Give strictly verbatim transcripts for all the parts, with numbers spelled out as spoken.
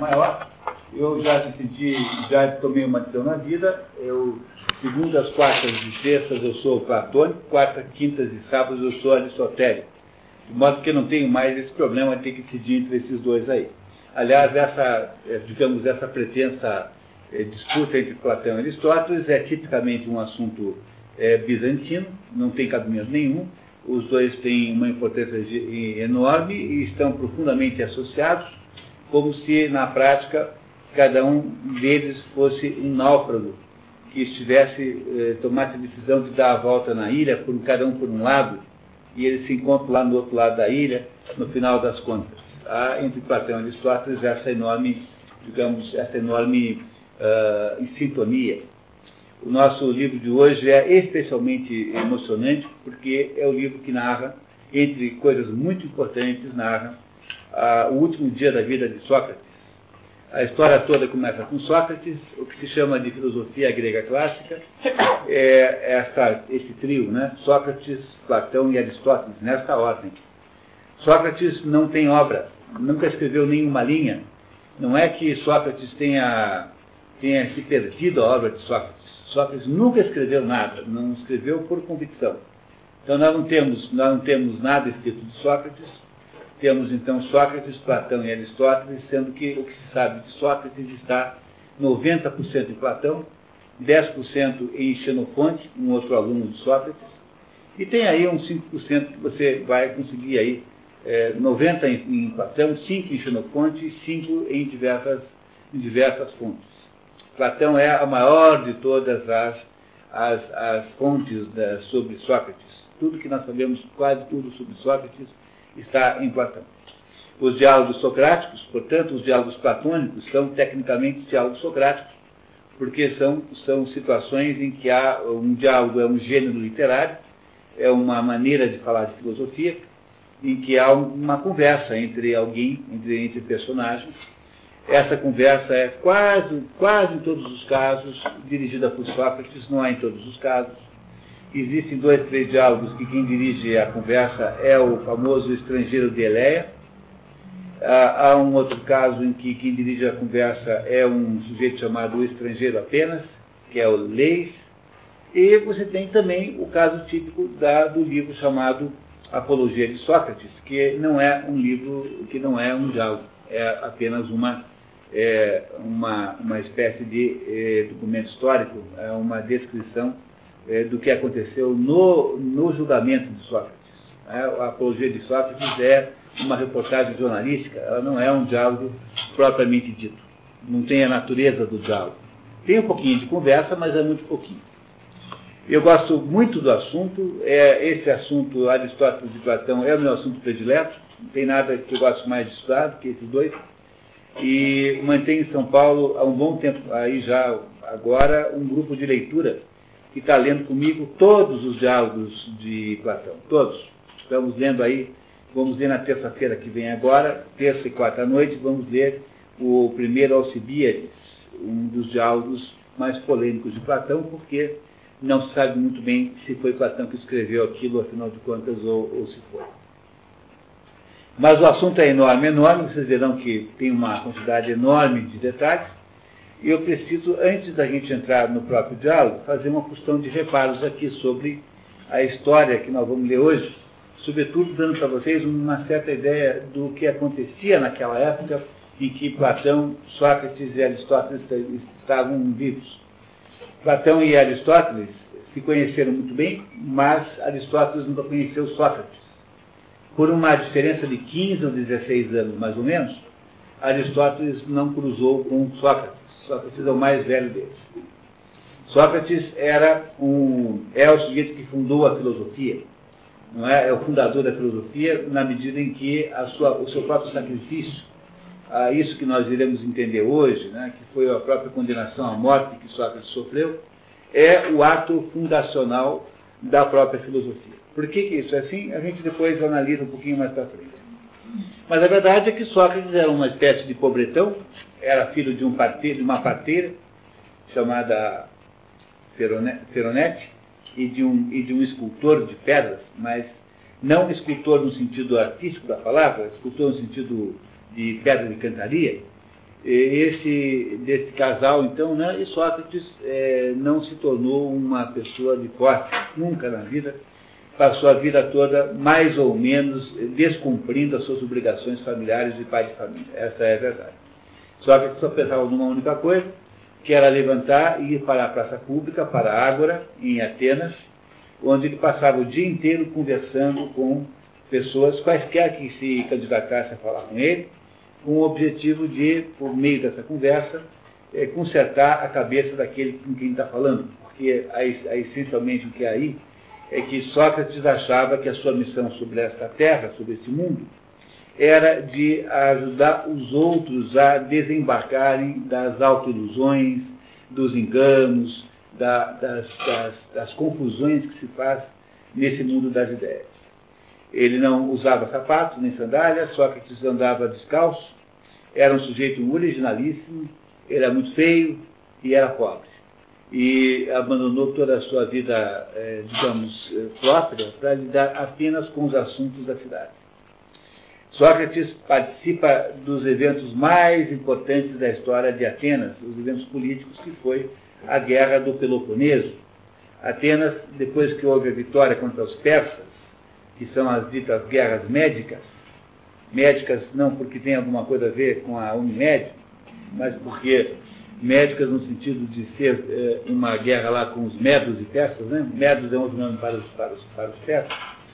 maior. Eu já decidi, já tomei uma decisão na vida. Eu, segundas, quartas e sextas eu sou platônico, quartas, quintas e sábados eu sou aristotélico. De modo que eu não tenho mais esse problema de ter que decidir entre esses dois aí. Aliás, essa, digamos, essa pretensa eh, disputa entre Platão e Aristóteles é tipicamente um assunto eh, bizantino, não tem cabimento nenhum. Os dois têm uma importância enorme e estão profundamente associados, como se, na prática, cada um deles fosse um náufrago que estivesse, eh, tomasse a decisão de dar a volta na ilha, por cada um por um lado, e eles se encontram lá no outro lado da ilha, no final das contas. Há entre Platão e Aristóteles essa enorme, digamos, essa enorme uh, sintonia. O nosso livro de hoje é especialmente emocionante, porque é o livro que narra, entre coisas muito importantes, narra uh, o último dia da vida de Sócrates. A história toda começa com Sócrates, o que se chama de filosofia grega clássica, é essa, esse trio, né? Sócrates, Platão e Aristóteles, nesta ordem. Sócrates não tem obra, nunca escreveu nenhuma linha. Não é que Sócrates tenha, tenha se perdido a obra de Sócrates. Sócrates nunca escreveu nada, não escreveu por convicção. Então nós não temos, nós não temos nada escrito de Sócrates. Temos então Sócrates, Platão e Aristóteles, sendo que o que se sabe de Sócrates está noventa por cento em Platão, dez por cento em Xenofonte, um outro aluno de Sócrates, e tem aí uns cinco por cento que você vai conseguir aí, é, noventa por cento em, em Platão, cinco por cento em Xenofonte e cinco por cento em diversas, em diversas fontes. Platão é a maior de todas as, as, as fontes da, sobre Sócrates. Tudo que nós sabemos, quase tudo sobre Sócrates, está em Platão. Os diálogos socráticos, portanto, os diálogos platônicos, são tecnicamente diálogos socráticos, porque são, são situações em que há um diálogo, é um gênero literário, é uma maneira de falar de filosofia, em que há uma conversa entre alguém, entre, entre personagens. Essa conversa é quase, quase em todos os casos dirigida por Sócrates, não é em todos os casos. Existem dois, três diálogos que quem dirige a conversa é o famoso estrangeiro de Eleia. Há, há um outro caso em que quem dirige a conversa é um sujeito chamado o estrangeiro apenas, que é o Leis. E você tem também o caso típico da, do livro chamado Apologia de Sócrates, que não é um livro, que não é um diálogo, é apenas uma, é, uma, uma espécie de é, documento histórico, é uma descrição É, do que aconteceu no, no julgamento de Sócrates. É, a Apologia de Sócrates é uma reportagem jornalística, ela não é um diálogo propriamente dito. Não tem a natureza do diálogo. Tem um pouquinho de conversa, mas é muito pouquinho. Eu gosto muito do assunto, é, esse assunto, Aristóteles e Platão, é o meu assunto predileto, não tem nada que eu gosto mais de estudar do que esses dois. E mantenho em São Paulo há um bom tempo, aí já agora, um grupo de leitura que está lendo comigo todos os diálogos de Platão, todos. Estamos lendo aí, vamos ler na terça-feira que vem agora, terça e quarta à noite, vamos ler o primeiro Alcibíades, um dos diálogos mais polêmicos de Platão, porque não se sabe muito bem se foi Platão que escreveu aquilo, afinal de contas, ou, ou se foi. Mas o assunto é enorme, enorme, vocês verão que tem uma quantidade enorme de detalhes. E eu preciso, antes da gente entrar no próprio diálogo, fazer uma questão de reparos aqui sobre a história que nós vamos ler hoje, sobretudo dando para vocês uma certa ideia do que acontecia naquela época em que Platão, Sócrates e Aristóteles estavam vivos. Platão e Aristóteles se conheceram muito bem, mas Aristóteles nunca conheceu Sócrates. Por uma diferença de quinze ou dezesseis anos, mais ou menos, Aristóteles não cruzou com Sócrates. Sócrates é o mais velho deles. Sócrates era um, é o sujeito que fundou a filosofia, não é? É o fundador da filosofia na medida em que a sua, o seu próprio sacrifício, a isso que nós iremos entender hoje, né, que foi a própria condenação à morte que Sócrates sofreu, é o ato fundacional da própria filosofia. Por que, que isso é assim? A gente depois analisa um pouquinho mais para frente. Mas a verdade é que Sócrates era uma espécie de pobretão, era filho de, um parteiro, de uma parteira chamada Feronete e de, um, e de um escultor de pedras, mas não escultor no sentido artístico da palavra, escultor no sentido de pedra de cantaria. esse, desse casal, então, né, e Sócrates é, não se tornou uma pessoa de forte, nunca na vida, passou a vida toda mais ou menos descumprindo as suas obrigações familiares de pai de família. Essa é a verdade. Sócrates só pensava numa única coisa, que era levantar e ir para a praça pública, para a Ágora, em Atenas, onde ele passava o dia inteiro conversando com pessoas, quaisquer que se candidatassem a falar com ele, com o objetivo de, por meio dessa conversa, é, consertar a cabeça daquele com quem está falando. Porque, aí, essencialmente, o que é aí é que Sócrates achava que a sua missão sobre esta terra, sobre este mundo, era de ajudar os outros a desembarcarem das autoilusões, dos enganos, da, das, das, das confusões que se faz nesse mundo das ideias. Ele não usava sapatos nem sandálias, Sócrates andava descalço, era um sujeito originalíssimo, era muito feio e era pobre. E abandonou toda a sua vida, eh, digamos, própria, para lidar apenas com os assuntos da cidade. Sócrates participa dos eventos mais importantes da história de Atenas, os eventos políticos, que foi a Guerra do Peloponeso. Atenas, depois que houve a vitória contra os persas, que são as ditas guerras médicas, médicas não porque tem alguma coisa a ver com a Unimed, mas porque médicas no sentido de ser é, uma guerra lá com os medos e persas, né? Medos é outro nome para os, para os, para os persas.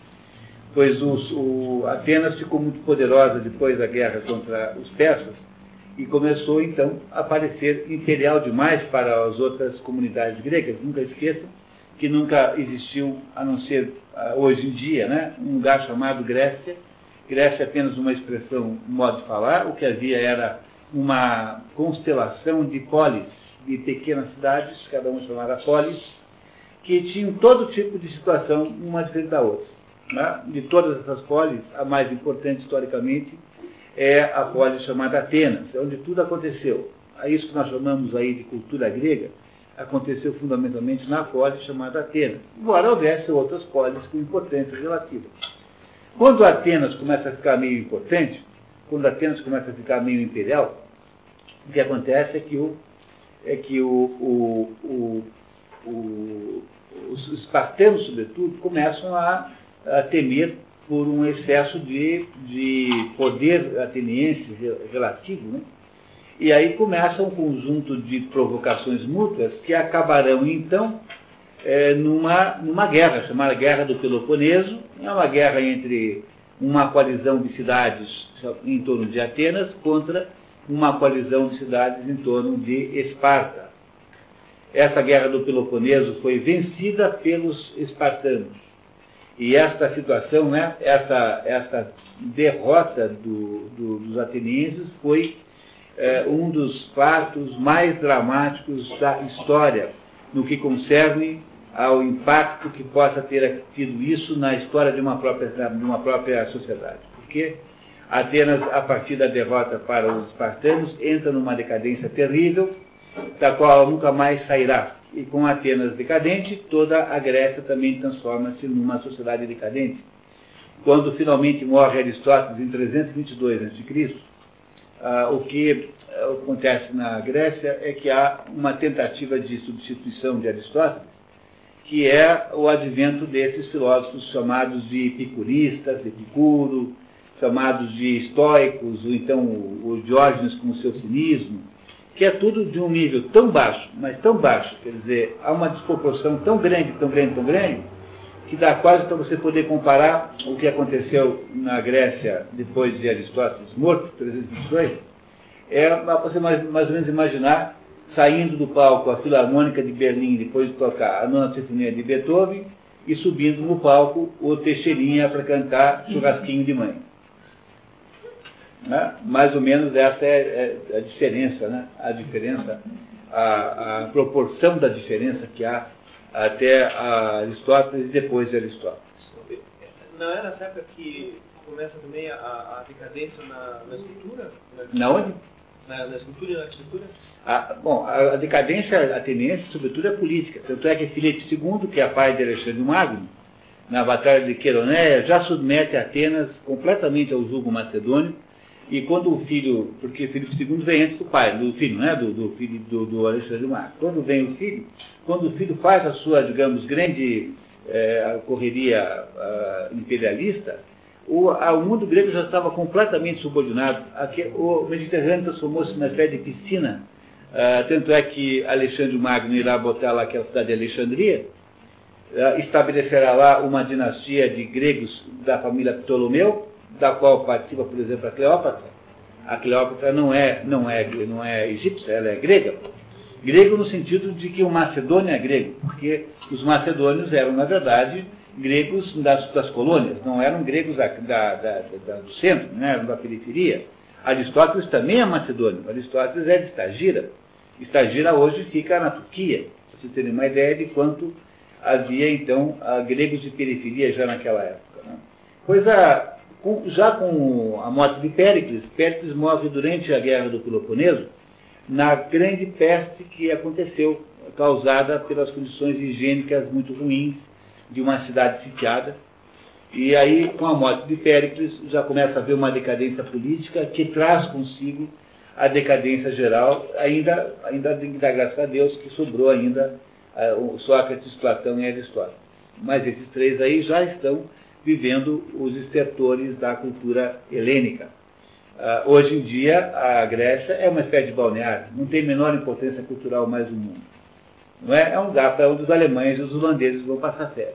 Pois os, o Atenas ficou muito poderosa depois da guerra contra os persas e começou então a parecer imperial demais para as outras comunidades gregas. Nunca esqueçam que nunca existiu, a não ser hoje em dia, né, um lugar chamado Grécia. Grécia é apenas uma expressão, um modo de falar. O que havia era uma constelação de polis, de pequenas cidades, cada uma chamada polis, que tinham todo tipo de situação, uma diferente da outra. Né? De todas essas polis, a mais importante historicamente é a polis chamada Atenas, onde tudo aconteceu. É isso que nós chamamos aí de cultura grega, aconteceu fundamentalmente na polis chamada Atenas, embora houvesse outras polis com importância relativa. Quando Atenas começa a ficar meio importante, quando Atenas começa a ficar meio imperial, o que acontece é que, o, é que o, o, o, o, os espartanos, sobretudo, começam a, a temer por um excesso de, de poder ateniense relativo, né? E aí começa um conjunto de provocações mútuas que acabarão, então, é, numa, numa guerra, chamada Guerra do Peloponeso. É uma guerra entre uma coalizão de cidades em torno de Atenas contra uma coalizão de cidades em torno de Esparta. Essa Guerra do Peloponeso foi vencida pelos espartanos. E esta situação, né, essa, essa derrota do, do, dos atenienses foi É, um dos fatos mais dramáticos da história, no que concerne ao impacto que possa ter tido isso na história de uma própria, de uma própria sociedade. Porque Atenas, a partir da derrota para os espartanos, entra numa decadência terrível, da qual ela nunca mais sairá. E com Atenas decadente, toda a Grécia também transforma-se numa sociedade decadente. Quando finalmente morre Aristóteles em trezentos e vinte e dois antes de Cristo, Ah, o que ah, acontece na Grécia é que há uma tentativa de substituição de Aristóteles, que é o advento desses filósofos chamados de epicuristas, Epicuro, chamados de estoicos, ou então o, o Diógenes com o seu cinismo, que é tudo de um nível tão baixo, mas tão baixo, quer dizer, há uma desproporção tão grande, tão grande, tão grande, que dá quase para você poder comparar o que aconteceu na Grécia depois de Aristóteles morto, trezentos e vinte e dois, é para você mais, mais ou menos imaginar saindo do palco a Filarmônica de Berlim depois de tocar a Nona Sinfonia de Beethoven e subindo no palco o Teixeirinha para cantar Churrasquinho de Mãe. Né? Mais ou menos essa é, é a diferença, né? a diferença, a, a proporção da diferença que há até Aristóteles e depois de Aristóteles. Não é nessa época que começa também a, a decadência na, na escultura? Na onde? Na, na escultura e na arquitetura? A, bom, a, a decadência ateniense, sobretudo, é política. Tanto é que Filipe segundo, que é pai de Alexandre Magno, na Batalha de Queroneia, já submete Atenas completamente ao jugo macedônio, E quando o filho, porque Filipe segundo vem antes do pai, do filho, né, do, do filho do, do Alexandre Magno. Quando vem o filho, quando o filho faz a sua, digamos, grande é, correria a, imperialista, o, a, o mundo grego já estava completamente subordinado. Aqui, o Mediterrâneo transformou-se numa espécie de piscina. Uh, tanto é que Alexandre Magno irá botar lá aquela cidade de Alexandria, uh, estabelecerá lá uma dinastia de gregos da família Ptolomeu, da qual participa, por exemplo, a Cleópatra. A Cleópatra não é, não é, não é egípcia, ela é grega. Grego no sentido de que o Macedônio é grego, porque os macedônios eram, na verdade, gregos das, das colônias, não eram gregos da, da, da, da, do centro, não eram da periferia. Aristóteles também é macedônio, Aristóteles é de Estagira. Estagira hoje fica na Turquia, para vocês terem uma ideia de quanto havia, então, gregos de periferia já naquela época. Né? Pois a, com, já com a morte de Péricles, Péricles morre durante a Guerra do Peloponeso, na grande peste que aconteceu, causada pelas condições higiênicas muito ruins de uma cidade sitiada. E aí, com a morte de Péricles, já começa a haver uma decadência política que traz consigo a decadência geral, ainda, ainda dá graças a Deus que sobrou ainda uh, Sócrates, Platão e Aristóteles. Mas esses três aí já estão vivendo os estertores da cultura helênica. Uh, hoje em dia, a Grécia é uma espécie de balneário, não tem menor importância cultural mais no mundo. Não é? É um lugar para onde os alemães e os holandeses vão passar férias.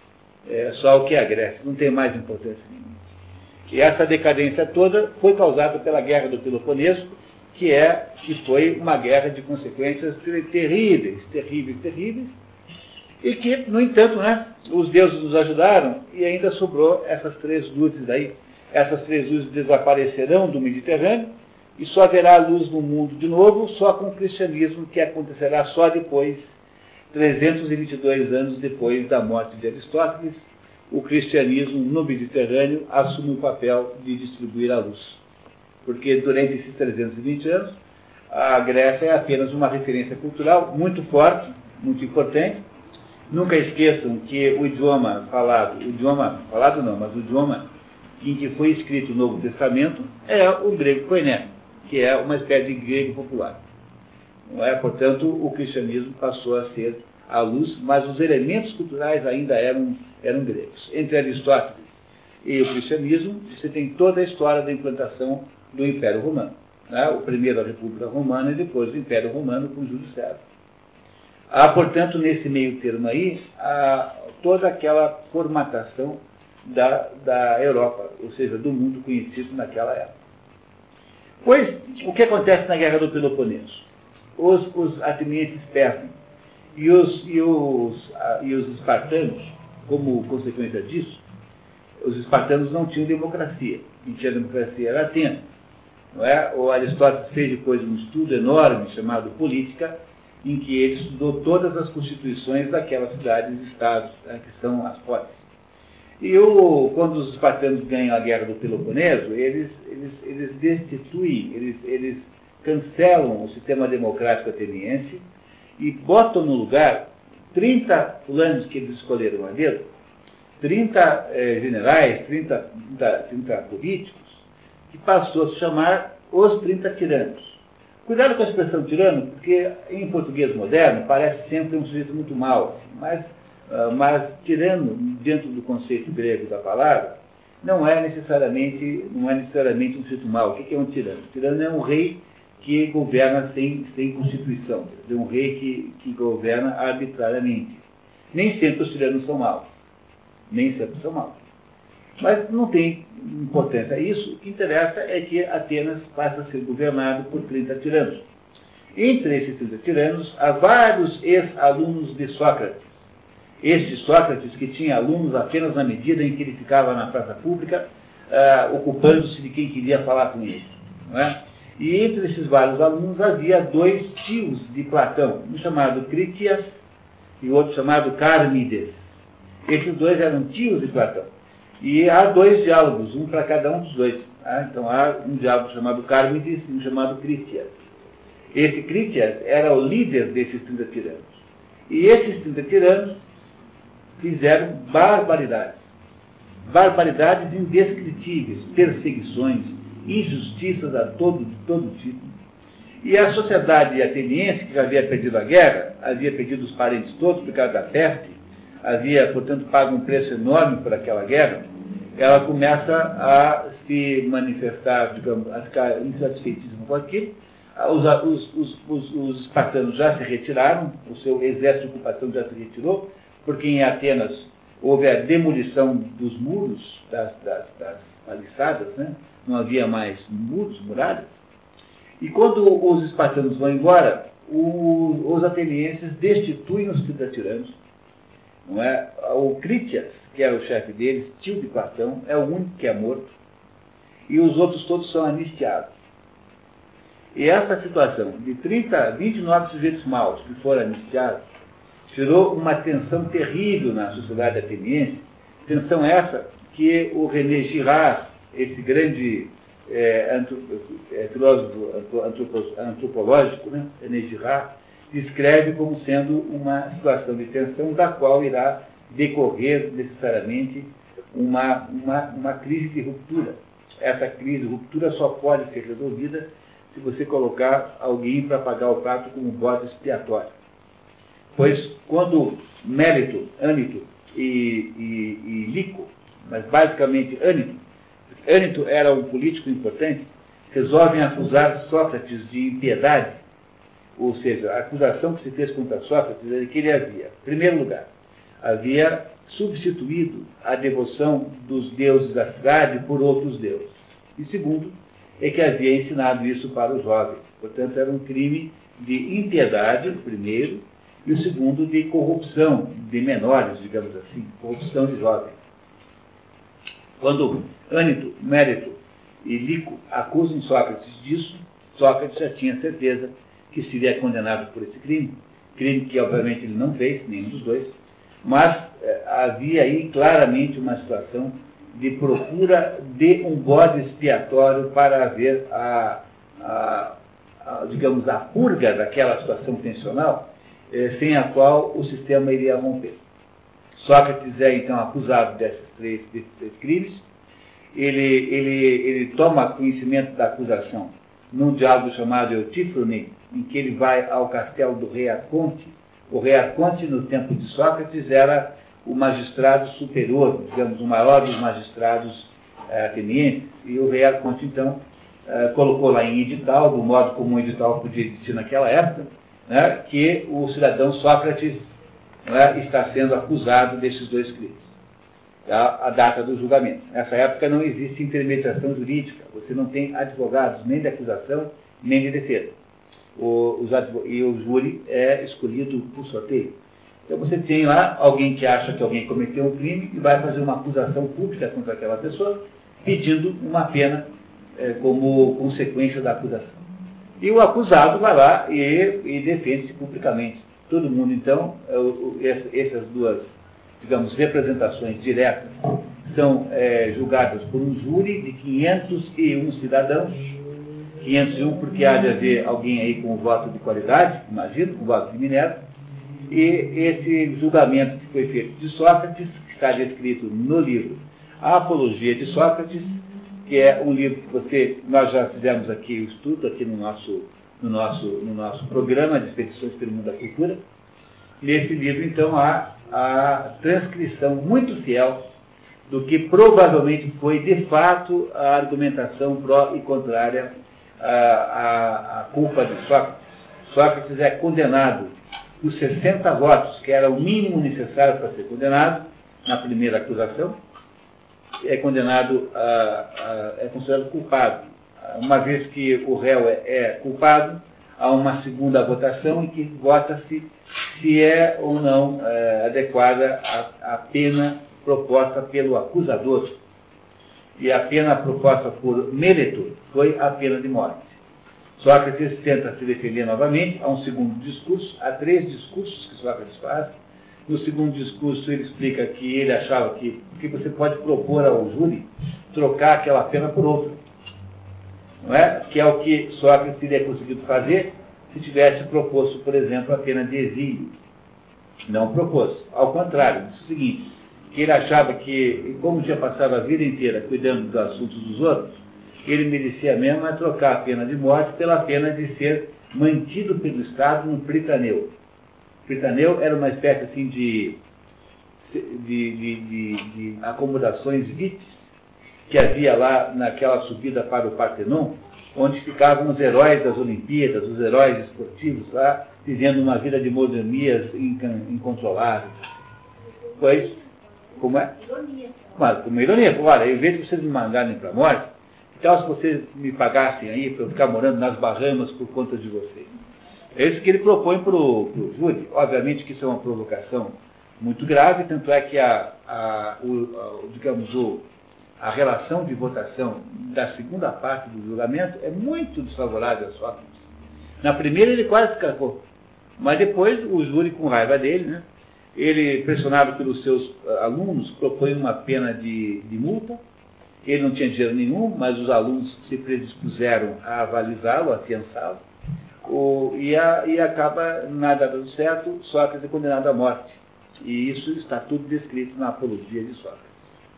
É só o que é a Grécia, não tem mais importância nenhuma. E essa decadência toda foi causada pela Guerra do Peloponeso, que, é, que foi uma guerra de consequências terríveis, terríveis, terríveis, e que, no entanto, né, os deuses nos ajudaram e ainda sobrou essas três luzes aí. Essas três luzes desaparecerão do Mediterrâneo e só haverá luz no mundo de novo, só com o cristianismo, que acontecerá só depois, trezentos e vinte e dois anos depois da morte de Aristóteles. O cristianismo no Mediterrâneo assume o papel de distribuir a luz. Porque durante esses trezentos e vinte anos, a Grécia é apenas uma referência cultural muito forte, muito importante. Nunca esqueçam que o idioma falado, o idioma falado não, mas o idioma em que foi escrito o Novo Testamento é o grego koiné, que é uma espécie de grego popular. Não é? Portanto, o cristianismo passou a ser a luz, mas os elementos culturais ainda eram, eram gregos. Entre Aristóteles e o cristianismo, você tem toda a história da implantação do Império Romano. Né? O primeiro a República Romana e depois o Império Romano com Júlio César. Há, portanto, nesse meio termo aí, a, toda aquela formatação da, da Europa, ou seja, do mundo conhecido naquela época. Pois, o que acontece na Guerra do Peloponeso? Os, os atenienses perdem. E os, e, os, e os espartanos, como consequência disso, os espartanos não tinham democracia. Quem tinha democracia era Atenas. Não é? O Aristóteles fez depois um estudo enorme chamado Política, em que ele estudou todas as constituições daquelas cidades-estados, né, que são as polis. E o, quando os espartanos ganham a Guerra do Peloponeso, eles, eles, eles destituem, eles, eles cancelam o sistema democrático ateniense e botam no lugar trinta fulanos que eles escolheram a dedo, trinta eh, generais, trinta, trinta, trinta políticos, que passou a se chamar os trinta tiranos. Cuidado com a expressão tirano, porque em português moderno parece sempre um sujeito muito mau, mas, uh, mas tirano, dentro do conceito grego da palavra, não é necessariamente, não é necessariamente um sujeito mau. O que é um tirano? O tirano é um rei que governa sem, sem constituição, é um rei que, que governa arbitrariamente. Nem sempre os tiranos são maus. Nem sempre são maus. Mas não tem importância isso. O que interessa é que Atenas passa a ser governado por trinta tiranos. Entre esses trinta tiranos, há vários ex-alunos de Sócrates. Este Sócrates, que tinha alunos apenas na medida em que ele ficava na praça pública, uh, ocupando-se de quem queria falar com ele. Não é? E entre esses vários alunos havia dois tios de Platão, um chamado Critias e outro chamado Carmides. Esses dois eram tios de Platão. E há dois diálogos, um para cada um dos dois. Tá? Então há um diálogo chamado Carmides e um chamado Critias. Esse Critias era o líder desses trinta tiranos. E esses trinta tiranos fizeram barbaridades. Barbaridades indescritíveis, perseguições, injustiças a todo, de todo tipo. E a sociedade ateniense, que já havia perdido a guerra, havia perdido os parentes todos por causa da peste, havia, portanto, pago um preço enorme por aquela guerra, ela começa a se manifestar, digamos, a ficar insatisfeitíssima com aquilo. Os, os, os, os, os espartanos já se retiraram, o seu exército de ocupação já se retirou, porque em Atenas houve a demolição dos muros, das, das, das paliçadas, né? Não havia mais muros, muralhas. E quando os espartanos vão embora, o, os atenienses destituem os tiranos. Não é? O Critias, que era o chefe deles, tio de Platão, é o único que é morto, e os outros todos são anistiados. E essa situação de trinta, vinte e nove sujeitos maus que foram anistiados gerou uma tensão terrível na sociedade ateniense, tensão essa que o René Girard, esse grande é, antro, é, filósofo antropo, antropológico, né, René Girard, descreve como sendo uma situação de tensão da qual irá decorrer necessariamente uma, uma, uma crise de ruptura. Essa crise de ruptura só pode ser resolvida se você colocar alguém para pagar o prato como bode expiatório. Pois quando Mélito, Ânito e, e, e Lico, mas basicamente Ânito, Ânito era um político importante, resolvem acusar Sócrates de impiedade, ou seja, a acusação que se fez contra Sócrates é que ele havia, em primeiro lugar, havia substituído a devoção dos deuses da cidade por outros deuses. E segundo, é que havia ensinado isso para os jovens. Portanto, era um crime de impiedade, o primeiro, e o segundo de corrupção de menores, digamos assim, corrupção de jovens. Quando Ânito, Mérito e Lico acusam Sócrates disso, Sócrates já tinha certeza que seria condenado por esse crime, crime que obviamente ele não fez, nenhum dos dois, mas eh, havia aí claramente uma situação de procura de um bode expiatório para haver a, a, a digamos, a purga daquela situação tensional, eh, sem a qual o sistema iria romper. Sócrates é então acusado desses três, desses três crimes. Ele, ele, ele toma conhecimento da acusação num diálogo chamado Eutífrone, em que ele vai ao castelo do rei Arconte. O rei Arconte, no tempo de Sócrates, era o magistrado superior, digamos, o maior dos magistrados eh, atenienses, e o rei Arconte, então, eh, colocou lá em edital, do modo como um edital podia existir naquela época, né, que o cidadão Sócrates, né, está sendo acusado desses dois crimes. A, a data do julgamento. Nessa época não existe intermediação jurídica, você não tem advogados nem de acusação, nem de defesa. O, os advog... E o júri é escolhido por sorteio. Então você tem lá alguém que acha que alguém cometeu um crime e vai fazer uma acusação pública contra aquela pessoa, pedindo uma pena é, como consequência da acusação. E o acusado vai lá e, e defende-se publicamente. Todo mundo, então, é, essas duas, digamos, representações diretas são é, julgadas por um júri de quinhentos e um cidadãos, quinhentos e um porque há de haver alguém aí com o voto de qualidade, imagino, com o voto de Minerva, e esse julgamento que foi feito de Sócrates, que está descrito no livro A Apologia de Sócrates, que é um livro que você, nós já fizemos aqui o estudo, aqui no nosso, no nosso, no nosso programa de Expedições pelo Mundo da Cultura. Nesse livro, então, há a transcrição muito fiel do que provavelmente foi, de fato, a argumentação pró e contrária à, à, à culpa de Sócrates. Sócrates é condenado por sessenta votos, que era o mínimo necessário para ser condenado, na primeira acusação, é condenado, a, a, é considerado culpado. Uma vez que o réu é, é culpado, há uma segunda votação em que vota-se se é ou não é, adequada a, a pena proposta pelo acusador. E a pena proposta por Meleto foi a pena de morte. Sócrates tenta se defender novamente, há um segundo discurso, há três discursos que Sócrates faz. No segundo discurso ele explica que ele achava que, que você pode propor ao júri trocar aquela pena por outra. Não é? Que é o que Sócrates teria conseguido fazer se tivesse proposto, por exemplo, a pena de exílio. Não propôs. Ao contrário, disse o seguinte, que ele achava que, como já passava a vida inteira cuidando dos assuntos dos outros, ele merecia mesmo é trocar a pena de morte pela pena de ser mantido pelo Estado no Pritaneu. O Pritaneu era uma espécie assim de, de, de, de, de acomodações vitis que havia lá naquela subida para o Partenon, onde ficavam os heróis das Olimpíadas, os heróis esportivos lá, vivendo uma vida de mordomias incontroláveis. Pois, como é? Ironia. Mas, como ironia, olha, em vez de vocês me mandarem para a morte, então se vocês me pagassem aí para eu ficar morando nas Bahamas por conta de vocês. É isso que ele propõe para o júri. Obviamente que isso é uma provocação muito grave, tanto é que a, a, o, a, digamos, o, a relação de votação da segunda parte do julgamento é muito desfavorável a Sócrates. Na primeira ele quase escapou, mas depois o júri, com raiva dele, né, ele, pressionado pelos seus alunos, propõe uma pena de, de multa. Ele não tinha dinheiro nenhum, mas os alunos se predispuseram a avalizá-lo, a afiançá-lo, e, a, e acaba, nada dando certo, Sócrates é condenado à morte. E isso está tudo descrito na Apologia de Sócrates.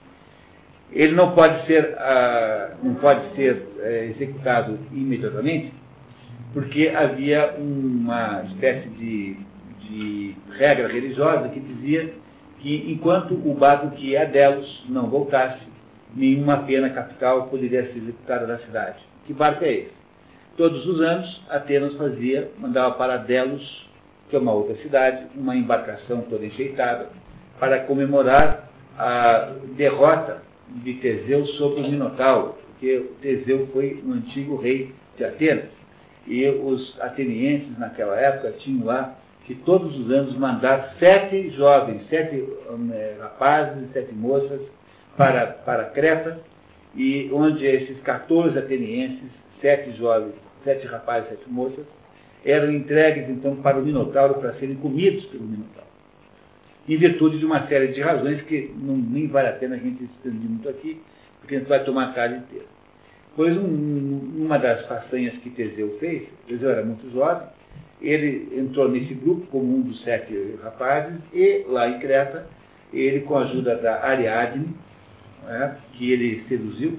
Ele não pode ser, ah, não pode ser é, executado imediatamente, porque havia uma espécie de, de regra religiosa que dizia que enquanto o barco que ia a Delos não voltasse, nenhuma pena capital poderia ser executada na cidade. Que barco é esse? Todos os anos, Atenas fazia, mandava para Delos, que é uma outra cidade, uma embarcação toda enfeitada, para comemorar a derrota de Teseu sobre o Minotauro, porque Teseu foi um antigo rei de Atenas. E os atenienses, naquela época, tinham lá que todos os anos mandar sete jovens, sete um, rapazes, sete moças, para, para Creta, e onde esses quatorze atenienses, sete jovens, sete rapazes, sete moças, eram entregues, então, para o Minotauro, para serem comidos pelo Minotauro. Em virtude de uma série de razões que não, nem vale a pena a gente expandir muito aqui, porque a gente vai tomar a tarde inteira. Pois um, uma das façanhas que Teseu fez, Teseu era muito jovem, ele entrou nesse grupo como um dos sete rapazes, e lá em Creta, ele, com a ajuda da Ariadne, né, que ele seduziu,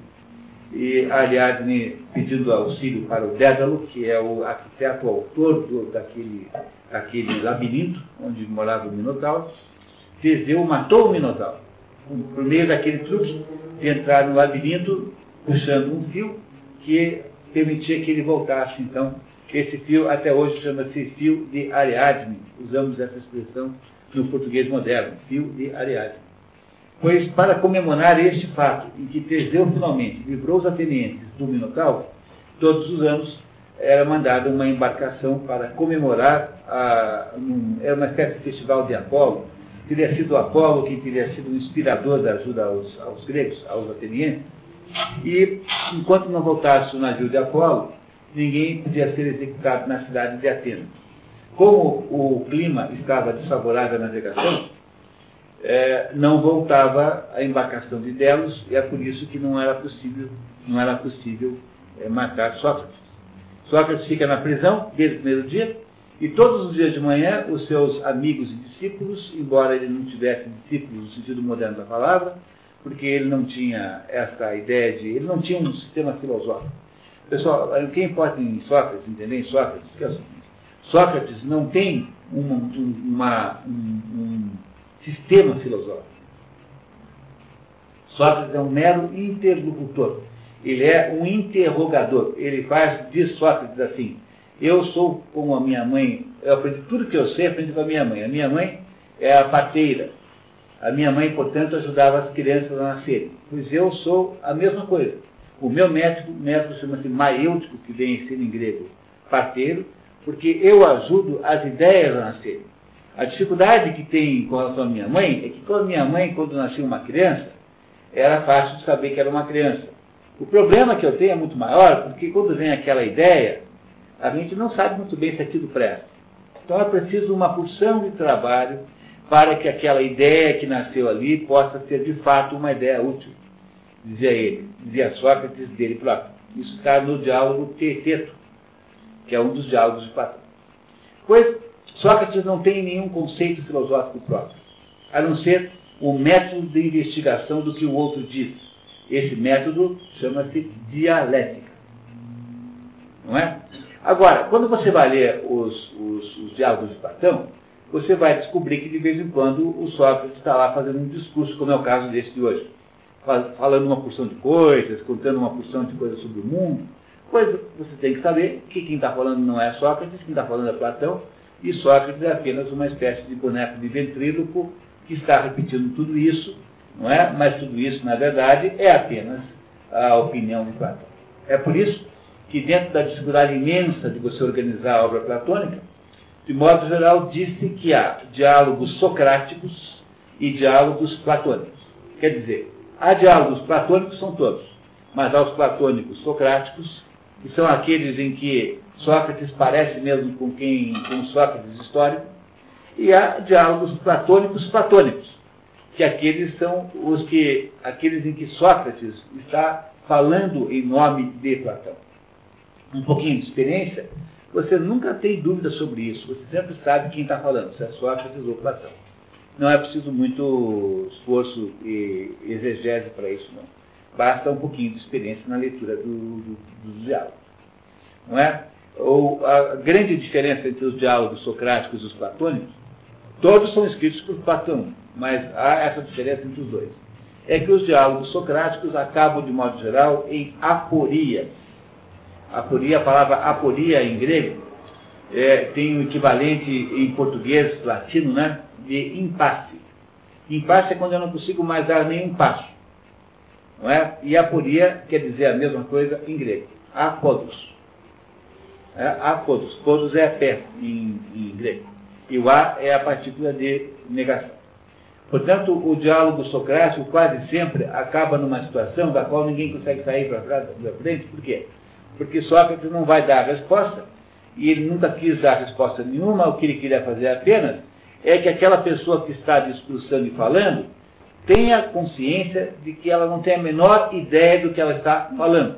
e a Ariadne pedindo auxílio para o Dédalo, que é o arquiteto, o autor do, daquele, daquele labirinto onde morava o Minotauro. Teseu matou o Minotauro, por meio daquele truque de entrar no labirinto puxando um fio que permitia que ele voltasse. Então, esse fio até hoje chama-se fio de Ariadne. Usamos essa expressão no português moderno, fio de Ariadne. Pois, para comemorar este fato, em que Teseu finalmente livrou os atenienses do Minotauro, todos os anos era mandada uma embarcação para comemorar, a, um, era uma espécie de festival de Apolo. Teria sido Apolo quem teria sido o inspirador da ajuda aos, aos gregos, aos atenienses, e enquanto não voltasse o navio de Apolo, ninguém podia ser executado na cidade de Atenas. Como o clima estava desfavorável à navegação, é, não voltava a embarcação de Delos, e é por isso que não era possível, não era possível é, matar Sócrates. Sócrates fica na prisão desde o primeiro dia, e todos os dias de manhã os seus amigos e discípulos, embora ele não tivesse discípulos no sentido moderno da palavra, porque ele não tinha essa ideia de... ele não tinha um sistema filosófico. Pessoal, o que importa em Sócrates, entender em Sócrates, que é o seguinte: Sócrates não tem uma, uma, um, um sistema filosófico. Sócrates é um mero interlocutor. Ele é um interrogador. Ele faz de Sócrates assim: eu sou como a minha mãe, eu aprendi tudo que eu sei, aprendi com a minha mãe. A minha mãe é a parteira. A minha mãe, portanto, ajudava as crianças a nascerem. Pois eu sou a mesma coisa. O meu método, método chama-se maêutico, que vem em ser em grego parteiro, porque eu ajudo as ideias a nascerem. A dificuldade que tem com relação à minha mãe é que com a minha mãe, quando nascia uma criança, era fácil de saber que era uma criança. O problema que eu tenho é muito maior, porque quando vem aquela ideia, a gente não sabe muito bem se aquilo presta. Então é preciso uma porção de trabalho para que aquela ideia que nasceu ali possa ser de fato uma ideia útil, dizia ele, dizia Sócrates dele próprio. Isso está no diálogo Teeteto, que é um dos diálogos de Platão. Pois Sócrates não tem nenhum conceito filosófico próprio, a não ser o método de investigação do que o outro diz. Esse método chama-se dialética. Não é? Agora, quando você vai ler os, os, os diálogos de Platão, você vai descobrir que de vez em quando o Sócrates está lá fazendo um discurso, como é o caso desse de hoje. Falando uma porção de coisas, contando uma porção de coisas sobre o mundo. Coisa que você tem que saber que quem está falando não é Sócrates, quem está falando é Platão, e Sócrates é apenas uma espécie de boneco de ventríloco que está repetindo tudo isso, não é? Mas tudo isso, na verdade, é apenas a opinião de Platão. É por isso que dentro da dificuldade imensa de você organizar a obra platônica, de modo geral, disse que há diálogos socráticos e diálogos platônicos. Quer dizer, há diálogos platônicos, são todos, mas há os platônicos socráticos, que são aqueles em que Sócrates parece mesmo com quem, com Sócrates histórico, e há diálogos platônicos platônicos, que aqueles são os que, aqueles em que Sócrates está falando em nome de Platão. Um pouquinho de experiência, você nunca tem dúvida sobre isso. Você sempre sabe quem está falando, se é Sócrates ou Platão. Não é preciso muito esforço e exegese para isso, não. Basta um pouquinho de experiência na leitura do, do, dos diálogos. Não é? Ou a grande diferença entre os diálogos socráticos e os platônicos, todos são escritos por Platão, mas há essa diferença entre os dois. É que os diálogos socráticos acabam, de modo geral, em aporia. Aporia, a palavra aporia em grego, é, tem o equivalente em português latino, né, de impasse. Impasse é quando eu não consigo mais dar nenhum passo. Não é? E aporia quer dizer a mesma coisa em grego. Apodos. É, apodos. Podos é pé em, em grego. E o a é a partícula de negação. Portanto, o diálogo socrático quase sempre acaba numa situação da qual ninguém consegue sair para frente. Por quê? Porque Sócrates não vai dar a resposta, e ele nunca quis dar resposta nenhuma. O que ele queria fazer apenas é que aquela pessoa que está discursando e falando tenha consciência de que ela não tem a menor ideia do que ela está falando.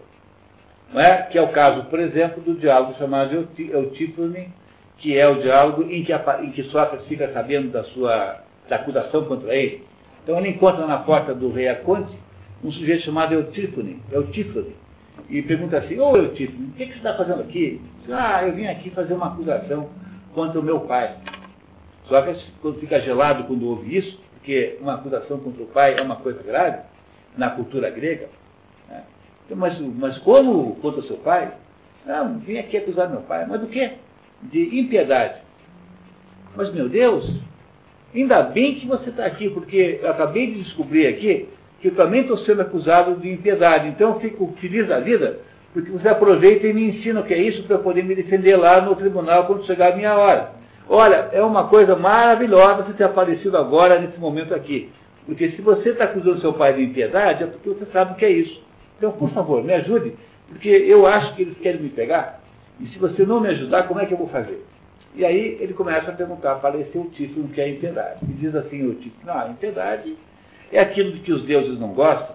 Não é? Que é o caso, por exemplo, do diálogo chamado Eutífone, que é o diálogo em que, a, em que Sócrates fica sabendo da sua da acusação contra ele. Então ele encontra na porta do rei Aconte um sujeito chamado Eutífone, Eutífone, e pergunta assim: ô Eutífone, o que, que você está fazendo aqui? Ah, eu vim aqui fazer uma acusação contra o meu pai. Sócrates fica gelado quando ouve isso, porque uma acusação contra o pai é uma coisa grave na cultura grega. Né? Então, mas, mas como contra o seu pai? Não, vim aqui acusar meu pai. Mas do quê? De impiedade. Mas, meu Deus, ainda bem que você está aqui, porque eu acabei de descobrir aqui que eu também estou sendo acusado de impiedade. Então eu fico feliz da vida, porque você aproveita e me ensina o que é isso para eu poder me defender lá no tribunal quando chegar a minha hora. Olha, é uma coisa maravilhosa você ter aparecido agora, nesse momento aqui. Porque se você está acusando seu pai de impiedade, é porque você sabe o que é isso. Então, por favor, me ajude, porque eu acho que eles querem me pegar. E se você não me ajudar, como é que eu vou fazer? E aí ele começa a perguntar para esse Eutífone o que é impiedade. E diz assim o Eutífone: não, a impiedade é aquilo de que os deuses não gostam.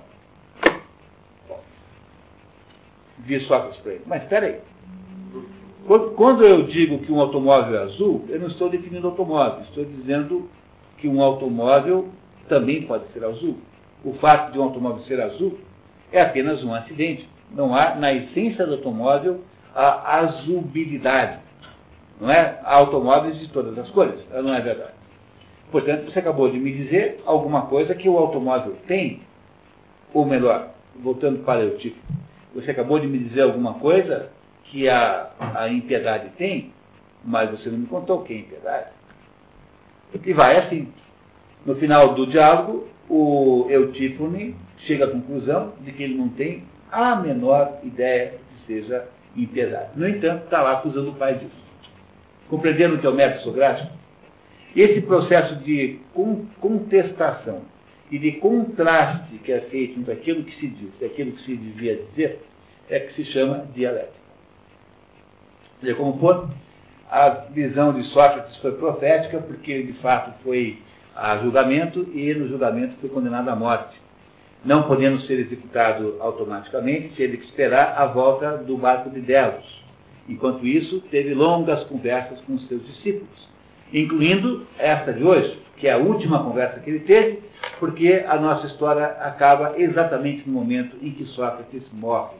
Diz Sócrates para ele: mas espera aí. Quando eu digo que um automóvel é azul, eu não estou definindo automóvel, estou dizendo que um automóvel também pode ser azul. O fato de um automóvel ser azul é apenas um acidente. Não há, na essência do automóvel, a azubilidade. Não é? Há automóveis de todas as cores, não é verdade. Portanto, você acabou de me dizer alguma coisa que o automóvel tem, ou melhor, voltando para o tipo, você acabou de me dizer alguma coisa que a, a impiedade tem, mas você não me contou o que é impiedade. E vai assim. No final do diálogo, o Eutífone chega à conclusão de que ele não tem a menor ideia que seja impiedade. No entanto, está lá acusando o pai disso. Compreenderam o que é o método socrático? Esse processo de contestação e de contraste que é feito entre aquilo que se diz e aquilo que se devia dizer é que se chama dialética. Quer dizer, como for, a visão de Sócrates foi profética, porque ele de fato foi a julgamento e no julgamento foi condenado à morte. Não podendo ser executado automaticamente, teve que esperar a volta do barco de Delos. Enquanto isso, teve longas conversas com os seus discípulos. incluindo esta de hoje, que é a última conversa que ele teve, porque a nossa história acaba exatamente no momento em que Sócrates morre.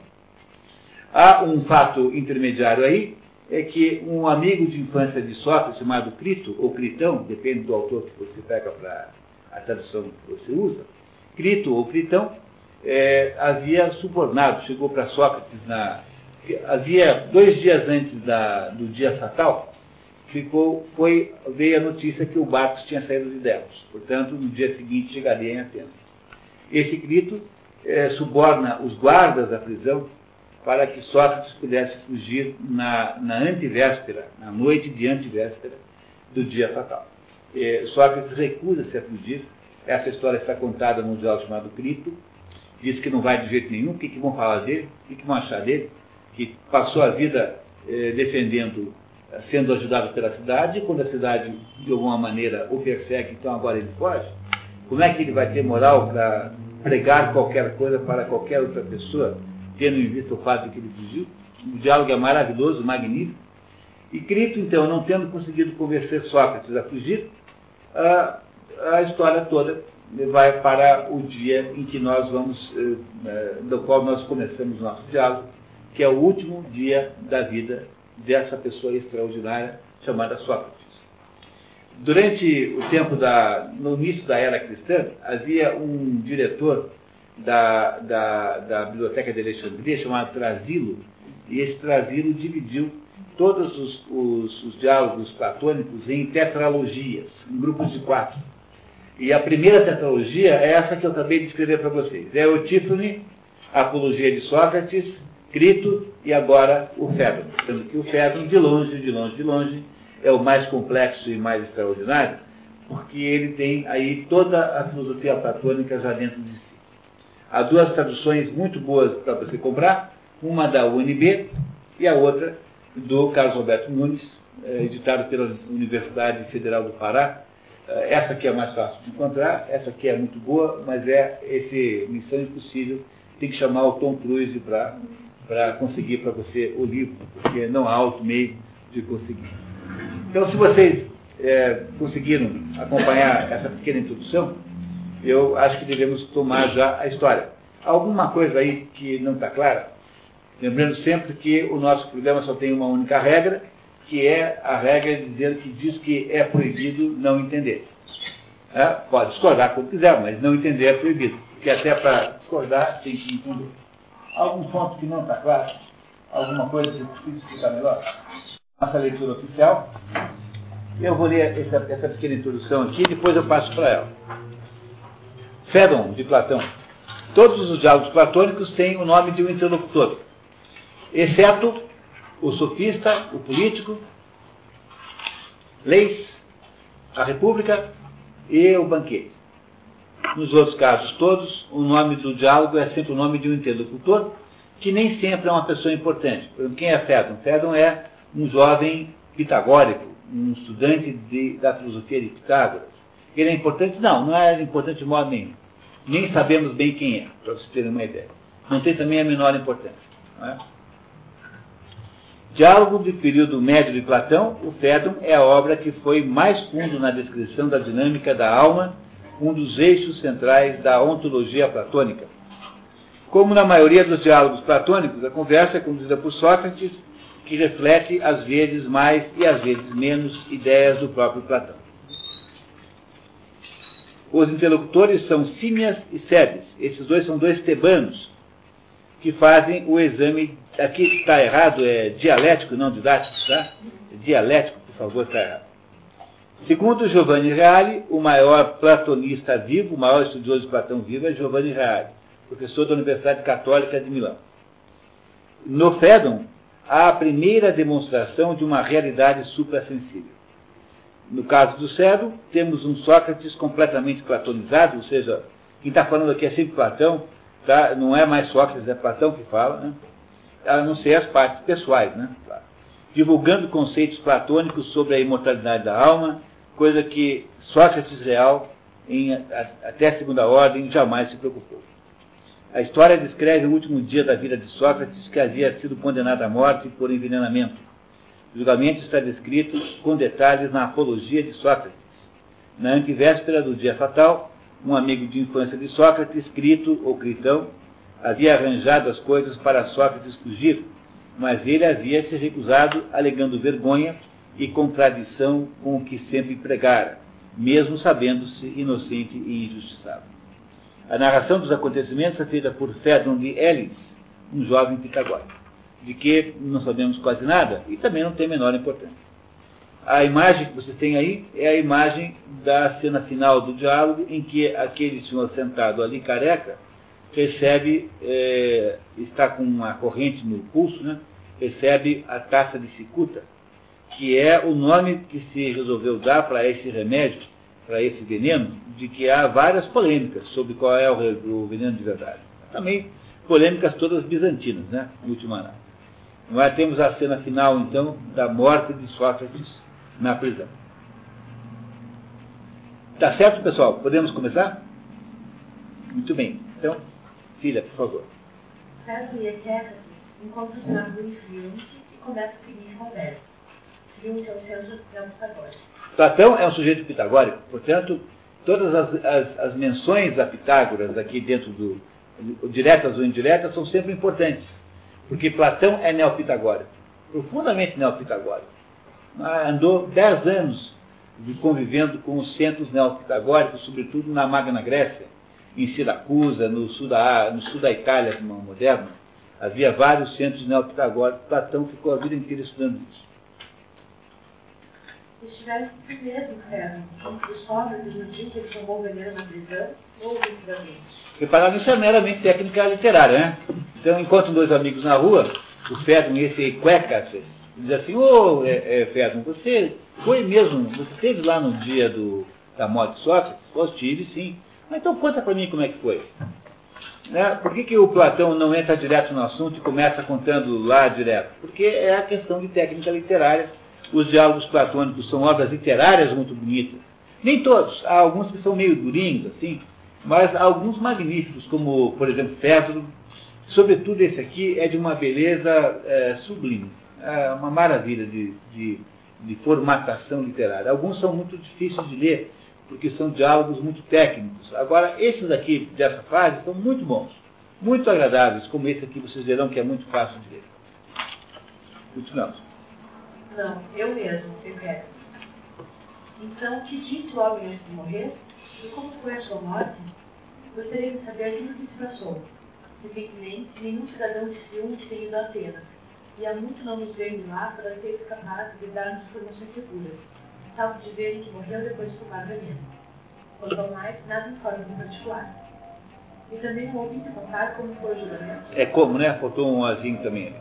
Há um fato intermediário aí, é que um amigo de infância de Sócrates, chamado Crito, ou Critão, depende do autor que você pega para a tradução que você usa, Crito ou Critão, é, havia subornado, chegou para Sócrates, na, havia dois dias antes da, do dia fatal, ficou, foi, veio a notícia que o Bacos tinha saído de Delfos, portanto, no dia seguinte chegaria em Atenas. Esse Crito é, suborna os guardas da prisão para que Sócrates pudesse fugir na, na antivéspera, na noite de antivéspera do dia fatal. É, Sócrates recusa-se a fugir. Essa história está contada num diálogo chamado Crito. Diz que não vai de jeito nenhum. O que, que vão falar dele? O que, que vão achar dele? Que passou a vida é, defendendo, sendo ajudado pela cidade, e quando a cidade, de alguma maneira, o persegue, então agora ele foge. Como é que ele vai ter moral para pregar qualquer coisa para qualquer outra pessoa, tendo em vista o fato de que ele fugiu? O diálogo é maravilhoso, magnífico. E Crito, então, não tendo conseguido convencer Sócrates a fugir, a, a história toda vai para o dia em que nós vamos, eh, do qual nós começamos o nosso diálogo, que é o último dia da vida dessa pessoa extraordinária chamada Sócrates. Durante o tempo da, no início da era cristã, havia um diretor da, da, da Biblioteca de Alexandria chamado Trasilo, e esse Trasilo dividiu todos os, os, os diálogos platônicos em tetralogias, em grupos de quatro. E a primeira tetralogia é essa que eu acabei de escrever para vocês. É o Tífone, a Apologia de Sócrates, Crito e agora o Fédon. Sendo que o Fédon, de longe, de longe, de longe, é o mais complexo e mais extraordinário, porque ele tem aí toda a filosofia platônica já dentro de si. Há duas traduções muito boas para você comprar, uma da U N B e a outra do Carlos Roberto Nunes, editado pela Universidade Federal do Pará. Essa aqui é mais fácil de encontrar, essa aqui é muito boa, mas é esse Missão Impossível, tem que chamar o Tom Cruise para para conseguir para você o livro, porque não há outro meio de conseguir. Então, se vocês é, conseguiram acompanhar essa pequena introdução, eu acho que devemos tomar já a história. Alguma coisa aí que não está clara? Lembrando sempre que o nosso programa só tem uma única regra, que é a regra de dizer que diz que é proibido não entender. É, pode discordar quando quiser, mas não entender é proibido. Porque até para discordar tem que entender. Algum ponto que não está claro? Alguma coisa que eu preciso explicar melhor? Nossa leitura oficial. Eu vou ler essa, essa pequena introdução aqui, depois eu passo para ela. Fédon, de Platão. Todos os diálogos platônicos têm o nome de um interlocutor, exceto o sofista, o político, leis, a república e o banquete. Nos outros casos todos, o nome do diálogo é sempre o nome de um interlocutor, que nem sempre é uma pessoa importante. Quem é Fédon? Fédon é um jovem pitagórico, um estudante de, da filosofia de Pitágoras. Ele é importante? Não, não é importante de modo nenhum. Nem sabemos bem quem é, para vocês terem uma ideia. Não tem também a menor importância. Não é? Diálogo de período médio de Platão, o Fédon é a obra que foi mais fundo na descrição da dinâmica da alma, um dos eixos centrais da ontologia platônica. Como na maioria dos diálogos platônicos, a conversa é conduzida por Sócrates, que reflete às vezes mais e às vezes menos ideias do próprio Platão. Os interlocutores são Símias e Cebes. Esses dois são dois tebanos que fazem o exame. Aqui está errado, é dialético, não didático, tá? Dialético, por favor, está errado. Segundo Giovanni Reale, o maior platonista vivo, o maior estudioso de Platão vivo é Giovanni Reale, professor da Universidade Católica de Milão. No Fédon, há a primeira demonstração de uma realidade suprassensível. No caso do Fédon, temos um Sócrates completamente platonizado, ou seja, quem está falando aqui é sempre Platão, tá? Não é mais Sócrates, é Platão que fala, né? A não ser as partes pessoais, né? Divulgando conceitos platônicos sobre a imortalidade da alma, coisa que Sócrates real, em, a, até a segunda ordem, jamais se preocupou. A história descreve o último dia da vida de Sócrates, que havia sido condenado à morte por envenenamento. O julgamento está descrito com detalhes na Apologia de Sócrates. Na antevéspera do dia fatal, um amigo de infância de Sócrates, Crito ou Critão, havia arranjado as coisas para Sócrates fugir, mas ele havia se recusado, alegando vergonha e contradição com o que sempre pregara, mesmo sabendo-se inocente e injustiçado. A narração dos acontecimentos é feita por Fédon de Elis, um jovem pitagórico, de que não sabemos quase nada e também não tem a menor importância. A imagem que você tem aí é a imagem da cena final do diálogo, em que aquele senhor sentado ali, careca, recebe, é, está com uma corrente no pulso, né, recebe a taça de cicuta, que é o nome que se resolveu dar para esse remédio, para esse veneno, de que há várias polêmicas sobre qual é o, o veneno de verdade. Também polêmicas todas bizantinas, né, em última análise. Nós temos a cena final, então, da morte de Sócrates na prisão. Tá certo, pessoal? Podemos começar? Muito bem. Então, filha, por favor. Fédon e Etécrates encontram-se na rua em Fionte e começam a seguinte conversa. Fionte é o centro neopitagórico. Platão é um sujeito pitagórico, portanto, todas as, as, as menções a Pitágoras aqui dentro do, diretas ou indiretas, são sempre importantes, porque Platão é neopitagórico, profundamente neopitagórico. Andou dez anos de convivendo com os centros neopitagóricos, sobretudo na Magna Grécia, em Siracusa, no sul da, no sul da Itália moderna. Havia vários centros neopitagóricos. Platão ficou a vida inteira estudando isso. Estiveram mesmo, Fédon, entre Sócrates no dia que ele tomou o veneno na prisão, ou vinculamente? Preparado isso é meramente técnica literária, né? Então, encontram dois amigos na rua, o Fédon e esse Quécrates, diz assim: ô, oh, é, é, Fédon, você foi mesmo, você esteve lá no dia do, da morte de Sócrates? Eu estive, sim. Mas então conta para mim como é que foi. Né? Por que, que o Platão não entra direto no assunto e começa contando lá direto? Porque é a questão de técnica literária. Os diálogos platônicos são obras literárias muito bonitas. Nem todos, há alguns que são meio durinhos, assim, mas há alguns magníficos, como, por exemplo, Fédon. Sobretudo esse aqui é de uma beleza é, sublime, é uma maravilha de, de, de formatação literária. Alguns são muito difíceis de ler, porque são diálogos muito técnicos. Agora, esses aqui, dessa fase, são muito bons, muito agradáveis, como esse aqui, vocês verão que é muito fácil de ler. Continuamos. Não, eu mesmo, Etécrates. Então, que disse o homem antes de morrer? E como foi a sua morte? Gostaria de saber aquilo que se passou. Evidentemente, nenhum cidadão de Fionte tem ido a Atenas, e há muito não nos vemos lá para ser capaz de dar-nos informações seguras, tal de dizerem que morreu depois de tomar veneno. Quanto ao mais, nada informa em particular. E também não ouvi te contar como foi o julgamento. É como, né? Faltou um azinho também.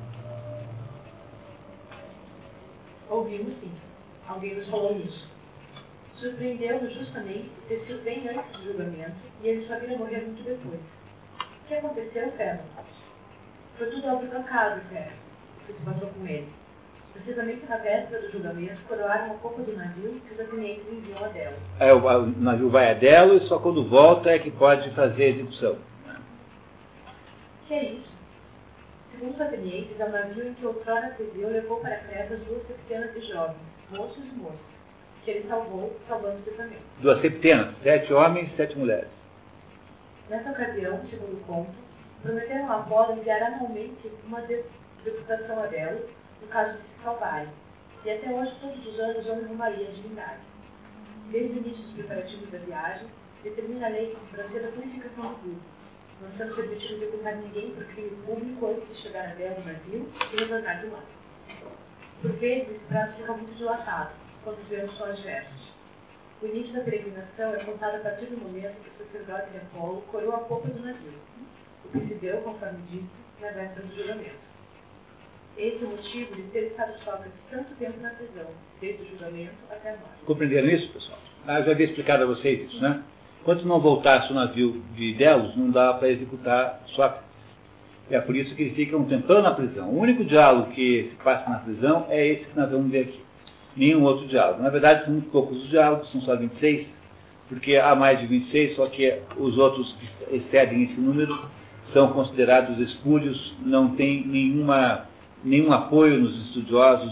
Ouvimos sim. Alguém nos falou nisso. Surpreendeu-nos justamente ter sido bem antes do julgamento e ele só viria morrer muito depois. O que aconteceu, Fédon? Foi tudo obra do acaso, Fédon, que se passou com ele. Precisamente na véspera do julgamento, coroaram a popa do navio que os atenienses enviam a Delos. É, o, o navio vai a Delos e só quando volta é que pode fazer a execução. Que é isso? Segundo os atenienses, é o navio em que outrora Teseu levou para Creta as duas septenas de jovens, moços e moças, que ele salvou, salvando-se também. Duas septenas, sete homens e sete mulheres. Nessa ocasião, segundo o conto, prometeram a Apolo enviar anualmente uma deputação a Delos, no caso de se salvarem, e até hoje todos os anos houve uma Maria de divindade. Desde o início dos preparativos da viagem, determina a lei para ser a purificação do público, não sendo permitido executar ninguém por crime público antes de chegar a Delos no navio e retornar de lá. Por vezes, esse prazo fica muito dilatado, quando vemos só as vestes. O início da peregrinação é contado a partir do momento que o sacerdote de Apolo coroa a popa do navio, o que se deu, conforme dito, na véspera do julgamento. Esse é o motivo de ter estado Sócrates tanto tempo na prisão, desde o julgamento até a morte. Compreenderam isso, pessoal? Ah, eu já havia explicado a vocês isso, né? Enquanto não voltasse o navio de Delos, não dá para executar Sócrates. É por isso que ele fica um tempão na prisão. O único diálogo que se passa na prisão é esse que nós vamos ver aqui. Nenhum outro diálogo. Na verdade, são muito poucos os diálogos, são só vinte e seis, porque há mais de vinte e seis, só que os outros que excedem esse número são considerados espúrios, não tem nenhuma, nenhum apoio nos estudiosos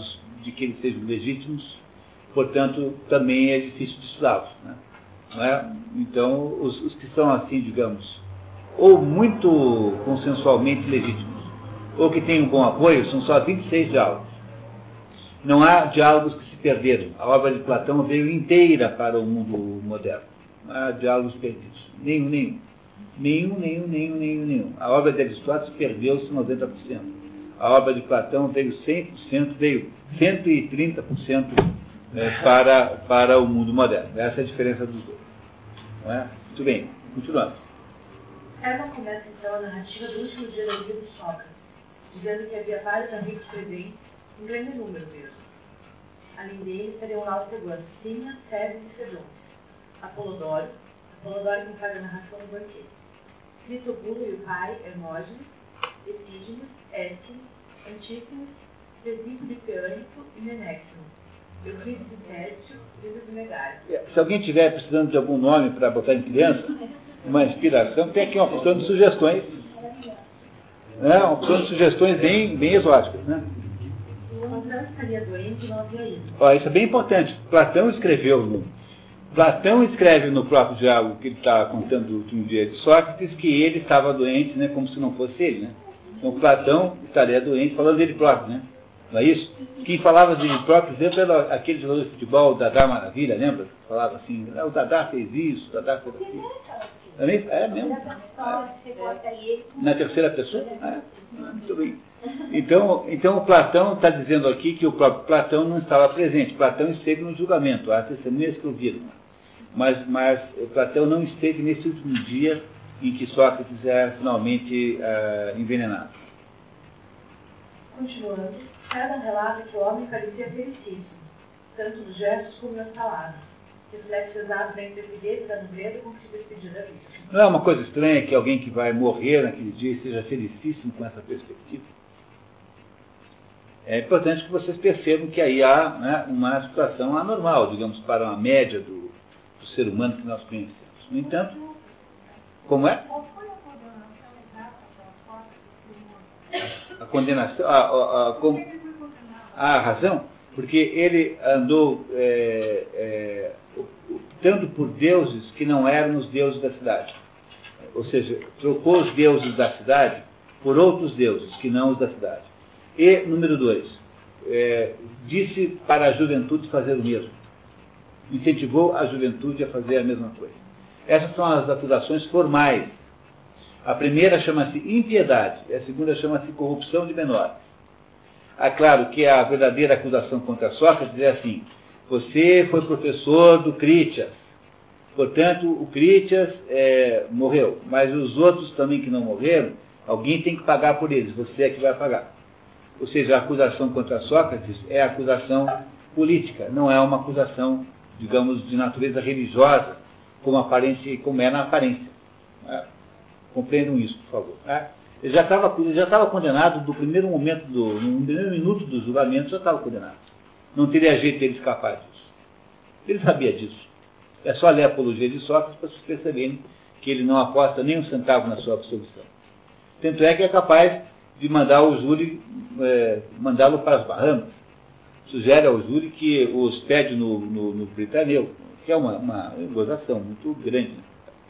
de que eles sejam legítimos, portanto, também é difícil de estudá-los. Né? Não é? Então, os, os que são assim, digamos, ou muito consensualmente legítimos, ou que têm um bom apoio, são só vinte e seis diálogos. Não há diálogos que se perderam. A obra de Platão veio inteira para o mundo moderno. Não há diálogos perdidos. Nenhum, nenhum. Nenhum, nenhum, nenhum, nenhum, nenhum. A obra de Aristóteles perdeu-se noventa por cento. A obra de Platão veio cem por cento, veio cento e trinta por cento é, para, para o mundo moderno. Essa é a diferença dos dois. Não é? Muito bem, continuando. Hermann começa então a narrativa do último dia da vida de Sócrates, dizendo que havia vários amigos presentes, em grande número mesmo. Além dele, estariam lá os teguantes Cínia, César e Cedron, Apolodoro, Apolodoro que faz a narração do banquete, Cristóbulo e o pai, Hermógenes, Efígenes, Éstines, Antístenes, Cesipo de Peânico e Menéximo, Euclides de Tércio e Lídio de Megário. Se alguém estiver precisando de algum nome para botar em criança, uma inspiração, tem aqui uma opção de sugestões. Né? Uma opção de sugestões bem, bem exóticas. Né? Platão estaria doente e não havia ido. Ó, isso é bem importante. Platão escreveu no, Platão escreve no próprio diálogo que ele está contando do último dia de Sócrates que ele estava doente, né, como se não fosse ele. Né? Então Platão estaria doente falando dele próprio, né? Não é isso? Quem falava dele próprio, por exemplo, era aquele jogador de futebol, o Dadá Maravilha, lembra? Falava assim, o Dadá fez isso, o Dadá fez aquilo. Também, é mesmo? Na terceira pessoa? É, muito bem. Então, então o Platão está dizendo aqui que o próprio Platão não estava presente. Platão esteve no julgamento, há testemunhas que ouviram. Mas, mas Platão não esteve nesse último dia em que Sócrates é finalmente uh, envenenado. Continuando, Hermann relata que o homem parecia felicíssimo, tanto nos gestos como nas palavras, reflexo exato da intrepidez e da nobreza com que se despedir da vida. Não é uma coisa estranha que alguém que vai morrer naquele dia seja felicíssimo com essa perspectiva? É importante que vocês percebam que aí há, né, uma situação anormal, digamos, para uma média do, do ser humano que nós conhecemos. No entanto, como é? A condenação, a, a, a, como, a razão, porque ele andou é, é, optando por deuses que não eram os deuses da cidade. Ou seja, trocou os deuses da cidade por outros deuses que não os da cidade. E, número dois, é, disse para a juventude fazer o mesmo. Incentivou a juventude a fazer a mesma coisa. Essas são as acusações formais. A primeira chama-se impiedade, e a segunda chama-se corrupção de menores. É claro que a verdadeira acusação contra Sócrates é assim: você foi professor do Critias, portanto o Critias é, morreu, mas os outros também que não morreram, alguém tem que pagar por eles, você é que vai pagar. Ou seja, a acusação contra Sócrates é a acusação política, não é uma acusação, digamos, de natureza religiosa, como, aparente, como é na aparência. É? Compreendam isso, por favor. É? Ele já estava já estava condenado do primeiro momento, do, no primeiro minuto do julgamento, já estava condenado. Não teria jeito de ele escapar disso. Ele sabia disso. É só ler a apologia de Sócrates para vocês perceberem que ele não aposta nem um centavo na sua absolvição. Tanto é que é capaz de mandar o júri, é, mandá-lo para as Bahamas. Sugere ao júri que o hospede no, no, no Britaneu, que é uma, uma gozação muito grande. Né?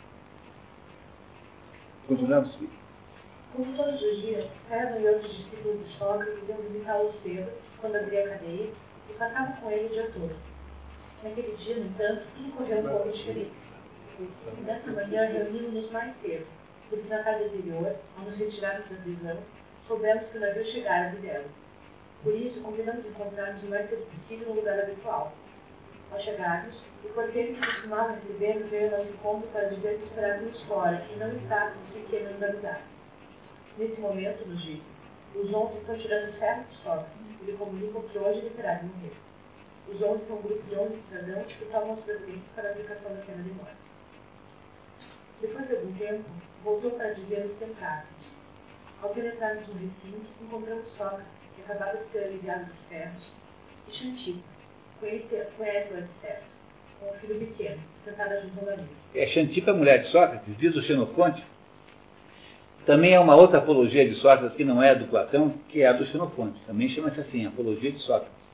Continuamos. Como todos os dias, Hermann e outros discípulos de Sócrates iam visitá-lo cedo, quando abria a cadeia, e passavam com ele o dia todo. Naquele dia, no entanto, tudo correu um pouco diferente. Nessa manhã, reunimos-nos mais cedo, porque na tarde anterior, ao nos retirarmos da prisão, soubemos que o navio chegara a Videlo. Por isso, combinamos encontrar-nos o mais cedo possível no lugar habitual. Ao chegarmos, o porteiro que costumava receber-nos veio ao nosso encontro para dizer que esperávamos fora e não estávamos pequenos da lugar. Nesse momento, nos disse, os onze estão tirando ferro de Sócrates e lhe comunicam que hoje ele terá de morrer. Os onze são um grupo de onze cidadãos que tomam os presentes para a aplicação da pena de morte. Depois de algum tempo, voltou para dizer-nos sentados. Ao penetrarmos no recinto, encontramos Sócrates, que acabava de ser aliviado dos ferros, e Xantippe, conhece o Aristeto, com o filho pequeno, sentada junto ao marido. É, Xantippe, a mulher de Sócrates, diz o Xenofonte. Também é uma outra apologia de Sócrates que não é do Platão, que é a do Xenofonte. Também chama-se assim, apologia de Sócrates.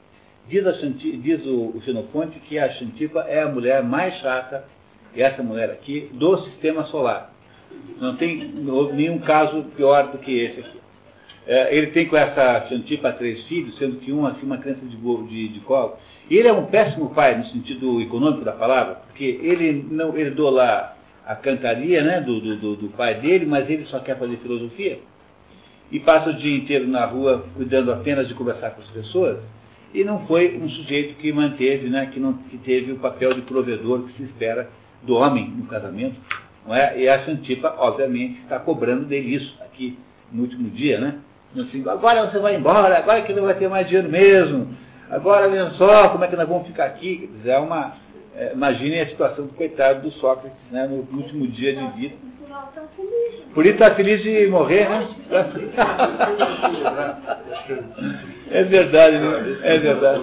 Diz, a Xanti, diz o, o Xenofonte que a Xantipa é a mulher mais chata, essa mulher aqui, do sistema solar. Não tem nenhum caso pior do que esse aqui. É, ele tem com essa Xantipa três filhos, sendo que um aqui uma criança de, de, de colo. E ele é um péssimo pai no sentido econômico da palavra, porque ele não herdou lá a cantaria, né, do, do, do pai dele, mas ele só quer fazer filosofia. E passa o dia inteiro na rua cuidando apenas de conversar com as pessoas. E não foi um sujeito que manteve, né, que, não, que teve o papel de provedor que se espera do homem no casamento. Não é? E a Xantipa, obviamente, está cobrando dele isso aqui no último dia, né? Assim, agora você vai embora, agora que não vai ter mais dinheiro mesmo, agora olha só como é que nós vamos ficar aqui. É uma, é, imaginem a situação do coitado do Sócrates, né, no último dia de vida. Por isso está feliz de morrer, né? É verdade, né? É verdade.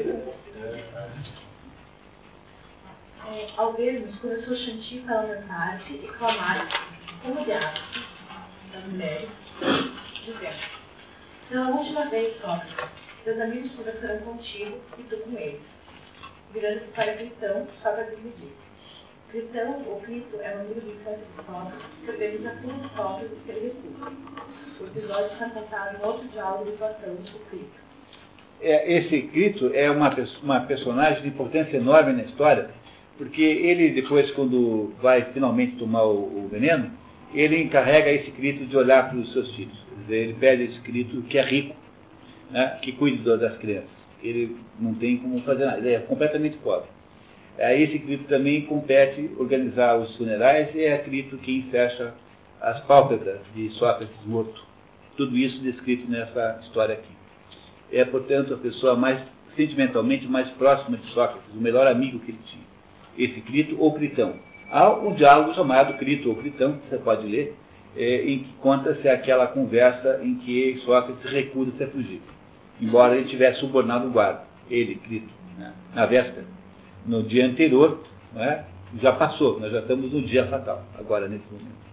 É, ao vermos, começou Xantipa a lamentar-se e clamar, como de hábito, das mulheres, dizendo: pela última vez, Sócrates, teus amigos conversarão contigo e tu com eles. Virando-se para Critão, Sócrates lhe disse: Critão, ou Crito, é o amigo de infância de Sócrates, que organiza tudo de Sócrates que ele recusa. O episódio está contado em outro diálogo de Platão, o Crito. É, esse Crito é uma, uma personagem de importância enorme na história, porque ele, depois, quando vai finalmente tomar o, o veneno, ele encarrega esse Crito de olhar para os seus filhos. Quer dizer, ele pede esse Crito que é rico, né, que cuide das crianças. Ele não tem como fazer nada, ele é completamente pobre. Aí esse Crito também compete organizar os funerais e é Crito quem fecha as pálpebras de Sócrates morto. Tudo isso descrito nessa história aqui. É, portanto, a pessoa mais sentimentalmente mais próxima de Sócrates, o melhor amigo que ele tinha. Esse Crito ou Critão. Há um diálogo chamado Crito ou Critão, que você pode ler, é, em que conta-se aquela conversa em que Sócrates recusa ser fugido, embora ele tivesse subornado o guarda, ele, Crito, né, na véspera. No dia anterior, né, já passou, nós já estamos no dia fatal, agora nesse momento.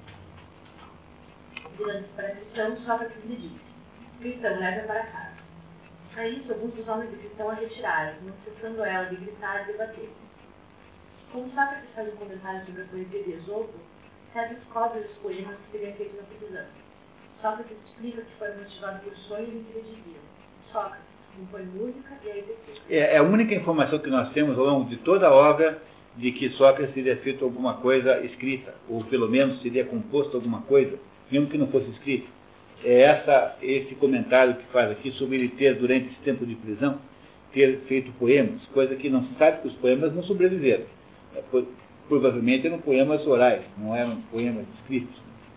Virando para Critão, Sócrates lhe disse: Critão, leva para casa. A isso, alguns dos homens de Critão a retiraram, não cessando ela de gritar e debater. Como Sócrates faz um comentário sobre a poesia de Esopo, César descobre os poemas que teriam feito na prisão. Sócrates explica que foram motivados por sonhos em que ele dizia: Sócrates, compõe música e aí depois. É, é a única informação que nós temos ao longo de toda a obra de que Sócrates teria feito alguma coisa escrita, ou pelo menos teria composto alguma coisa, mesmo que não fosse escrito. É essa, esse comentário que faz aqui sobre ele ter, durante esse tempo de prisão, ter feito poemas, coisa que não se sabe que os poemas não sobreviveram. É, por, provavelmente eram poemas orais, não eram poemas escritos.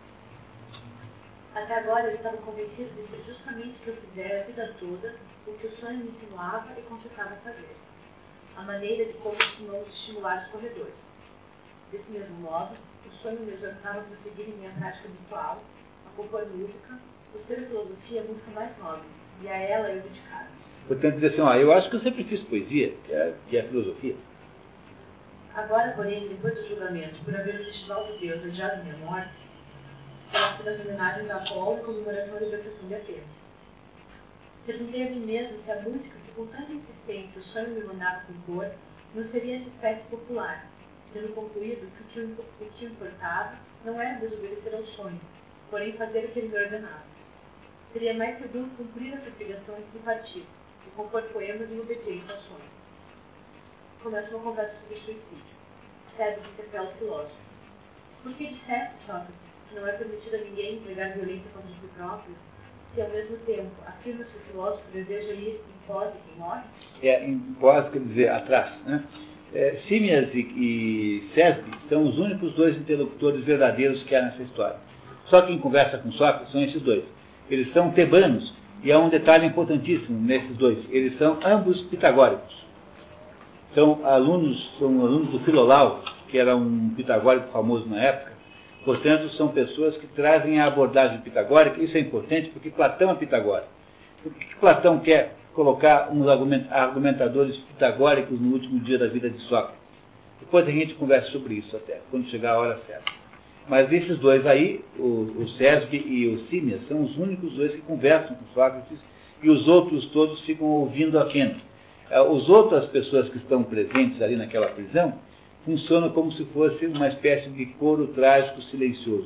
Até agora ele estava convencido de ser justamente o que eu fizera a vida toda, o que o sonho me insinuava e concitava a fazer. A maneira de como costumamos estimular os corredores. Desse mesmo modo, o sonho me exortava a prosseguir em minha prática habitual, a compor música, por ser a filosofia a música mais nobre, e a ela eu dedicava. Portanto, dizer assim, ó, eu acho que eu sempre fiz poesia, que é, que é filosofia. Agora, porém, depois do julgamento, por haver o festival de Deus adiado minha morte, faço das homenagens da Apolo e comemoração da libertação de Atenas. Perguntei a mim mesmo se a música, que com tanta insistência o sonho me mandava compor, não seria de espécie popular, tendo concluído que o que, o que importava não era desobedecer ao sonho, porém fazer o que ele me ordenava. Seria mais seguro cumprir as obrigações do partido e compor poemas em obediência ao sonho. Começa uma conversa sobre suicídio. César interpela o filósofo. Por que disseste, Sócrates, que não é permitido a ninguém empregar violência contra si próprio, se ao mesmo tempo afirma que o filósofo deseja ir em pós de quem morre? É, em pós quer dizer atrás, né? É, Símias e, e César são os únicos dois interlocutores verdadeiros que há nessa história. Só quem conversa com Sócrates são esses dois. Eles são tebanos, e há um detalhe importantíssimo nesses dois. Eles são ambos pitagóricos. São alunos, são alunos do Filolau, que era um pitagórico famoso na época. Portanto, são pessoas que trazem a abordagem pitagórica. Isso é importante porque Platão é pitagórico. Por que Platão quer colocar uns argumentadores pitagóricos no último dia da vida de Sócrates? Depois a gente conversa sobre isso até, quando chegar a hora certa. Mas esses dois aí, o, o César e o Símias, são os únicos dois que conversam com Sócrates e os outros todos ficam ouvindo apenas. As outras pessoas que estão presentes ali naquela prisão funcionam como se fosse uma espécie de coro trágico silencioso.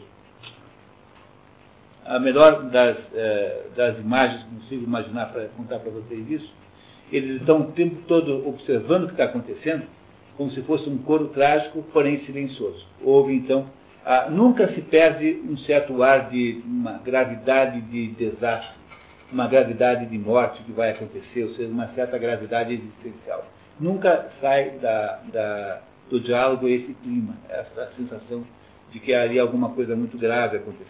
A melhor das, eh, das imagens que consigo imaginar para contar para vocês isso, eles estão o tempo todo observando o que está acontecendo, como se fosse um coro trágico, porém silencioso. Houve, então, a, nunca se perde um certo ar de uma gravidade de desastre, uma gravidade de morte que vai acontecer, ou seja, uma certa gravidade existencial. Nunca sai da, da, do diálogo esse clima, essa sensação de que haveria alguma coisa muito grave acontecendo.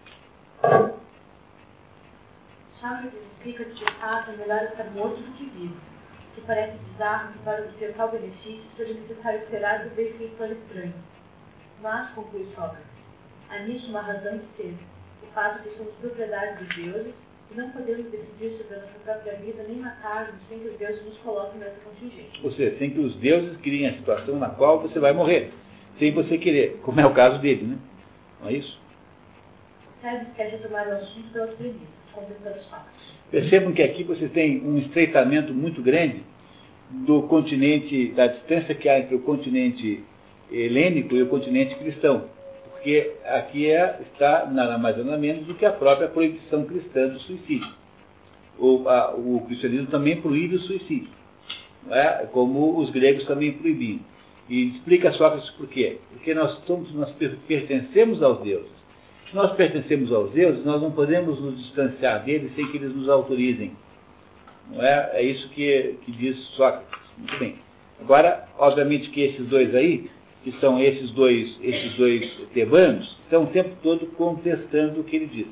Sócrates explica que, de fato, é melhor estar morto do que vivo, que parece bizarro que para obter tal benefício seja necessário esperar do benfeitor estranho. Mas, conclui Sócrates, há nisso uma razão de ser, o fato de que somos propriedade dos deuses e não podemos decidir sobre a nossa própria vida nem matar-nos sem que os deuses nos coloquem nessa contingência. Ou seja, sem que os deuses criem a situação na qual você vai morrer, sem você querer, como é o caso dele, né? Não é isso? Sérgio quer retomar o assunto pelas premissas, contestando os fatos. Percebam que aqui você tem um estreitamento muito grande do continente, da distância que há entre o continente helênico e o continente cristão. Porque aqui é, está nada mais nada menos do que a própria proibição cristã do suicídio. O, a, o cristianismo também proíbe o suicídio, não é? Como os gregos também proibiam. E explica Sócrates por quê? Porque nós, somos, nós pertencemos aos deuses. Se nós pertencemos aos deuses, nós não podemos nos distanciar deles sem que eles nos autorizem. Não é? É isso que, que diz Sócrates. Muito bem. Agora, obviamente que esses dois aí, que são esses dois, esses dois tebanos, estão o tempo todo contestando o que ele diz.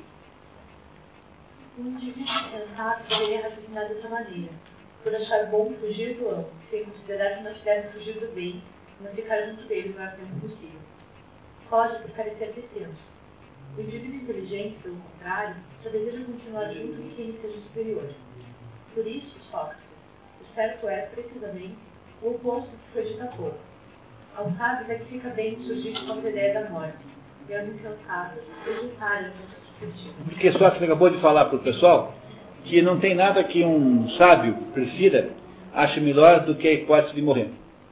O indivíduo sensato deveria raciocinar dessa maneira, por achar bom fugir do amo, sem considerar que nós devemos fugir do bem, não ficar junto dele o maior tempo possível. Pode por carecer de senso. O indivíduo inteligente, pelo contrário, só deseja continuar junto de quem lhe seja superior. Por isso, Sócrates, o certo é, precisamente, o oposto do que foi dito há pouco. Ao sábio é que fica bem surgir com a ideia da morte, e aos insensatos exultarem nessa perspectiva. Porque Sócrates acabou de falar para o pessoal que não tem nada que um sábio prefira, ache melhor do que a hipótese de morrer.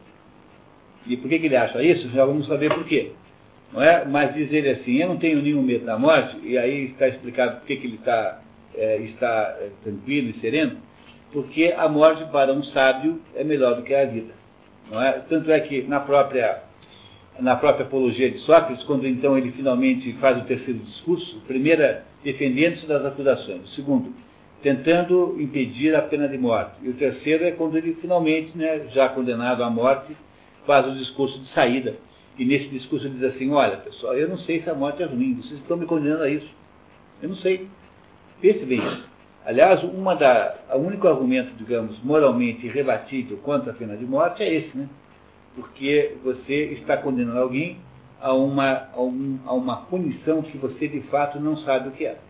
E por que, que ele acha isso? Já vamos saber por quê. Não é? Mas diz ele assim, eu não tenho nenhum medo da morte, e aí está explicado por que, que ele está, é, está é, tranquilo e sereno, porque a morte para um sábio é melhor do que a vida. Não é? Tanto é que na própria, na própria apologia de Sócrates, quando então ele finalmente faz o terceiro discurso, primeiro defendendo-se das acusações, o segundo, tentando impedir a pena de morte, e o terceiro é quando ele finalmente, né, já condenado à morte, faz o discurso de saída. E nesse discurso ele diz assim, olha, pessoal, eu não sei se a morte é ruim, vocês estão me condenando a isso. Eu não sei. Pense bem. Aliás, uma da, o único argumento, digamos, moralmente rebatível contra a pena de morte é esse, né? Porque você está condenando alguém a uma, a, um, a uma punição que você de fato não sabe o que é.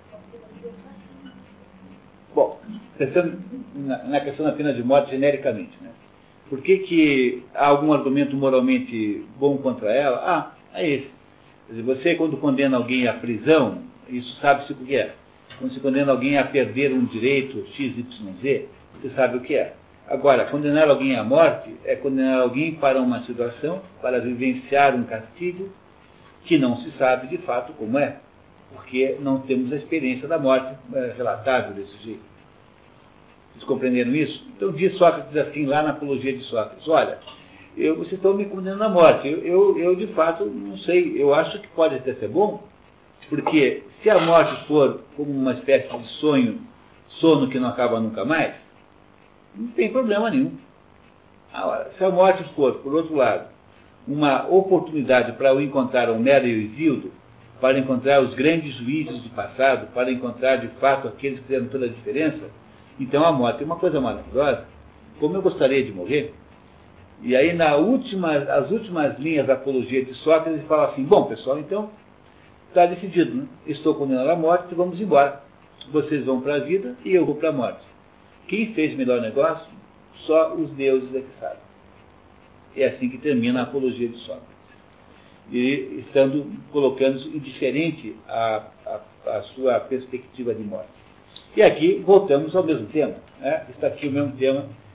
Bom, pensando na, na questão da pena de morte genericamente, né? Por que, que há algum argumento moralmente bom contra ela? Ah, é esse. Quer dizer, você, quando condena alguém à prisão, isso sabe-se o que é. Quando se condena alguém a perder um direito X Y Z, você sabe o que é. Agora, condenar alguém à morte é condenar alguém para uma situação, para vivenciar um castigo que não se sabe de fato como é, porque não temos a experiência da morte relatável desse jeito. Vocês compreenderam isso? Então diz Sócrates assim, lá na apologia de Sócrates, olha, eu, vocês estão me condenando à morte, eu, eu, eu de fato não sei, eu acho que pode até ser bom, porque se a morte for como uma espécie de sonho, sono que não acaba nunca mais, não tem problema nenhum. Agora, se a morte for, por outro lado, uma oportunidade para eu encontrar Homero e Hesíodo, para encontrar os grandes juízes do passado, para encontrar de fato aqueles que fizeram toda a diferença, então a morte é uma coisa maravilhosa, como eu gostaria de morrer. E aí, na última, as últimas linhas da apologia de Sócrates, ele fala assim, bom, pessoal, então, está decidido, né? Estou condenado à morte, então vamos embora. Vocês vão para a vida e eu vou para a morte. Quem fez melhor negócio? Só os deuses é que sabem. É assim que termina a apologia de Sócrates. E estando colocando-se indiferente à, à, à sua perspectiva de morte. E aqui voltamos ao mesmo tema. Né? Está aqui o mesmo tema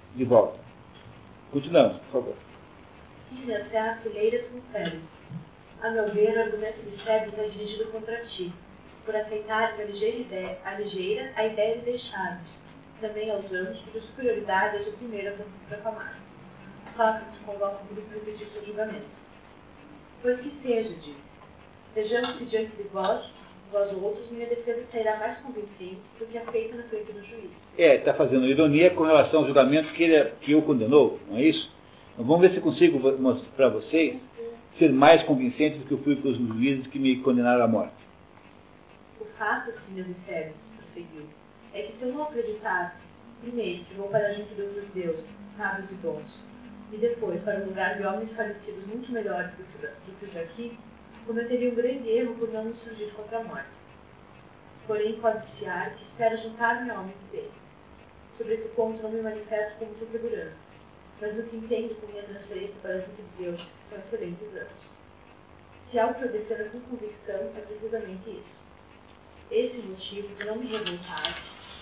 de volta. Continuamos, por favor. Quis até a fileiras com Félix. A meu ver, o argumento de Félix é dirigido contra ti, por aceitares a ligeira, ideia, a ligeira a ideia de deixar-nos, também aos anos, cuja superioridade és o primeiro a proclamar. Sócrates convoca o grupo a repetir seu julgamento. Pois que seja, diz, vejamos que diante de vós, vós outros, minha defesa sairá mais convincente do que a feita na frente do juiz. É, está fazendo ironia com relação ao julgamento que, ele, que o condenou, não é isso? Então, vamos ver se consigo mostrar para vocês ser mais convincente do que eu fui para os juízes que me condenaram à morte. O fato, senhor Mistério, prosseguiu, é que se eu não acreditasse, primeiro, que vou para junto dos meus deuses, sábios e bons, e depois para um lugar de homens falecidos muito melhores do que, do que os daqui, cometeria um grande erro por não me surgir contra a morte. Porém, pode fiar que espero juntar-me a homens dele. Sobre esse ponto não me manifesto com muita segurança, mas o que entendo com minha transferência para junto de Deus são excelentes anos. Se há o que obedecer com convicção, é precisamente isso. Esse motivo de não me revoltar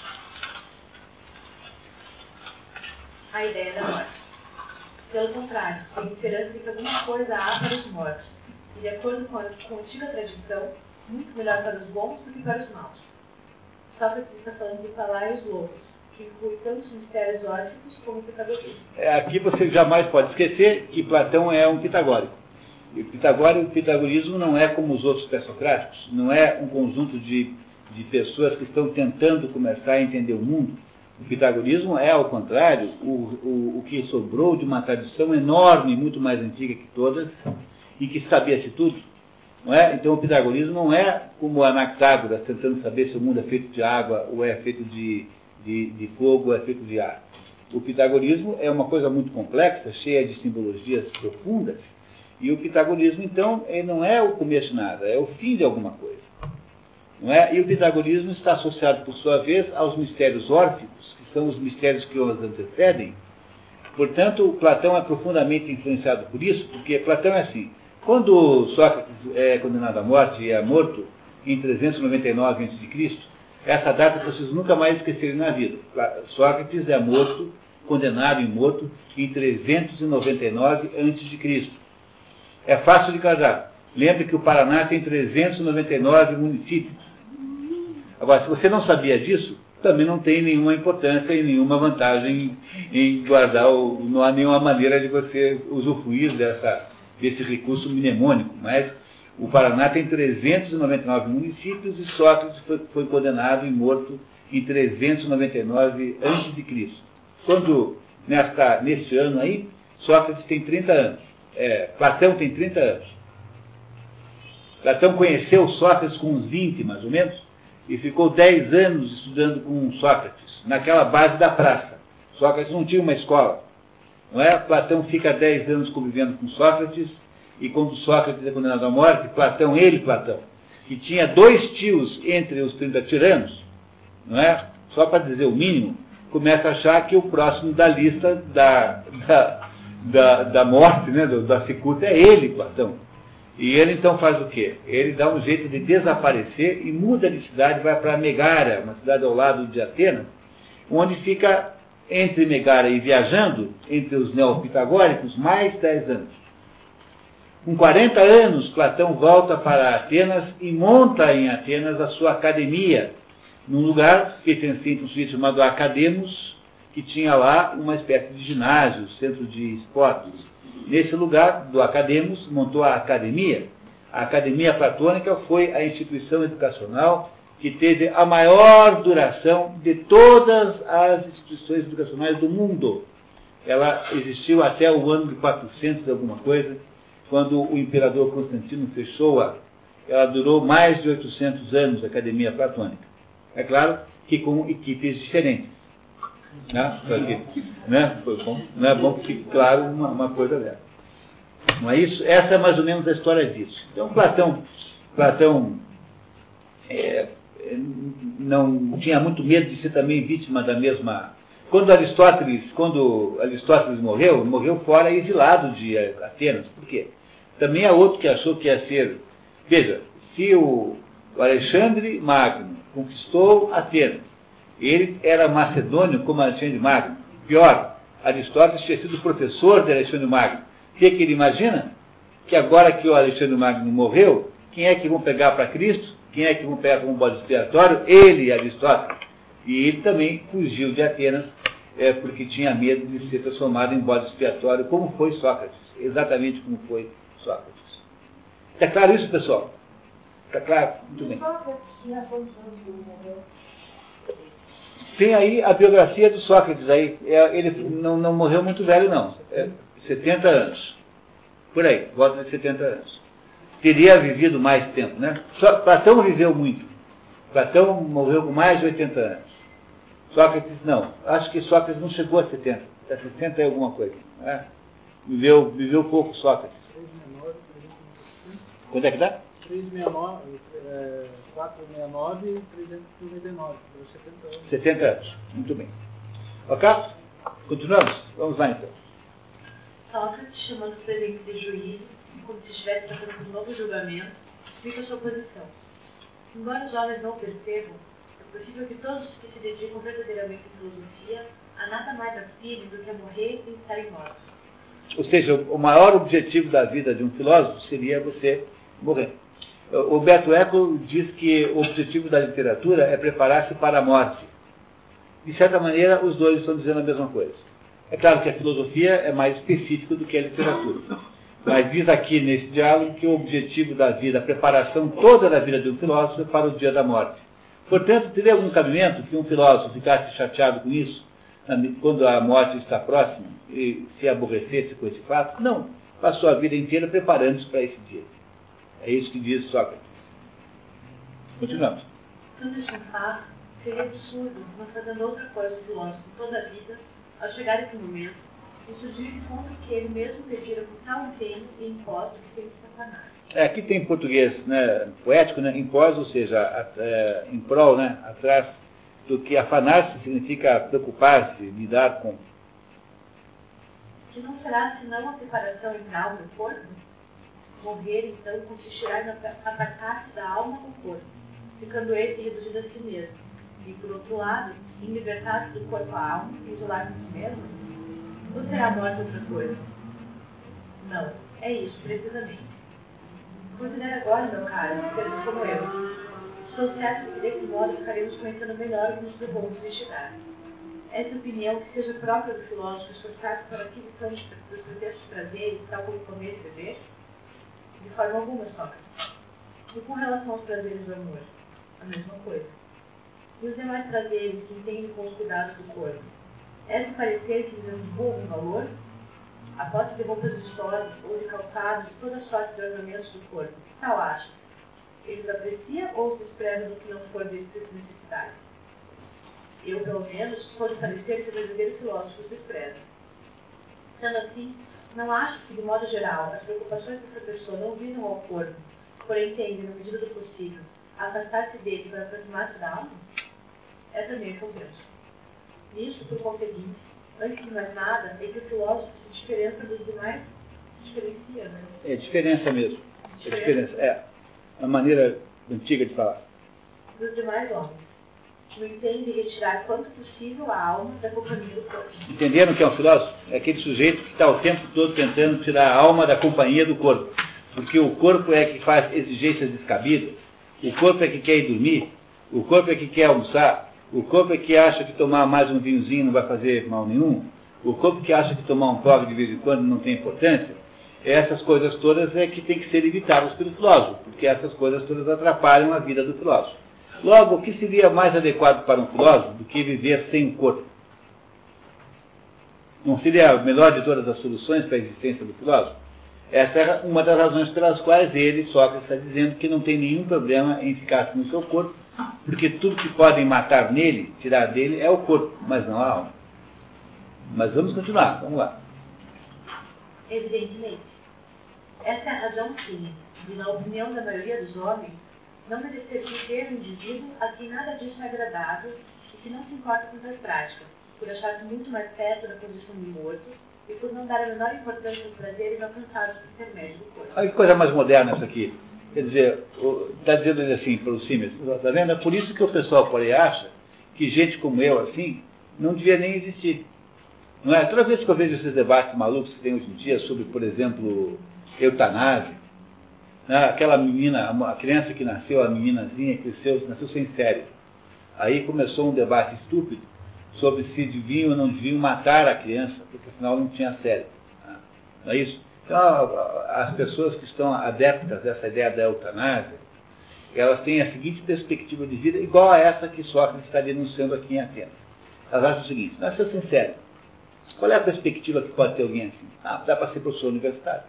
a ideia da morte. Pelo contrário, tenho esperança de que alguma coisa há para os mortos, e de acordo com a, com a antiga tradição, muito melhor para os bons do que para os maus. Sócrates está falando de falar e os loucos, que inclui tanto os mistérios órficos como o pitagorismo. É, aqui você jamais pode esquecer que Platão é um pitagórico. E o, Pitagórico, o pitagorismo não é como os outros pré-socráticos, não é um conjunto de, de pessoas que estão tentando começar a entender o mundo. O pitagorismo é, ao contrário, o, o, o que sobrou de uma tradição enorme, muito mais antiga que todas, e que sabia-se tudo. Não é? Então o pitagorismo não é como Anaxágoras, tentando saber se o mundo é feito de água, ou é feito de, de, de fogo, ou é feito de ar. O pitagorismo é uma coisa muito complexa, cheia de simbologias profundas, e o pitagorismo, então, ele não é o começo de nada, é o fim de alguma coisa. Não é? E o pitagorismo está associado, por sua vez, aos mistérios órficos, que são os mistérios que os antecedem. Portanto, Platão é profundamente influenciado por isso, porque Platão é assim. Quando Sócrates é condenado à morte e é morto em trezentos e noventa e nove antes de Cristo, essa data vocês nunca mais esquecerem na vida. Sócrates é morto, condenado e morto em trezentos e noventa e nove antes de Cristo. É fácil de casar. Lembre que o Paraná tem trezentos e noventa e nove municípios. Agora, se você não sabia disso, também não tem nenhuma importância e nenhuma vantagem em guardar, o, não há nenhuma maneira de você usufruir dessa, desse recurso mnemônico. Mas o Paraná tem trezentos e noventa e nove municípios e Sócrates foi, foi condenado e morto em trezentos e noventa e nove antes de Cristo. Quando, nesta, neste ano aí, Sócrates tem trinta anos. É, Platão tem trinta anos. Platão conheceu Sócrates com uns vinte, mais ou menos, e ficou dez anos estudando com Sócrates, naquela base da praça. Sócrates não tinha uma escola. Não é? Platão fica dez anos convivendo com Sócrates, e quando Sócrates é condenado à morte, Platão, ele, Platão, que tinha dois tios entre os trinta tiranos, não é? Só para dizer o mínimo, começa a achar que o próximo da lista da, da, da, da morte, né, da cicuta, é ele, Platão. E ele então faz o quê? Ele dá um jeito de desaparecer e muda de cidade, vai para Megara, uma cidade ao lado de Atenas, onde fica entre Megara e viajando, entre os neopitagóricos, mais dez anos. Com quarenta anos, Platão volta para Atenas e monta em Atenas a sua academia, num lugar pertencente a um sujeito chamado Academos, que tinha lá uma espécie de ginásio, centro de esportes. Nesse lugar do Academos, montou a academia. A Academia Platônica foi a instituição educacional que teve a maior duração de todas as instituições educacionais do mundo. Ela existiu até o ano de quatrocentos alguma coisa, quando o imperador Constantino fechou-a. Ela durou mais de oitocentos anos, a Academia Platônica. É claro que com equipes diferentes. Né? Né? Foi bom. Não é bom que fique claro uma, uma coisa dessa. Não é isso? Essa é mais ou menos a história disso. Então, Platão, Platão é, não tinha muito medo de ser também vítima da mesma... Quando Aristóteles, quando Aristóteles morreu, morreu fora, exilado de Atenas. Por quê? Também há outro que achou que ia ser... Veja, se o Alexandre Magno conquistou Atenas, ele era macedônio como Alexandre Magno. Pior, Aristóteles tinha sido professor de Alexandre Magno. O que, que ele imagina? Que agora que o Alexandre Magno morreu, quem é que vão pegar para Cristo? Quem é que vão pegar como bode expiatório? Ele, Aristóteles. E ele também fugiu de Atenas, é, porque tinha medo de ser transformado em bode expiatório, como foi Sócrates. Exatamente como foi Sócrates. Está claro isso, pessoal? Está claro? Muito bem. Tem aí a biografia do Sócrates. Aí. Ele não, não morreu muito velho, não. É setenta anos. Por aí, volta de setenta anos. Teria vivido mais tempo, né? Platão viveu muito. Platão morreu com mais de oitenta anos. Sócrates não. Acho que Sócrates não chegou a setenta. Até sessenta é alguma coisa. Né? Viveu, viveu pouco Sócrates. Quanto é que dá? trezentos e sessenta e nove, é, quatrocentos e sessenta e nove e trezentos e noventa e nove. setenta anos. setenta anos. Muito bem. Ok? Continuamos? Vamos lá então. Sócrates, chamando os presentes de juízo, como se estivesse tratando de um novo julgamento, explica sua posição. Embora os homens não o percebam, é possível que todos os que se dedicam verdadeiramente à filosofia a nada mais aspirem do que a morrer e estarem mortos. Ou seja, o maior objetivo da vida de um filósofo seria você morrer. O Humberto Eco diz que o objetivo da literatura é preparar-se para a morte. De certa maneira, os dois estão dizendo a mesma coisa. É claro que a filosofia é mais específica do que a literatura. Mas diz aqui nesse diálogo que o objetivo da vida, a preparação toda da vida de um filósofo é para o dia da morte. Portanto, teria algum cabimento que um filósofo ficasse chateado com isso, quando a morte está próxima, e se aborrecesse com esse fato? Não. Passou a vida inteira preparando-se para esse dia. É isso que diz Sócrates. Continuamos. Tudo isso um fato seria absurdo, não fazendo outra coisa o filósofo toda a vida, ao chegar a esse momento, e surgir contra o que ele mesmo pedira com tal empenho e impós que tem Satanás. É, aqui tem em português, né, poético, né, impós, ou seja, a, é, em prol, né, atrás do que afanar-se significa preocupar-se, lidar com. Que não será senão a separação entre a alma e o corpo? Morrer, então, consistirá em apartar-se da alma do corpo, ficando esse reduzido a si mesmo. E, por outro lado, em libertar-se do corpo à alma e isolar-se de si mesmo? Ou será a morte outra coisa? Não, é isso, precisamente. Considere agora, meu caro, seres como eu. Estou certo que desse modo ficaremos conhecendo melhor o que nos propomos investigar. Essa opinião que seja própria do filósofo esforçar-se para a aquisição dos pretextos prazeres, tal como comer e beber? De forma alguma, Sócrates. E com relação aos prazeres do amor? A mesma coisa. E os demais prazeres que entendem com os cuidados do corpo? É de parecer que lhes atribua algum valor? A posse de roupas vistosas ou de calçados, toda sorte de ornamentos do corpo, que tal acha? Eles apreciam ou os desprezam do que não for de necessidade? Eu, pelo menos, sou de parecer que o verdadeiro filósofo os despreza. Sendo assim, não acho que, de modo geral, as preocupações dessa pessoa não visam ao corpo, porém tendem, na medida do possível, a afastar-se dele para aproximar-se da alma? É também o que eu penso. Nisso, por conseguinte, antes de mais nada, é que o filósofo se diferencia dos demais, se diferencia, né? É diferença mesmo. Diferença. É diferença. É a maneira antiga de falar. Dos demais homens. Que entende retirar quanto possível a alma da companhia do corpo. Entenderam o que é um filósofo? É aquele sujeito que está o tempo todo tentando tirar a alma da companhia do corpo. Porque o corpo é que faz exigências descabidas, o corpo é que quer ir dormir, o corpo é que quer almoçar, o corpo é que acha que tomar mais um vinhozinho não vai fazer mal nenhum, o corpo que acha que tomar um porre de vez em quando não tem importância. Essas coisas todas é que tem que ser evitadas pelo filósofo, porque essas coisas todas atrapalham a vida do filósofo. Logo, o que seria mais adequado para um filósofo do que viver sem o corpo? Não seria a melhor de todas as soluções para a existência do filósofo? Essa é uma das razões pelas quais ele, Sócrates, está dizendo que não tem nenhum problema em ficar no seu corpo, porque tudo que podem matar nele, tirar dele, é o corpo, mas não a alma. Mas vamos continuar, vamos lá. Evidentemente. Essa é a razão que, e na opinião da maioria dos homens, não merecer viver um indivíduo a quem nada disso é agradável e que não se importa com tais práticas, por achar-se muito mais perto da condição de morto e por não dar a menor importância aos prazeres alcançados por intermédio do corpo. Olha que coisa mais moderna isso aqui. Quer dizer, está dizendo assim para os símios, está vendo? É por isso que o pessoal por aí acha que gente como eu, assim, não devia nem existir. Não é? Toda vez que eu vejo esses debates malucos que tem hoje em dia sobre, por exemplo, eutanásia, né? Aquela menina, a criança que nasceu, a meninazinha, cresceu, nasceu sem cérebro. Aí começou um debate estúpido sobre se deviam ou não deviam matar a criança, porque afinal não tinha cérebro. Não é isso? Então, as pessoas que estão adeptas dessa ideia da eutanásia, elas têm a seguinte perspectiva de vida, igual a essa que Sócrates está denunciando aqui em Atenas. Elas acham o seguinte: nasceu sem cérebro. Qual é a perspectiva que pode ter alguém assim? Ah, dá para ser professor universitário.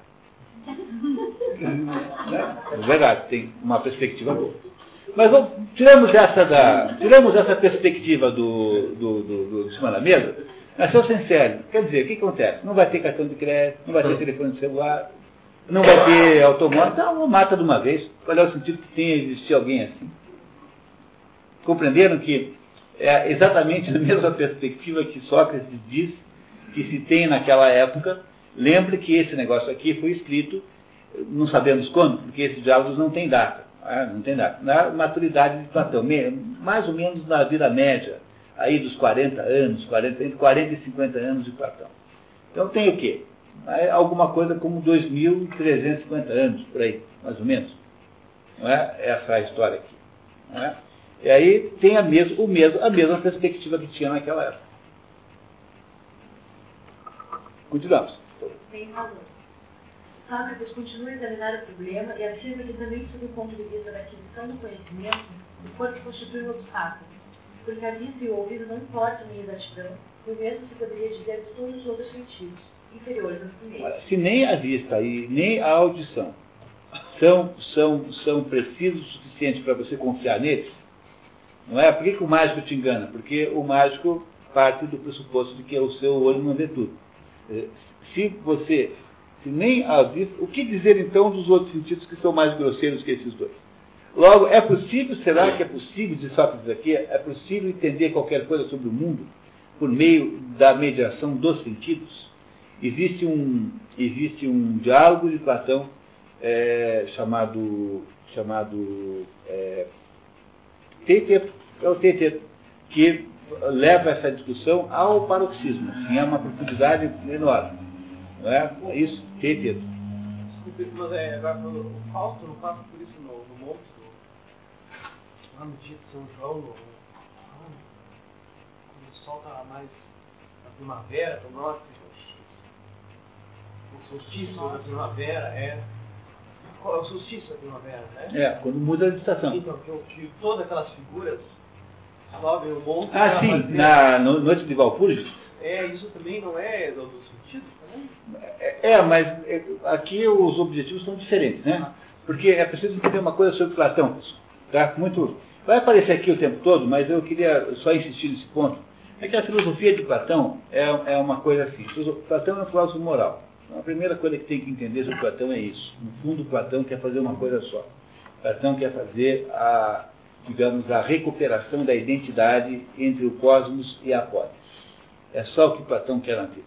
É verdade, tem uma perspectiva boa. Mas vamos, tiramos, essa da, tiramos essa perspectiva do, do, do, do cima da mesa, nasceu sem cérebro. Quer dizer, o que acontece? Não vai ter cartão de crédito, não vai ter telefone celular, não vai ter automóvel, então mata de uma vez. Qual é o sentido que tem existir alguém assim? Compreenderam que é exatamente a mesma perspectiva que Sócrates diz que se tem naquela época. Lembre que esse negócio aqui foi escrito, não sabemos quando, porque esses diálogos não têm data. Não tem data. Na maturidade de Platão, mais ou menos na vida média, aí dos quarenta anos, quarenta, entre quarenta e cinquenta anos de Platão. Então tem o quê? Alguma coisa como dois mil trezentos e cinquenta anos, por aí, mais ou menos. Não é? Essa é a história aqui. Não é? E aí tem a, mesmo, o mesmo, a mesma perspectiva que tinha naquela época. Continuamos. Tem razão. Sócrates continua a examinar o problema e afirma que também sob o ponto de vista da aquisição do conhecimento, o corpo constitui um obstáculo, porque a vista e o ouvido não importam em exatidão, o mesmo se poderia dizer de todos os outros sentidos, inferiores aos primeiros. Se nem a vista e nem a audição são, são, são precisos o suficiente para você confiar neles, não é? Por que, que o mágico te engana? Porque o mágico parte do pressuposto de que o seu olho não vê tudo. Se você, se nem a vista, o que dizer então dos outros sentidos que são mais grosseiros que esses dois? Logo, é possível, será que é possível, diz Sócrates aqui, é possível entender qualquer coisa sobre o mundo por meio da mediação dos sentidos? Existe um, existe um diálogo de Platão é, chamado, chamado é, Téteto, é o Téteto, que leva essa discussão ao paroxismo, assim, é uma profundidade enorme. Não é? É isso? Téteto. Desculpe, mas é, agora, o Fausto não passa por isso no, no monte, no, lá no dia de São João, no, quando o sol está mais na primavera do norte, o solstício da primavera, é. Qual é o solstício da primavera, né? É, quando muda a estação. Então, que, que todas aquelas figuras sobem o monte. Ah, sim, fazer... na no, noite de Valpurgis. É, isso também não é do, do sentido também? É, é, mas é, aqui os objetivos são diferentes, né? Porque é preciso entender uma coisa sobre Platão, tá? Muito, vai aparecer aqui o tempo todo, mas eu queria só insistir nesse ponto. É que a filosofia de Platão é, é uma coisa assim. Platão é um filósofo moral. Então, a primeira coisa que tem que entender sobre Platão é isso. No fundo, Platão quer fazer uma coisa só. Platão quer fazer a, digamos, a recuperação da identidade entre o cosmos e a polis. É só o que Platão quer na vida.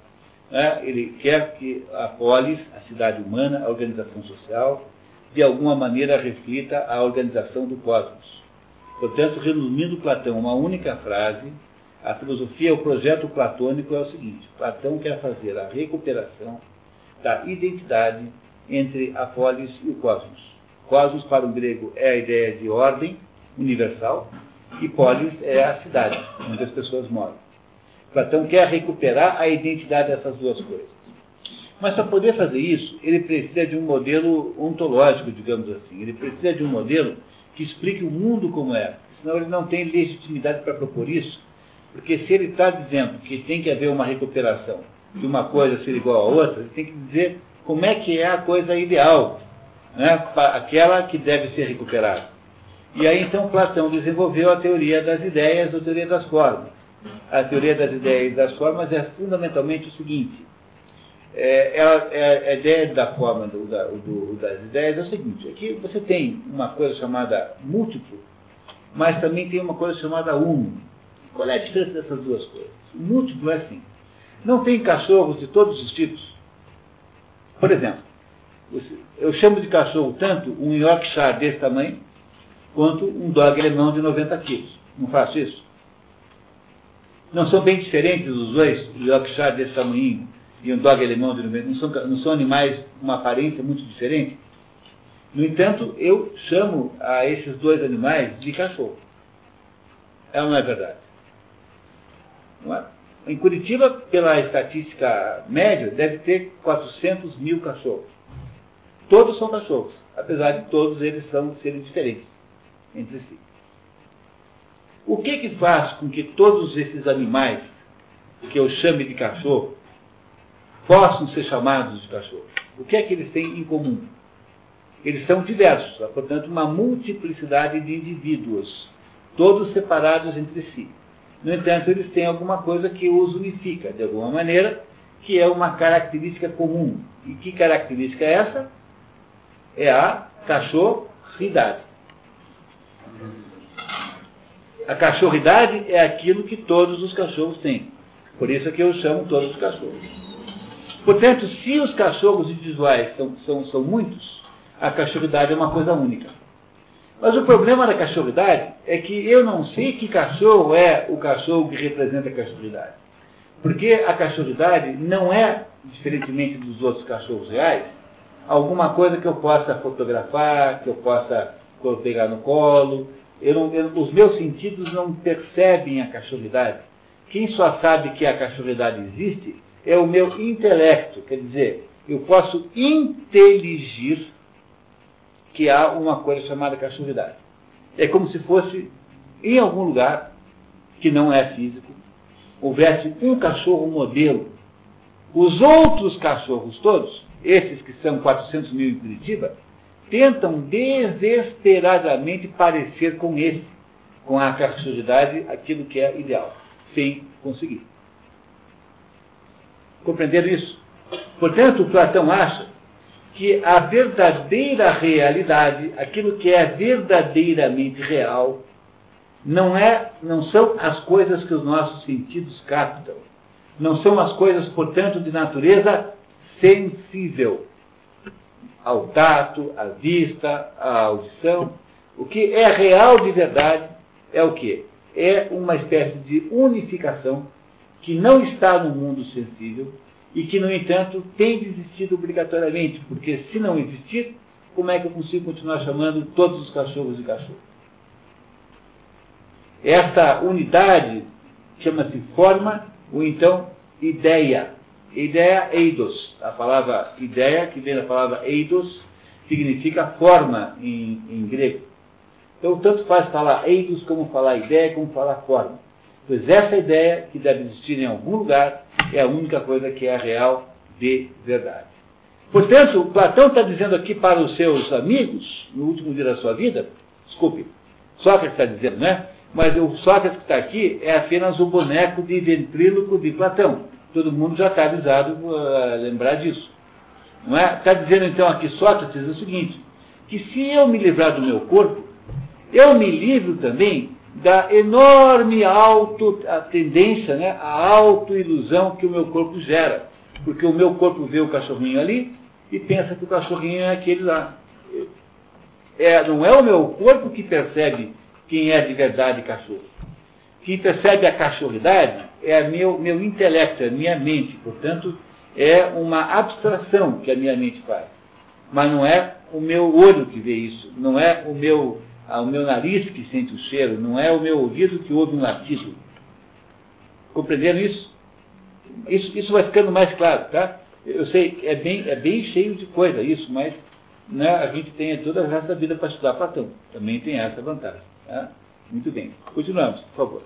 É, ele quer que a polis, a cidade humana, a organização social, de alguma maneira reflita a organização do cosmos. Portanto, resumindo Platão uma única frase, a filosofia, o projeto platônico é o seguinte: Platão quer fazer a recuperação da identidade entre a polis e o cosmos. Cosmos, para o grego, é a ideia de ordem universal, e polis é a cidade, onde as pessoas moram. Platão quer recuperar a identidade dessas duas coisas. Mas para poder fazer isso, ele precisa de um modelo ontológico, digamos assim. Ele precisa de um modelo que explique o mundo como é. Senão ele não tem legitimidade para propor isso. Porque se ele está dizendo que tem que haver uma recuperação de uma coisa ser igual a outra, ele tem que dizer como é que é a coisa ideal, né? Aquela que deve ser recuperada. E aí então Platão desenvolveu a teoria das ideias, a teoria das formas. A teoria das ideias e das formas é fundamentalmente o seguinte: é, é, a ideia da forma do, da, do, das ideias é o seguinte: aqui você tem uma coisa chamada múltiplo, mas também tem uma coisa chamada uno. Qual é a diferença dessas duas coisas? O múltiplo é assim: não tem cachorros de todos os tipos. Por exemplo, eu chamo de cachorro tanto um Yorkshire desse tamanho, quanto um dog alemão de noventa quilos. Não faço isso? Não são bem diferentes os dois, o Yorkshire desse tamanho e um dog alemão de não são, não são animais com uma aparência muito diferente? No entanto, eu chamo a esses dois animais de cachorro. É ou não é verdade? Não é? Em Curitiba, pela estatística média, deve ter quatrocentos mil cachorros. Todos são cachorros, apesar de todos eles são serem diferentes entre si. O que que faz com que todos esses animais, que eu chame de cachorro, possam ser chamados de cachorro? O que é que eles têm em comum? Eles são diversos, há, portanto, uma multiplicidade de indivíduos, todos separados entre si. No entanto, eles têm alguma coisa que os unifica, de alguma maneira, que é uma característica comum. E que característica é essa? É a cachorridade. A cachorridade é aquilo que todos os cachorros têm. Por isso é que eu chamo todos os cachorros. Portanto, se os cachorros individuais são, são, são muitos, a cachorridade é uma coisa única. Mas o problema da cachorridade é que eu não sei que cachorro é o cachorro que representa a cachorridade. Porque a cachorridade não é, diferentemente dos outros cachorros reais, alguma coisa que eu possa fotografar, que eu possa pegar no colo. Eu não, eu, os meus sentidos não percebem a cachorridade. Quem só sabe que a cachorridade existe é o meu intelecto. Quer dizer, eu posso inteligir que há uma coisa chamada cachorridade. É como se fosse, em algum lugar, que não é físico, houvesse um cachorro modelo. Os outros cachorros todos, esses que são quatrocentos mil em Curitiba, tentam desesperadamente parecer com esse, com a cachorridade, aquilo que é ideal, sem conseguir. Compreenderam isso? Portanto, Platão acha que a verdadeira realidade, aquilo que é verdadeiramente real, não, é, não são as coisas que os nossos sentidos captam. Não são as coisas, portanto, de natureza sensível. Ao tato, à vista, à audição. O que é real de verdade é o quê? É uma espécie de unificação que não está no mundo sensível e que, no entanto, tem de existir obrigatoriamente, porque se não existir, como é que eu consigo continuar chamando todos os cachorros de cachorro? Esta unidade chama-se forma ou então ideia. Ideia, eidos. A palavra ideia, que vem da palavra eidos, significa forma em, em grego. Então, tanto faz falar eidos como falar ideia, como falar forma. Pois essa ideia, que deve existir em algum lugar, é a única coisa que é real de verdade. Portanto, Platão está dizendo aqui para os seus amigos, no último dia da sua vida, desculpe, Sócrates está dizendo, não é? Mas o Sócrates que está aqui é apenas o boneco de ventríloco de Platão. Todo mundo já está avisado a lembrar disso. Não é? Está dizendo então aqui Sócrates o seguinte, que se eu me livrar do meu corpo, eu me livro também da enorme auto, a tendência, né, a autoilusão que o meu corpo gera. Porque o meu corpo vê o cachorrinho ali e pensa que o cachorrinho é aquele lá. É, não é o meu corpo que percebe quem é de verdade cachorro. Quem percebe a cachorridade é meu, meu intelecto, é a minha mente. Portanto, é uma abstração que a minha mente faz. Mas não é o meu olho que vê isso, não é o meu, o meu nariz que sente o cheiro, não é o meu ouvido que ouve um latido. Compreenderam isso? Isso, isso vai ficando mais claro, tá? Eu sei, é bem, é bem cheio de coisa isso, mas né, a gente tem toda a resto da vida para estudar Platão. Também tem essa vantagem. Tá? Muito bem. Continuamos, por favor.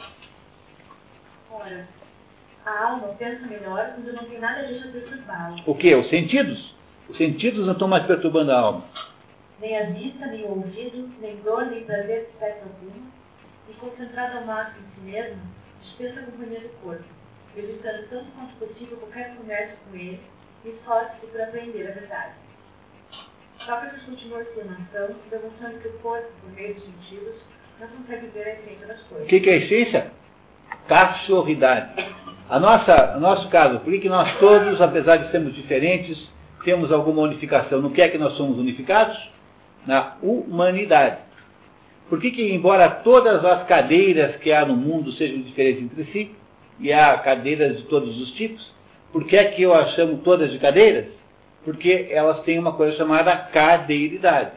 Ora, a alma pensa melhor quando não tem nada disso a perturbá-la. O quê? Os sentidos? Os sentidos não estão mais perturbando a alma. Nem a vista, nem o ouvido, nem dor, nem prazer de espécie alguma, e concentrado ao máximo em si mesmo, dispensa a companhia do corpo, evitando tanto quanto possível qualquer comércio com ele, e esforça-se por aprender a verdade. Sócrates continuou a explanação, demonstrando que o corpo, por meio dos sentidos, não consegue ver a essência das coisas. O que, que é a essência? Cachorridade. A nossa, no nosso caso, por que nós todos, apesar de sermos diferentes, temos alguma unificação? No que é que nós somos unificados? Na humanidade. Por que, que embora todas as cadeiras que há no mundo sejam diferentes entre si, e há cadeiras de todos os tipos. Por que é que eu as chamo todas de cadeiras? Porque elas têm uma coisa chamada cadeiridade.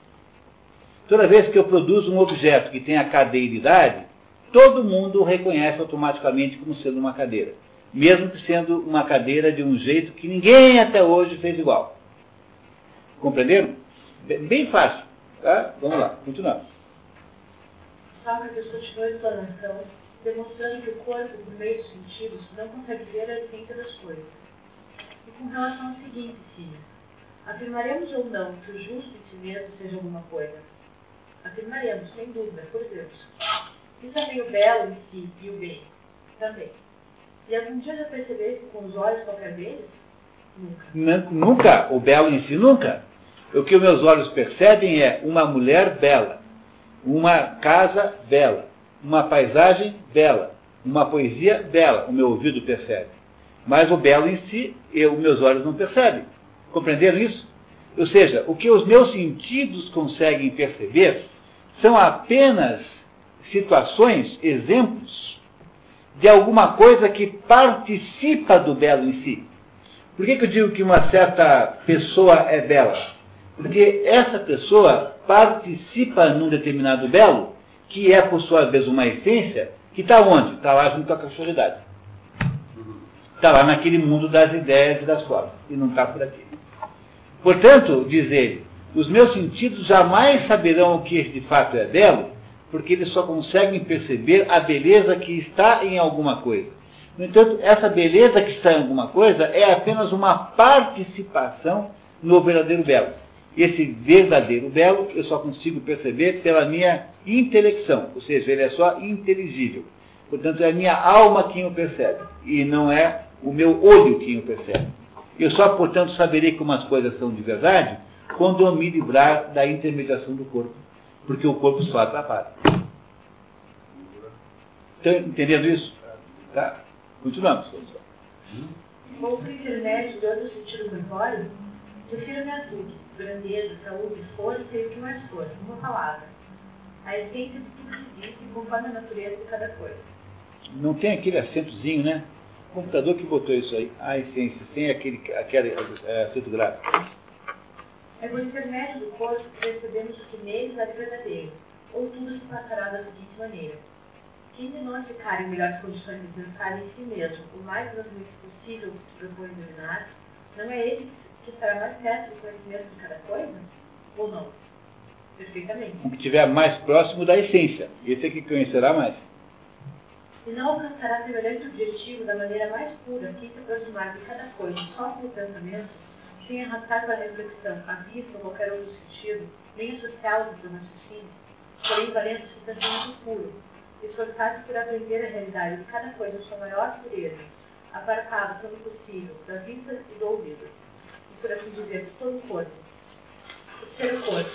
Toda vez que eu produzo um objeto que tem a cadeiridade, todo mundo o reconhece automaticamente como sendo uma cadeira. Mesmo que sendo uma cadeira de um jeito que ninguém até hoje fez igual. Compreenderam? Bem fácil. Tá? Vamos lá, continuamos. Sócrates continua a explanação, demonstrando que o corpo, por meio dos sentidos, não consegue ver a essência das coisas. E com relação ao seguinte, Cine, afirmaremos ou não que o justo em si mesmo seja alguma coisa? Afirmaremos, sem dúvida, por Deus. E também o belo em si e o bem? Também. E algum dia já percebesse com os olhos qualquer deles? Nunca. Nunca. O belo em si, nunca. O que os meus olhos percebem é uma mulher bela, uma casa bela, uma paisagem bela, uma poesia bela, o meu ouvido percebe. Mas o belo em si, eu, meus olhos não percebem. Compreenderam isso? Ou seja, o que os meus sentidos conseguem perceber são apenas situações, exemplos, de alguma coisa que participa do belo em si. Por que que eu digo que uma certa pessoa é bela? Porque essa pessoa participa num determinado belo, que é, por sua vez, uma essência, que está onde? Está lá junto com a casualidade. Está lá naquele mundo das ideias e das formas, e não está por aqui. Portanto, diz ele, os meus sentidos jamais saberão o que de fato é belo, porque eles só conseguem perceber a beleza que está em alguma coisa. No entanto, essa beleza que está em alguma coisa é apenas uma participação no verdadeiro belo. Esse verdadeiro belo eu só consigo perceber pela minha intelecção, ou seja, ele é só inteligível. Portanto, é a minha alma quem o percebe, e não é o meu olho quem o percebe. Eu só, portanto, saberei como as coisas são de verdade quando eu me livrar da intermediação do corpo, porque o corpo só atrapalha. Estão entendendo isso? Tá. Continuamos. Ou por intermédio de outro sentido corpóreo, refiro-me a tudo, grandeza, saúde, força e o que mais for, uma palavra. A essência de tudo que existe conforme a natureza de cada coisa. Não tem aquele acentozinho, né? O computador que botou isso aí, a essência, sem aquele, aquele é, acento gráfico. É por intermédio do corpo que percebemos o que neles é verdadeiro, ou tudo se passará da seguinte maneira. Quem de nós ficar em melhores condições de pensar em si mesmo o mais brevemente possível que se propõe dominar, não é ele que estará mais perto do conhecimento de cada coisa? Ou não? Perfeitamente. O que estiver mais próximo da essência. Esse é que conhecerá mais. E não alcançará semelhante objetivo da maneira mais pura que se aproximar de cada coisa só com o pensamento, sem arrastar para a reflexão, a vista ou qualquer outro sentido, nem associá-los ao raciocínio, porém valendo-se do pensamento puro, esforçar-se por aprender a realidade de cada coisa em sua maior pureza, apartado, quando possível, da vista e do ouvido, e por assim dizer, de todo o corpo. O ser o corpo.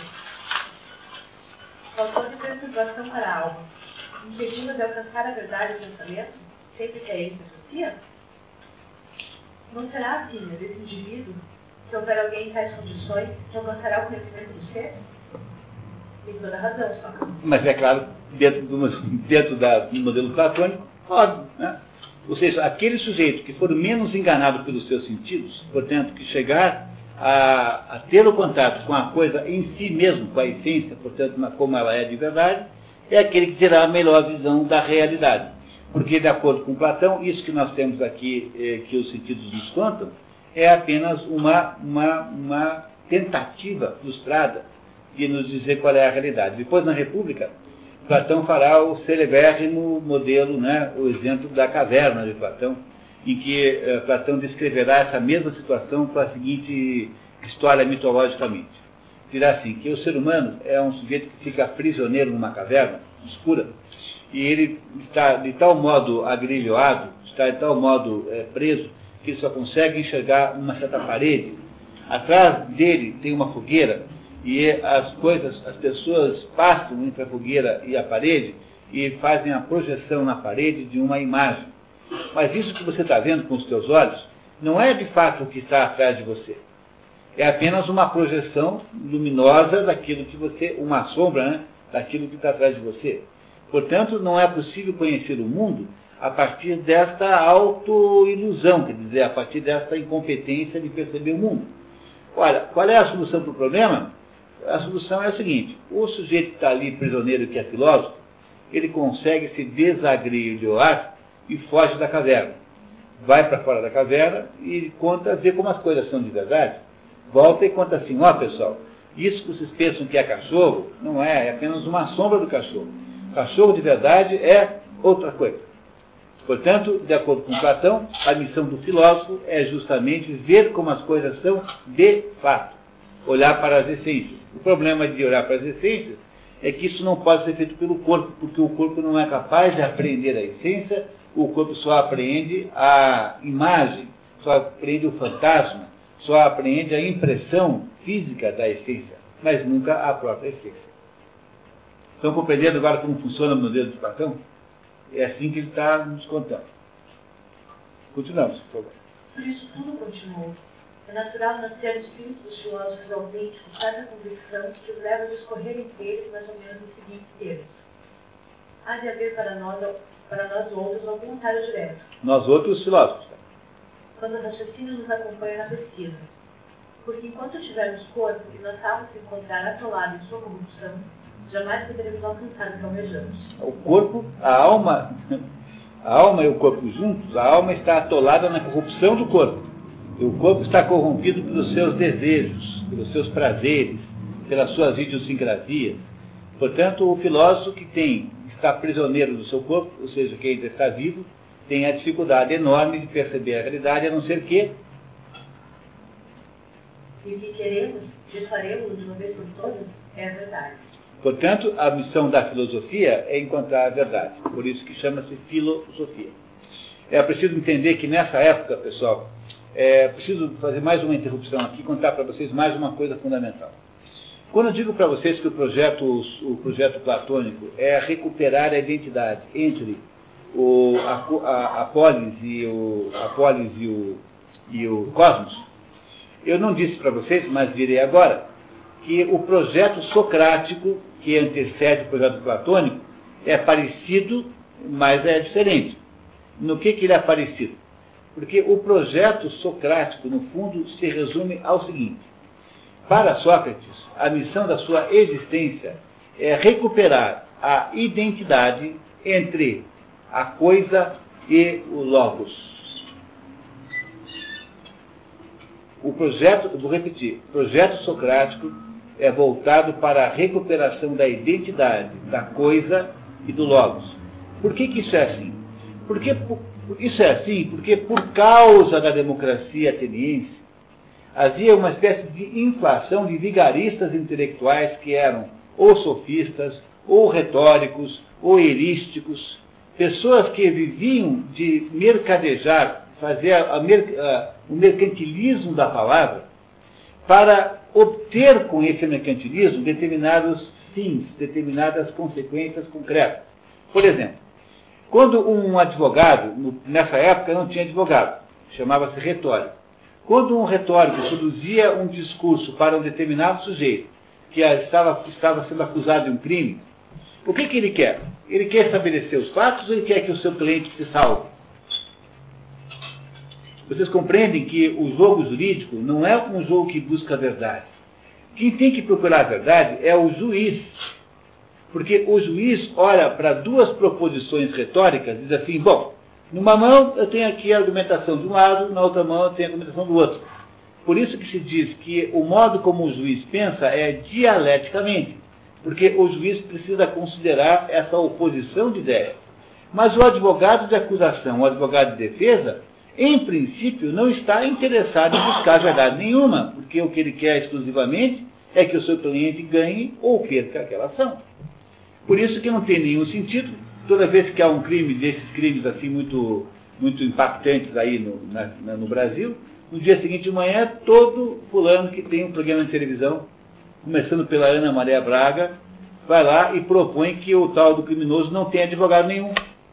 Faltou de concentração para a alma, impedindo de alcançar a verdade do pensamento, sempre que a ele se associa? Não será assim, desse indivíduo, se houver alguém em tais condições, que alcançará o conhecimento do ser? Tem toda a razão, só. Mas é claro, dentro do, dentro da, do modelo platônico, óbvio, né? Ou seja, aquele sujeito que for menos enganado pelos seus sentidos, portanto, que chegar a, a ter o contato com a coisa em si mesmo, com a essência, portanto, como ela é de verdade, é aquele que terá a melhor visão da realidade. Porque, de acordo com Platão, isso que nós temos aqui, eh, que os sentidos nos contam, é apenas uma, uma, uma tentativa frustrada de nos dizer qual é a realidade. Depois, na República, Platão fará o celebérrimo modelo, né, o exemplo da caverna de Platão, em que eh, Platão descreverá essa mesma situação com a seguinte história mitologicamente. Dirá assim, que o ser humano é um sujeito que fica prisioneiro numa caverna escura, e ele está de tal modo agrilhoado, está de tal modo é, preso, que ele só consegue enxergar uma certa parede. Atrás dele tem uma fogueira, e as coisas, as pessoas passam entre a fogueira e a parede, e fazem a projeção na parede de uma imagem. Mas isso que você está vendo com os seus olhos, não é de fato o que está atrás de você. É apenas uma projeção luminosa daquilo que você, uma sombra, né, daquilo que está atrás de você. Portanto, não é possível conhecer o mundo a partir desta auto-ilusão, quer dizer, a partir desta incompetência de perceber o mundo. Olha, qual é a solução para o problema? A solução é a seguinte: o sujeito que está ali prisioneiro, que é filósofo, ele consegue se desagrilhoar e foge da caverna. Vai para fora da caverna e conta, vê como as coisas são de verdade. Volta e conta assim: ó, pessoal, isso que vocês pensam que é cachorro, não é, é apenas uma sombra do cachorro. Cachorro de verdade é outra coisa. Portanto, de acordo com Platão, a missão do filósofo é justamente ver como as coisas são de fato. Olhar para as essências. O problema de olhar para as essências é que isso não pode ser feito pelo corpo, porque o corpo não é capaz de apreender a essência, o corpo só apreende a imagem, só apreende o fantasma, só apreende a impressão física da essência, mas nunca a própria essência. Estão compreendendo agora como funciona o modelo de Platão? É assim que ele está nos contando. Continuamos, por favor. Por isso tudo continuou. É natural nascer o espírito dos filósofos autênticos certa convicção que os leva a discorrer entre eles mais ou menos os seguintes termos. Há de haver para nós, para nós outros algum atalho direto. Nós outros filósofos. Quando o raciocínio nos acompanha na pesquisa. Porque enquanto tivermos corpo e nossa alma se encontrar atolada em sua corrupção, jamais poderemos alcançar o que almejamos. O corpo, a alma, a alma e o corpo juntos, a alma está atolada na corrupção do corpo. E o corpo está corrompido pelos seus desejos, pelos seus prazeres, pelas suas idiosincrasias. Portanto, o filósofo que tem, está prisioneiro do seu corpo, ou seja, que ainda está vivo, tem a dificuldade enorme de perceber a realidade, a não ser que... E o que queremos, desfaremos de uma vez por todas, é a verdade. Portanto, a missão da filosofia é encontrar a verdade. Por isso que chama-se filosofia. É preciso entender que nessa época, pessoal, é preciso fazer mais uma interrupção aqui e contar para vocês mais uma coisa fundamental. Quando eu digo para vocês que o projeto, o projeto platônico é recuperar a identidade entre o, a, a, a polis, e o, a polis e, o, e o cosmos, eu não disse para vocês, mas direi agora, que o projeto socrático, que antecede o projeto platônico, é parecido, mas é diferente. No que, que ele é parecido? Porque o projeto socrático, no fundo, se resume ao seguinte: para Sócrates, a missão da sua existência é recuperar a identidade entre a coisa e o logos. O projeto, vou repetir, o projeto socrático é voltado para a recuperação da identidade da coisa e do logos. Por que, que isso é assim? Porque, isso é assim porque, por causa da democracia ateniense, havia uma espécie de inflação de vigaristas intelectuais que eram ou sofistas, ou retóricos, ou erísticos, pessoas que viviam de mercadejar, fazer a, a, a, o mercantilismo da palavra, para obter com esse mercantilismo determinados fins, determinadas consequências concretas. Por exemplo, quando um advogado, nessa época não tinha advogado, chamava-se retórico. Quando um retórico produzia um discurso para um determinado sujeito que estava, estava sendo acusado de um crime, o que, que ele quer? Ele quer estabelecer os fatos ou ele quer que o seu cliente se salve? Vocês compreendem que o jogo jurídico não é um jogo que busca a verdade. Quem tem que procurar a verdade é o juiz. Porque o juiz olha para duas proposições retóricas e diz assim: bom, numa mão eu tenho aqui a argumentação de um lado, na outra mão eu tenho a argumentação do outro. Por isso que se diz que o modo como o juiz pensa é dialeticamente, porque o juiz precisa considerar essa oposição de ideias. Mas o advogado de acusação, o advogado de defesa, em princípio, não está interessado em buscar verdade nenhuma, porque o que ele quer exclusivamente é que o seu cliente ganhe ou perca aquela ação. Por isso que não tem nenhum sentido, toda vez que há um crime desses crimes assim muito, muito impactantes aí no, na, no Brasil, no dia seguinte de manhã, todo fulano que tem um programa de televisão, começando pela Ana Maria Braga, vai lá e propõe que o tal do criminoso não tenha advogado nenhum.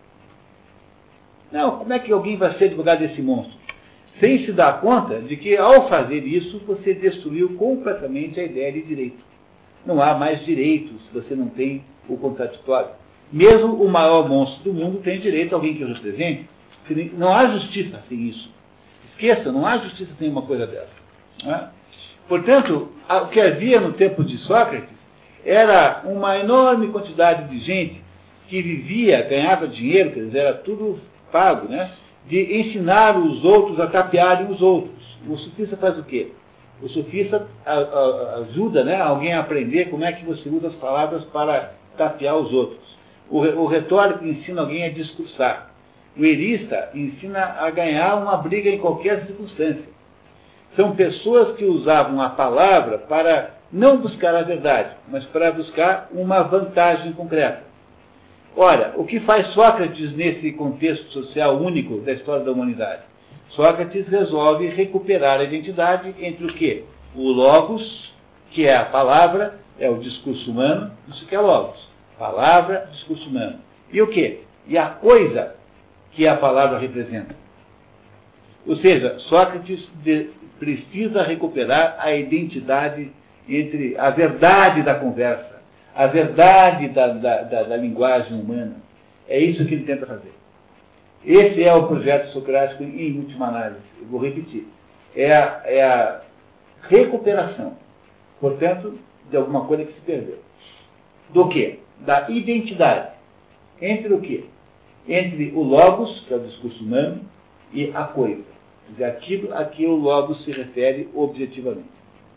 Não, como é que alguém vai ser advogado desse monstro? Sem se dar conta de que, ao fazer isso, você destruiu completamente a ideia de direito. Não há mais direitos se você não tem o contraditório. Mesmo o maior monstro do mundo tem direito a alguém que o represente. Não há justiça sem isso. Esqueça, não há justiça sem uma coisa dessa. Não é? Portanto, o que havia no tempo de Sócrates era uma enorme quantidade de gente que vivia, ganhava dinheiro, quer dizer, era tudo pago, né? De ensinar os outros a tapearem os outros. O sofista faz o quê? O sofista a, a, ajuda, né, alguém a aprender como é que você usa as palavras para tapear os outros. O, o retórico ensina alguém a discursar. O erista ensina a ganhar uma briga em qualquer circunstância. São pessoas que usavam a palavra para não buscar a verdade, mas para buscar uma vantagem concreta. Ora, o que faz Sócrates nesse contexto social único da história da humanidade? Sócrates resolve recuperar a identidade entre o quê? O logos, que é a palavra, é o discurso humano, isso que é logos. Palavra, discurso humano. E o quê? E a coisa que a palavra representa. Ou seja, Sócrates de, precisa recuperar a identidade entre a verdade da conversa, a verdade da, da, da, da linguagem humana. É isso que ele tenta fazer. Esse é o projeto socrático em última análise. Eu vou repetir. É a, é a recuperação, portanto, de alguma coisa que se perdeu. Do quê? Da identidade. Entre o quê? Entre o logos, que é o discurso humano, e a coisa. Quer dizer, aquilo a que o logos se refere objetivamente.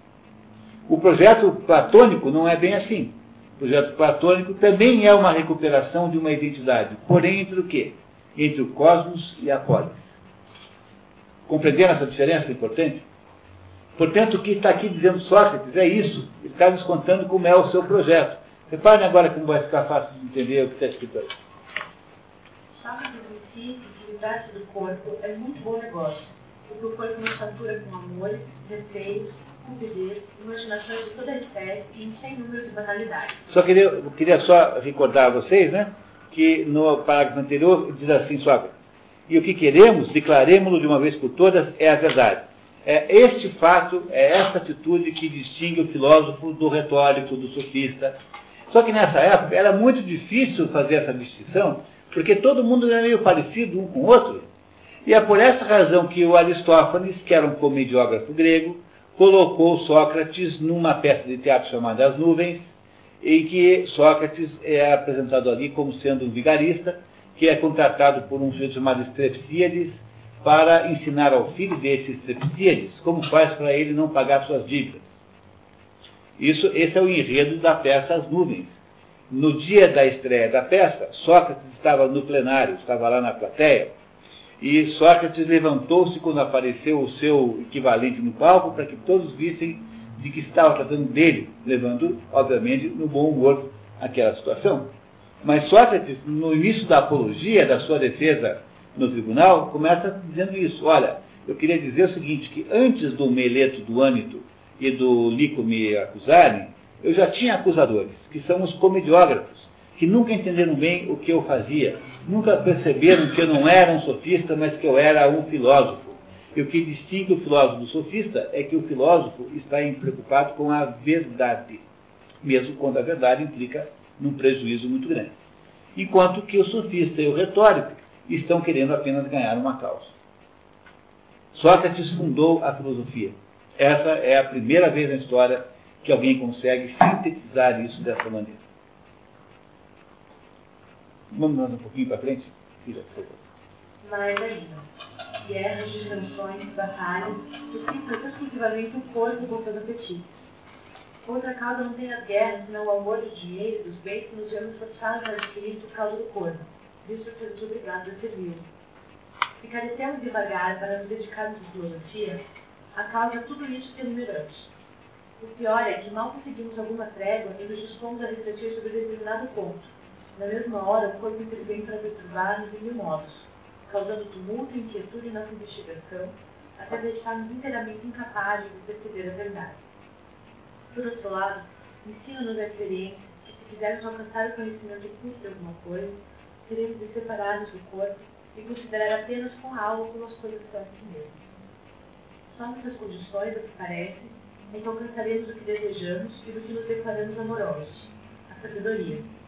O projeto platônico não é bem assim. O projeto platônico também é uma recuperação de uma identidade. Porém, entre o quê? Entre o cosmos e a polis. Compreenderam essa diferença importante? Portanto, o que está aqui dizendo Sócrates é isso. Ele está nos contando como é o seu projeto. Reparem agora como vai ficar fácil de entender o que está escrito aí. Sócrates ensina que livrar-se do corpo é muito bom negócio, porque o corpo nos satura com amores, receios, cupidez, imaginações de toda espécie e em sem número de banalidades. Só queria, eu queria só recordar a vocês, né, que no parágrafo anterior diz assim, Sócrates, e o que queremos, declaremos-lo de uma vez por todas, é a verdade. É este fato, é esta atitude que distingue o filósofo do retórico, do sofista. Só que nessa época era muito difícil fazer essa distinção, porque todo mundo era meio parecido um com o outro. E é por essa razão que o Aristófanes, que era um comediógrafo grego, colocou Sócrates numa peça de teatro chamada As Nuvens, em que Sócrates é apresentado ali como sendo um vigarista, que é contratado por um sujeito chamado Strepsíades para ensinar ao filho desse Strepsíades como faz para ele não pagar suas dívidas. Isso, esse é o enredo da peça As Nuvens. No dia da estreia da peça, Sócrates estava no plenário, estava lá na plateia, e Sócrates levantou-se quando apareceu o seu equivalente no palco para que todos vissem de que estava tratando dele, levando, obviamente, no bom humor aquela situação. Mas Sócrates, no início da apologia, da sua defesa no tribunal, começa dizendo isso. Olha, eu queria dizer o seguinte, que antes do Meleto, do Ânito e do Lico me acusarem, eu já tinha acusadores, que são os comediógrafos, que nunca entenderam bem o que eu fazia, nunca perceberam que eu não era um sofista, mas que eu era um filósofo. E o que distingue o filósofo do sofista é que o filósofo está preocupado com a verdade, mesmo quando a verdade implica num prejuízo muito grande. Enquanto que o sofista e o retórico estão querendo apenas ganhar uma causa. Sócrates fundou a filosofia. Essa é a primeira vez na história que alguém consegue sintetizar isso dessa maneira. Vamos mais um pouquinho para frente? Filha, por favor. Mais ainda. Guerras, distinções, batalhas, sustenta exclusivamente o corpo com seus apetites. Outra causa não tem as guerras, senão o amor do dinheiro e dos bens que nos vemos forçados a adquirir por causa do corpo. Disso sermos obrigados a servir. Se carecemos devagar para nos dedicarmos à filosofia, a causa é tudo isso que enumeramos. O pior é que mal conseguimos alguma trégua e nos dispomos a refletir sobre determinado ponto. Na mesma hora, o corpo intervém para perturbar-nos de mil modos, causando tumulto, inquietude em nossa investigação, até deixarmos inteiramente incapazes de perceber a verdade. Por outro lado, ensina-nos a experiência que, se quisermos alcançar o conhecimento oculto de alguma coisa, teremos de separar-nos do corpo e considerar apenas com a alma como as coisas são em si mesmas. Só nessas condições, o que parece, é que alcançaremos o que desejamos e do que nos declaramos amorosos, a sabedoria.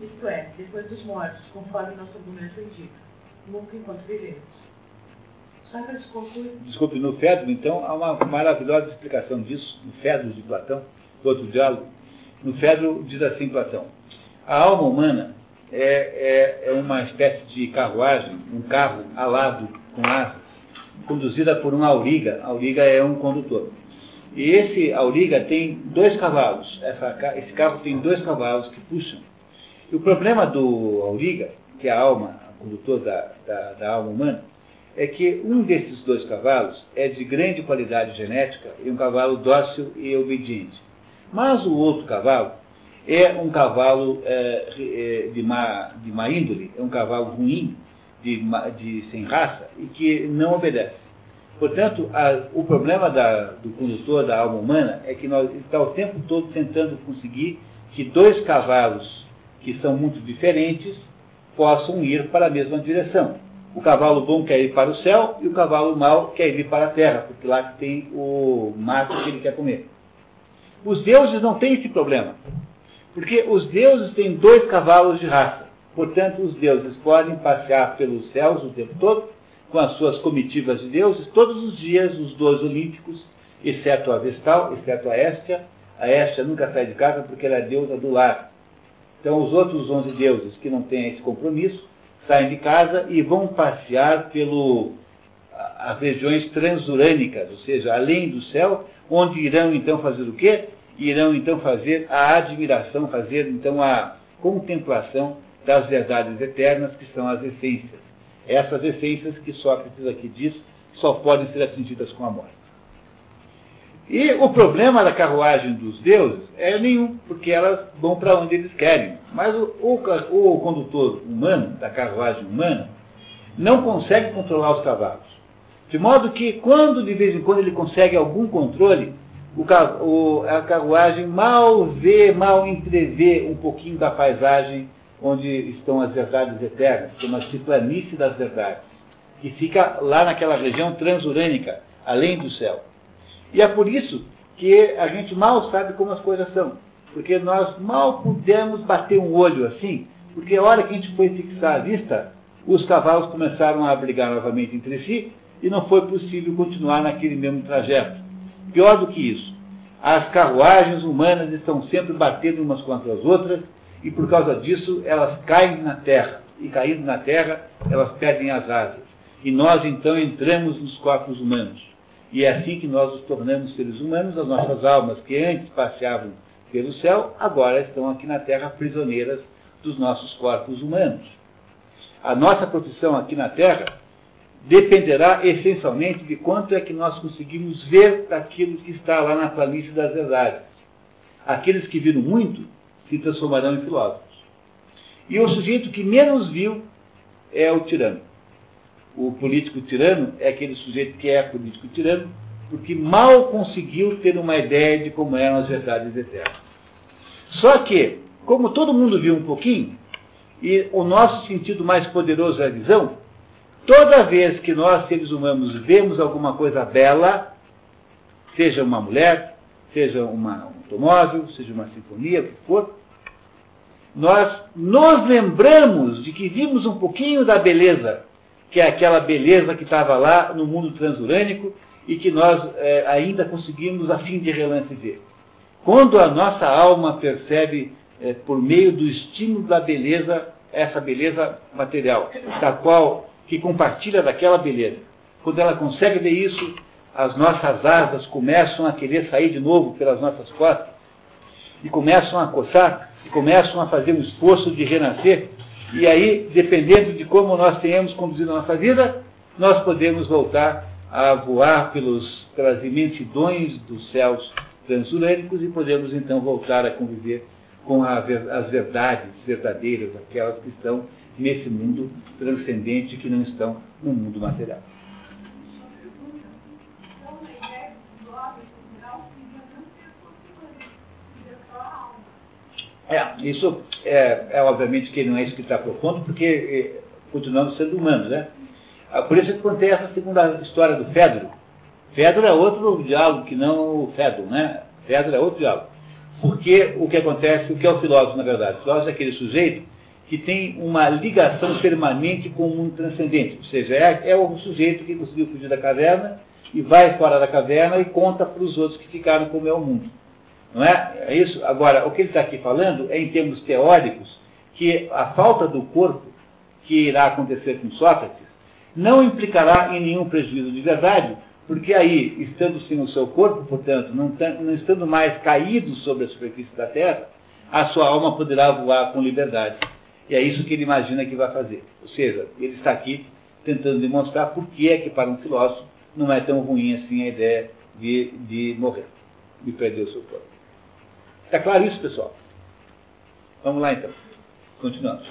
isto é, depois dos mortos, conforme nosso argumento indica, nunca enquanto vivemos. Sócrates conclui... Desculpe, no Fedro, então, há uma maravilhosa explicação disso, no Fedro de Platão, outro diálogo. No Fedro diz assim Platão: a alma humana é, é, é uma espécie de carruagem, um carro alado com asas, conduzida por um auriga. Auriga é um condutor. E esse auriga tem dois cavalos. Essa, esse carro tem dois cavalos que puxam. E o problema do auriga, que é a alma, o condutor da, da, da alma humana, é que um desses dois cavalos é de grande qualidade genética e um cavalo dócil e obediente. Mas o outro cavalo é um cavalo é, de, má, de má índole, é um cavalo ruim, de, de, sem raça, e que não obedece. Portanto, a, o problema da, do condutor da alma humana é que nós está o tempo todo tentando conseguir que dois cavalos que são muito diferentes possam ir para a mesma direção. O cavalo bom quer ir para o céu e o cavalo mau quer ir para a terra, porque lá tem o mato que ele quer comer. Os deuses não têm esse problema, porque os deuses têm dois cavalos de raça. Portanto, os deuses podem passear pelos céus o tempo todo, com as suas comitivas de deuses, todos os dias, os dois olímpicos, exceto a Vestal, exceto a Héstia. A Héstia nunca sai de casa porque ela é deusa do lar. Então, os outros onze deuses que não têm esse compromisso, saem de casa e vão passear pelo as regiões transurânicas, ou seja, além do céu, onde irão então fazer o quê? Irão então fazer a admiração, fazer então a contemplação das verdades eternas, que são as essências. Essas essências que Sócrates aqui diz só podem ser atingidas com a morte. E o problema da carruagem dos deuses é nenhum, porque elas vão para onde eles querem. Mas o, o, o condutor humano, da carruagem humana, não consegue controlar os cavalos. De modo que, quando de vez em quando ele consegue algum controle, o, o, a carruagem mal vê, mal entrevê um pouquinho da paisagem onde estão as verdades eternas, chama-se planície das verdades, que fica lá naquela região transurânica, além do céu. E é por isso que a gente mal sabe como as coisas são, porque nós mal pudemos bater um olho assim, porque a hora que a gente foi fixar a vista, os cavalos começaram a brigar novamente entre si e não foi possível continuar naquele mesmo trajeto. Pior do que isso, as carruagens humanas estão sempre batendo umas contra as outras e por causa disso elas caem na terra, e caindo na terra elas perdem as asas. E nós então entramos nos corpos humanos. E é assim que nós nos tornamos seres humanos. As nossas almas, que antes passeavam pelo céu, agora estão aqui na terra prisioneiras dos nossos corpos humanos. A nossa profissão aqui na terra dependerá essencialmente de quanto é que nós conseguimos ver daquilo que está lá na planície das verdades. Aqueles que viram muito se transformarão em filósofos. E o sujeito que menos viu é o tirano. O político tirano é aquele sujeito que é político tirano porque mal conseguiu ter uma ideia de como eram as verdades eternas. Só que, como todo mundo viu um pouquinho, e o nosso sentido mais poderoso é a visão, toda vez que nós, seres humanos, vemos alguma coisa bela, seja uma mulher, seja uma, um automóvel, seja uma sinfonia, o que for, nós nos lembramos de que vimos um pouquinho da beleza, que é aquela beleza que estava lá no mundo transurânico e que nós é, ainda conseguimos, a fim de relance, ver. Quando a nossa alma percebe, é, por meio do estímulo da beleza, essa beleza material, da qual, que compartilha daquela beleza, quando ela consegue ver isso, as nossas asas começam a querer sair de novo pelas nossas costas, e começam a coçar, e começam a fazer um esforço de renascer. E aí, dependendo de como nós tenhamos conduzido a nossa vida, nós podemos voltar a voar pelos, pelas imensidões dos céus transurânicos e podemos então voltar a conviver com a, as verdades verdadeiras, aquelas que estão nesse mundo transcendente, que não estão no mundo material. É, isso é, é obviamente que não é isso que está propondo, porque é, continuamos sendo humanos, né? Por isso que contei essa segunda história do Fedro. Fedro é outro diálogo que não o Fedro, né? Fedro é outro diálogo. Porque o que acontece, o que é o filósofo, na verdade? O filósofo é aquele sujeito que tem uma ligação permanente com o mundo transcendente. Ou seja, é, é o sujeito que conseguiu fugir da caverna e vai fora da caverna e conta para os outros que ficaram como é o mundo. Não é? É isso? Agora, o que ele está aqui falando é, em termos teóricos, que a falta do corpo que irá acontecer com Sócrates não implicará em nenhum prejuízo de verdade, porque aí, estando sem o seu corpo, portanto, não, não estando mais caído sobre a superfície da Terra, a sua alma poderá voar com liberdade. E é isso que ele imagina que vai fazer. Ou seja, ele está aqui tentando demonstrar por que é que para um filósofo não é tão ruim assim a ideia de, de morrer, de perder o seu corpo. Está claro isso, pessoal? Vamos lá, então. Continuamos.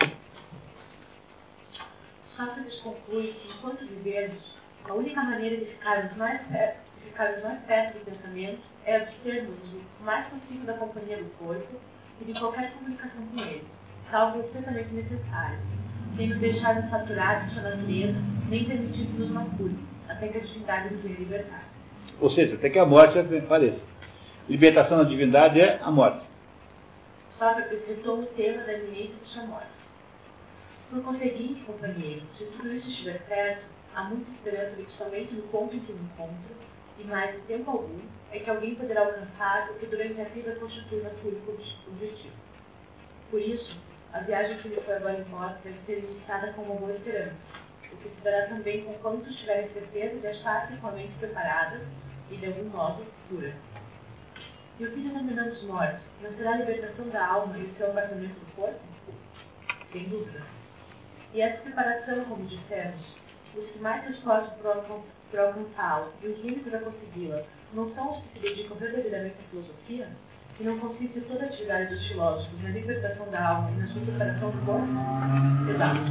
Sócrates conclui que, enquanto vivemos, a única maneira de ficarmos mais perto, de ficarmos mais perto do pensamento é abstermos o mais possível da companhia do corpo e de qualquer comunicação com ele, salvo o estritamente necessário, sem nos deixarmos saturados de sua natureza, nem permitindo nos masculhos, até que a divindade nos venha libertar. Ou seja, até que a morte apareça. Libertação da divindade é a morte. Sócrates retoma o tema da iminência de sua morte. Por conseguinte, companheiro, se tudo isso estiver certo, há muita esperança de que somente no ponto em que me encontro, e mais de tempo algum, é que alguém poderá alcançar o que durante a vida constitui nosso único objetivo. Por isso, a viagem que me foi agora embora deve ser iniciada com uma boa esperança, o que se dará também com quantos tiverem certeza de achar-se com a mente preparada e, de algum modo, pura. E o que denominamos morte não será a libertação da alma e o seu apartamento do corpo? Sem dúvida. E essa preparação, como dissemos, os que mais se esforçam por alcançá-lo e os limites a consegui-la não são os que se dedicam verdadeiramente à filosofia? E não consiste toda a atividade dos filósofos na libertação da alma e na sua preparação do corpo? Exato.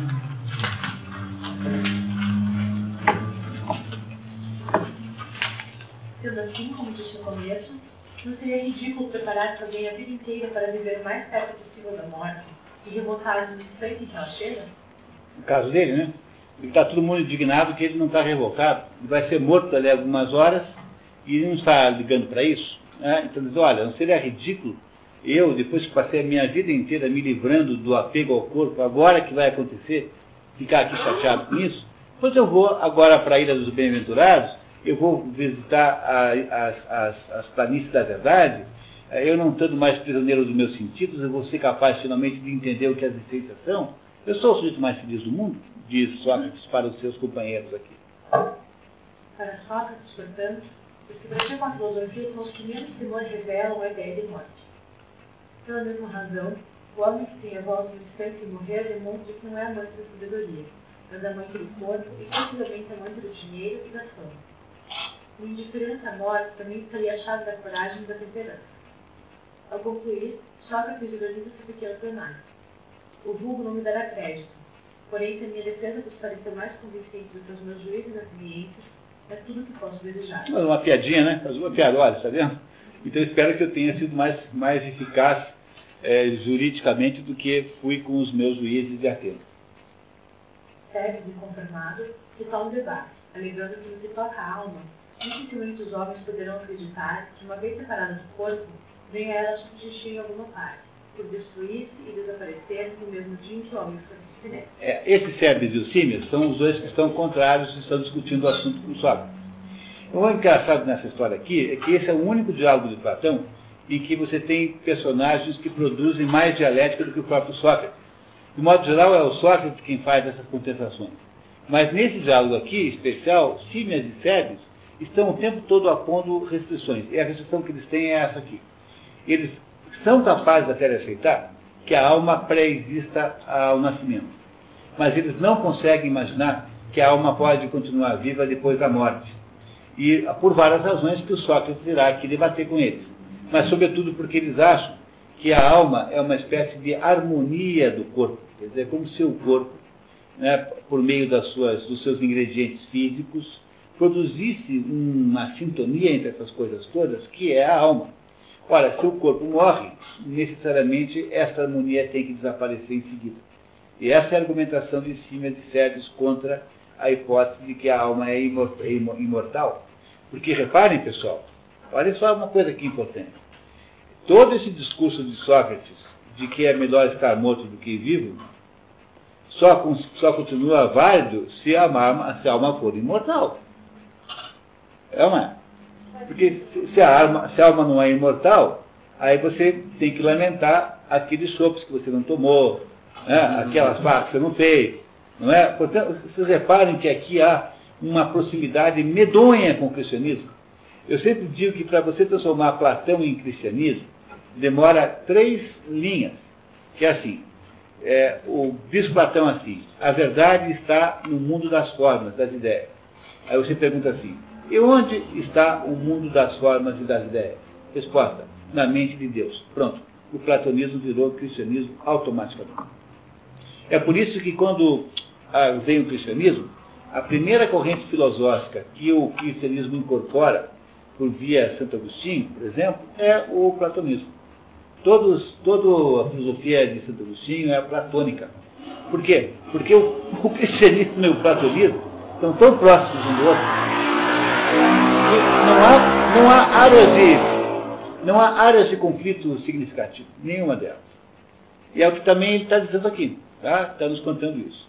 Sendo assim, como disse no começo, não seria ridículo preparar-se alguém a vida inteira para viver o mais perto possível da morte e revoltar no instante em que ela chega? No caso dele, né? Ele está todo mundo indignado que ele não está revocado. Ele vai ser morto dali a algumas horas e ele não está ligando para isso. Né? Então ele diz, olha, não seria ridículo eu, depois que passei a minha vida inteira me livrando do apego ao corpo, agora que vai acontecer, ficar aqui chateado com isso? Pois eu vou agora para a Ilha dos Bem-Aventurados, eu vou visitar a, as, as, as planícies da verdade, eu não estando mais prisioneiro dos meus sentidos, eu vou ser capaz finalmente de entender o que as essências são. Eu sou o sujeito mais feliz do mundo, diz Sócrates para os seus companheiros aqui. Para Sócrates, portanto, os que praticam a filosofia são os que menos temor revelam a ideia de morte. Pela mesma razão, o homem que tem a voz no instante de morrer demonstra que não é amante da sabedoria, mas amante do corpo e possivelmente amante do dinheiro e da fama. O indiferente à morte também estaria a chave da coragem e da temperança. Ao concluir, Sócrates organiza seu pequeno plenário. O vulgo não me dará crédito, porém, se a minha defesa vos parecer mais convincente do que os meus juízes e experiências, é tudo o que posso desejar. Uma piadinha, né? Faz uma piada, olha, está vendo? Então espero que eu tenha sido mais, mais eficaz é, juridicamente do que fui com os meus juízes de Atenas. Segue de confirmado que está um debate, alegando que no que toca a alma, dificilmente os homens poderão acreditar que, uma vez separada do corpo, venha ela subsistir em alguma parte, por destruir-se e desaparecer no mesmo dia em que o homem foi destinado. É, esses Cebes e os Símios são os dois que estão contrários e estão discutindo o assunto com Sócrates. O engraçado nessa história aqui é que esse é o único diálogo de Platão em que você tem personagens que produzem mais dialética do que o próprio Sócrates. De modo geral, é o Sócrates quem faz essas contestações. Mas nesse diálogo aqui, especial, Símias e Cebes estão o tempo todo apondo restrições. E a restrição que eles têm é essa aqui. Eles são capazes até de aceitar que a alma pré-exista ao nascimento. Mas eles não conseguem imaginar que a alma pode continuar viva depois da morte. E por várias razões que o Sócrates irá aqui debater com eles. Mas sobretudo porque eles acham que a alma é uma espécie de harmonia do corpo. Quer dizer, como se o corpo, né, por meio das suas, dos seus ingredientes físicos, produzisse uma sintonia entre essas coisas todas, que é a alma. Ora, se o corpo morre, necessariamente essa harmonia tem que desaparecer em seguida. E essa é a argumentação de Símias e Cebes contra a hipótese de que a alma é imortal. Porque reparem, pessoal, olha só uma coisa aqui importante. todo esse discurso de Sócrates, de que é melhor estar morto do que vivo, só, só continua válido se a, alma, se a alma for imortal. É ou não é? Porque se a, alma, se a alma não é imortal, aí você tem que lamentar aqueles sopros que você não tomou, né? Aquelas partes que você não fez. Não é? Portanto, vocês reparem que aqui há uma proximidade medonha com o cristianismo. Eu sempre digo que para você transformar Platão em cristianismo, demora três linhas, que é assim, é, o, diz Platão assim, a verdade está no mundo das formas, das ideias. Aí você pergunta assim, e onde está o mundo das formas e das ideias? Resposta, na mente de Deus. Pronto, o platonismo virou cristianismo automaticamente. É por isso que quando ah, vem o cristianismo, a primeira corrente filosófica que o cristianismo incorpora, por via Santo Agostinho, por exemplo, é o platonismo. Todos, toda a filosofia de Santo Agostinho é platônica. Por quê? Porque o, o cristianismo e o platonismo estão tão próximos um do outro que não há, não há áreas de, não há áreas de conflito significativo, nenhuma delas. E é o que também ele está dizendo aqui, tá? Está nos contando isso.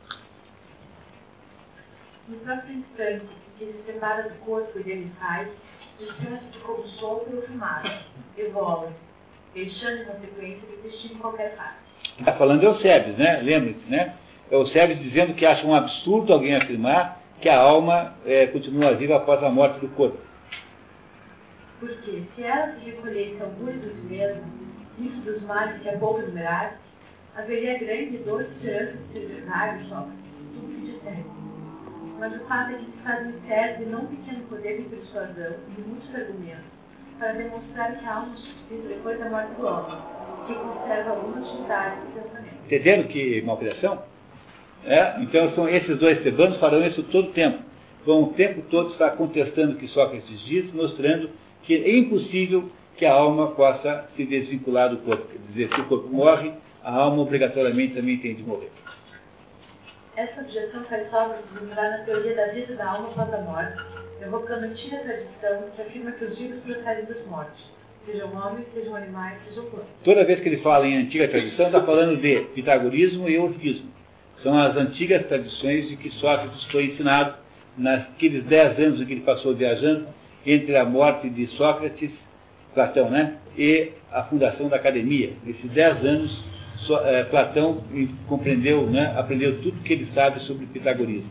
No próprio instante que se separa do corpo e dele sai, descansa-se como sopro ou fumaça, evolui, deixando em consequência de existir em qualquer parte. Está falando é o Eusébio, né? Lembre-se, né? É o Eusébio dizendo que acha um absurdo alguém afirmar que a alma é, continua viva após a morte do corpo. Porque se ela se recolhesse ao bule dos mesmos, isso dos males que é pouco numerar, haveria grande dor de esperança de se livrar do choque, tudo que disser. Mas o fato é que se faz mistério de não pequeno poder de persuasão e de muitos argumentos para demonstrar que a alma subsiste depois da morte do homem, que conserva alguma atividade do pensamento. Entenderam que malcriação? É? Então são esses dois tebanos farão isso todo o tempo. Vão o tempo todo estar contestando o que Sócrates diz, mostrando que é impossível que a alma possa se desvincular do corpo. Quer dizer, se o corpo morre, a alma obrigatoriamente também tem de morrer. Essa objeção faz Sócrates lembrar na teoria da vida da alma após a morte, evocando a antiga tradição que afirma que os vivos procedem dos mortos, sejam homens, sejam animais, sejam plantas. Toda vez que ele fala em antiga tradição, está falando de pitagorismo e orfismo. São as antigas tradições de que Sócrates foi ensinado naqueles dez anos em que ele passou viajando entre a morte de Sócrates, Platão, né, e a fundação da academia. Nesses dez anos, so, é, Platão compreendeu, né, aprendeu tudo que ele sabe sobre pitagorismo.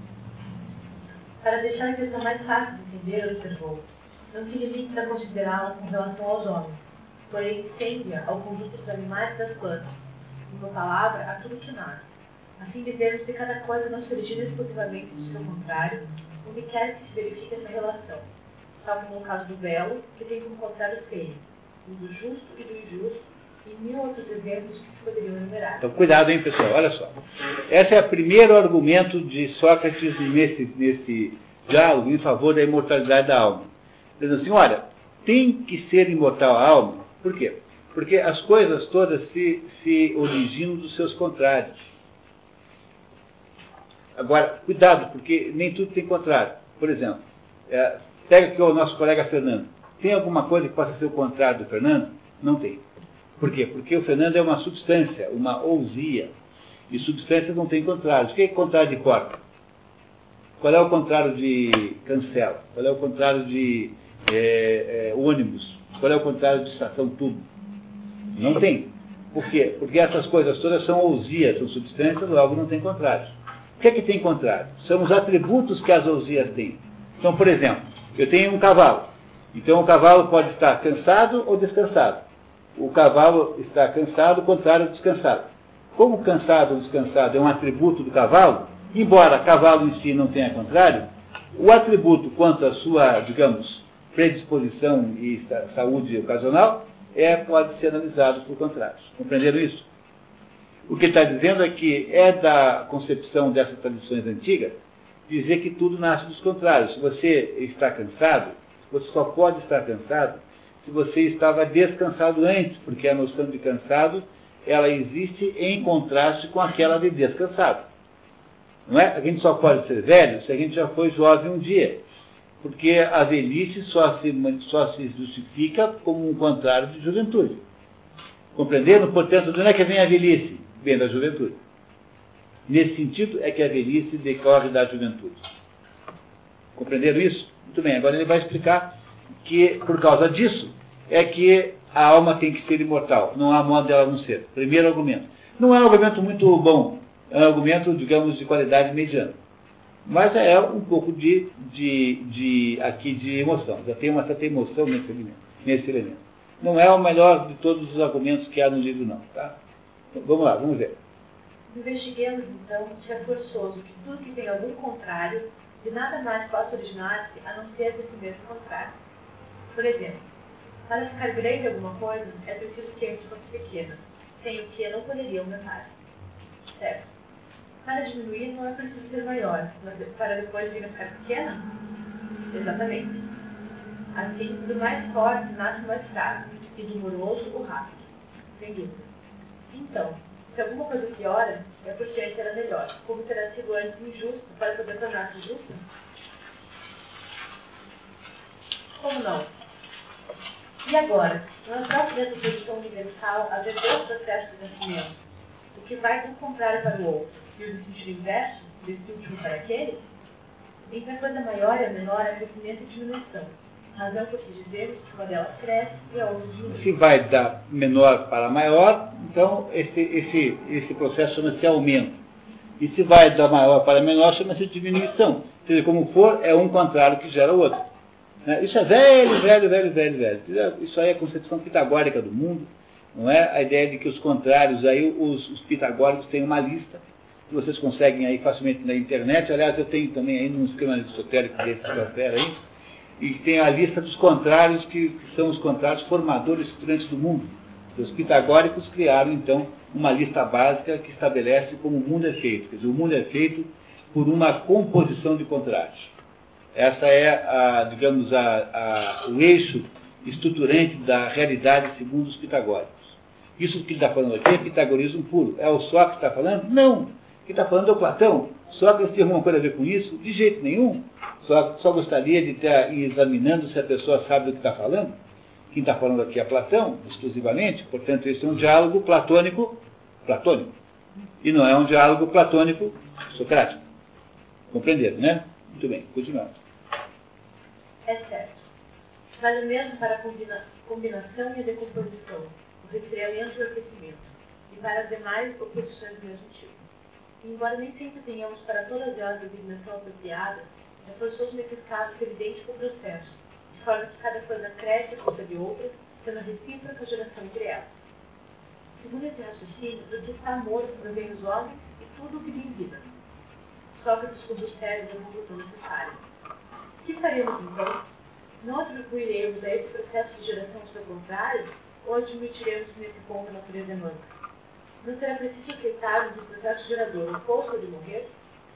Para deixar a questão mais fácil de entender, observou, não se limita a considerá-la com relação aos homens, porém estende-a ao conjunto dos animais e das plantas, uma palavra a tudo que nasce. Assim dizemos que cada coisa não se origina exclusivamente do seu contrário, onde quer que se verifique essa relação, tal como no caso do belo, que tem como contrário o feio, e do justo e do injusto, e mil outros exemplos que se poderiam enumerar. Então, cuidado, hein, pessoal, olha só. Esse é o primeiro argumento de Sócrates nesse, nesse diálogo em favor da imortalidade da alma. Dizendo assim, olha, tem que ser imortal a alma. Por quê? Porque as coisas todas se, se originam dos seus contrários. Agora, cuidado, porque nem tudo tem contrário. Por exemplo, é, pega aqui o nosso colega Fernando. Tem alguma coisa que possa ser o contrário do Fernando? Não tem. Por quê? Porque o Fernando é uma substância, uma ousia. E substâncias não tem contrários. O que é o contrário de porta? Qual é o contrário de cancela? Qual é o contrário de é, é, ônibus? Qual é o contrário de estação tubo? Não tem. Por quê? Porque essas coisas todas são ousias, são substâncias, logo não tem contrários. O que é que tem contrário? São os atributos que as ousias têm. Então, por exemplo, eu tenho um cavalo. Então, o cavalo pode estar cansado ou descansado. O cavalo está cansado, o contrário, descansado. Como cansado ou descansado é um atributo do cavalo, embora cavalo em si não tenha contrário, o atributo quanto à sua, digamos, predisposição e saúde ocasional é, pode ser analisado por contrários. Compreenderam isso? O que ele está dizendo é que é da concepção dessas tradições antigas dizer que tudo nasce dos contrários. Se você está cansado, você só pode estar cansado se você estava descansado antes, porque a noção de cansado, ela existe em contraste com aquela de descansado. Não é? A gente só pode ser velho se a gente já foi jovem um dia. porque a velhice só se, só se justifica como um contrário de juventude. Compreendendo? Portanto, de onde é que vem a velhice? Vem da juventude. Nesse sentido é que a velhice decorre da juventude. Compreenderam isso? Muito bem, agora ele vai explicar que, por causa disso, é que a alma tem que ser imortal. Não há modo dela não ser. Primeiro argumento. Não é um argumento muito bom. É um argumento, digamos, de qualidade mediana. Mas é um pouco de, de, de, aqui de emoção. Já tem uma certa emoção nesse elemento, nesse elemento. Não é o melhor de todos os argumentos que há no livro, não. Tá? Então, vamos lá, vamos ver. Investiguemos, então, se é forçoso que tudo que tem algum contrário, de nada mais possa originar-se a não ser desse mesmo contrário. Por exemplo, para ficar grande alguma coisa, é preciso que antes fosse pequena, sem o que não poderia aumentar. Certo? Para diminuir, não é preciso ser maior, mas para depois vir a ficar pequena? Exatamente. Assim, do mais forte nasce o mais fraco, e do moroso o rápido. Sem dúvida. Então, se alguma coisa piora, é porque antes era melhor. Como terá sido antes injusto para poder tornar-se justo? Como não? E agora, na própria posição universal, haver dois processos de nascimento, o que vai de um contrário para o outro, e o do sentido inverso, desse último para aquele? Entre a coisa maior e a menor, há crescimento e diminuição. Razão por que dizemos que uma delas cresce e a outra diminui. Se vai da menor para maior, então esse, esse, esse processo chama-se aumento. E se vai da maior para menor, chama-se diminuição. Seja como for, é um contrário que gera o outro. Né? Isso é velho, velho, velho, velho, velho. Isso aí é a concepção pitagórica do mundo. Não é a ideia de que os contrários, aí os, os pitagóricos têm uma lista, que vocês conseguem aí facilmente na internet. Aliás, eu tenho também aí num esquema esotérico desse que opera aí, e tem a lista dos contrários, que, que são os contrários formadores estudantes do mundo. Os pitagóricos criaram, então, uma lista básica que estabelece como o mundo é feito. Quer dizer, o mundo é feito por uma composição de contrários. Essa é, a, digamos, a, a, o eixo estruturante da realidade segundo os pitagóricos. Isso que ele está falando aqui é pitagorismo puro. É o Sócrates que está falando? Não. Quem está falando é o Platão. Sócrates tem alguma coisa a ver com isso? De jeito nenhum. Só, só gostaria de estar examinando se a pessoa sabe do que está falando. Quem está falando aqui é Platão, exclusivamente. Portanto, esse é um diálogo platônico, platônico. E não é um diálogo platônico socrático. Compreenderam, né? Muito bem, continuamos. É certo. Vale o mesmo para a combina combinação e a decomposição, o resfriamento e o aquecimento, e para as demais oposições do mesmo tipo. E, embora nem sempre tenhamos para todas elas a designação apropriada, é forçoso nesses casos ser idêntico ao processo, de forma que cada coisa cresce à custa de outra, sendo recíproca a geração entre elas. Segundo esse raciocínio, o que está morto provém dos homens e tudo o que tem vida. Sócrates conduz sérios a conclusão necessária. O que faremos então? Não atribuiremos a esse processo de geração o seu contrário, ou admitiremos que nesse ponto a natureza é manca? Não será preciso aceitarmos o processo gerador oposto de morrer?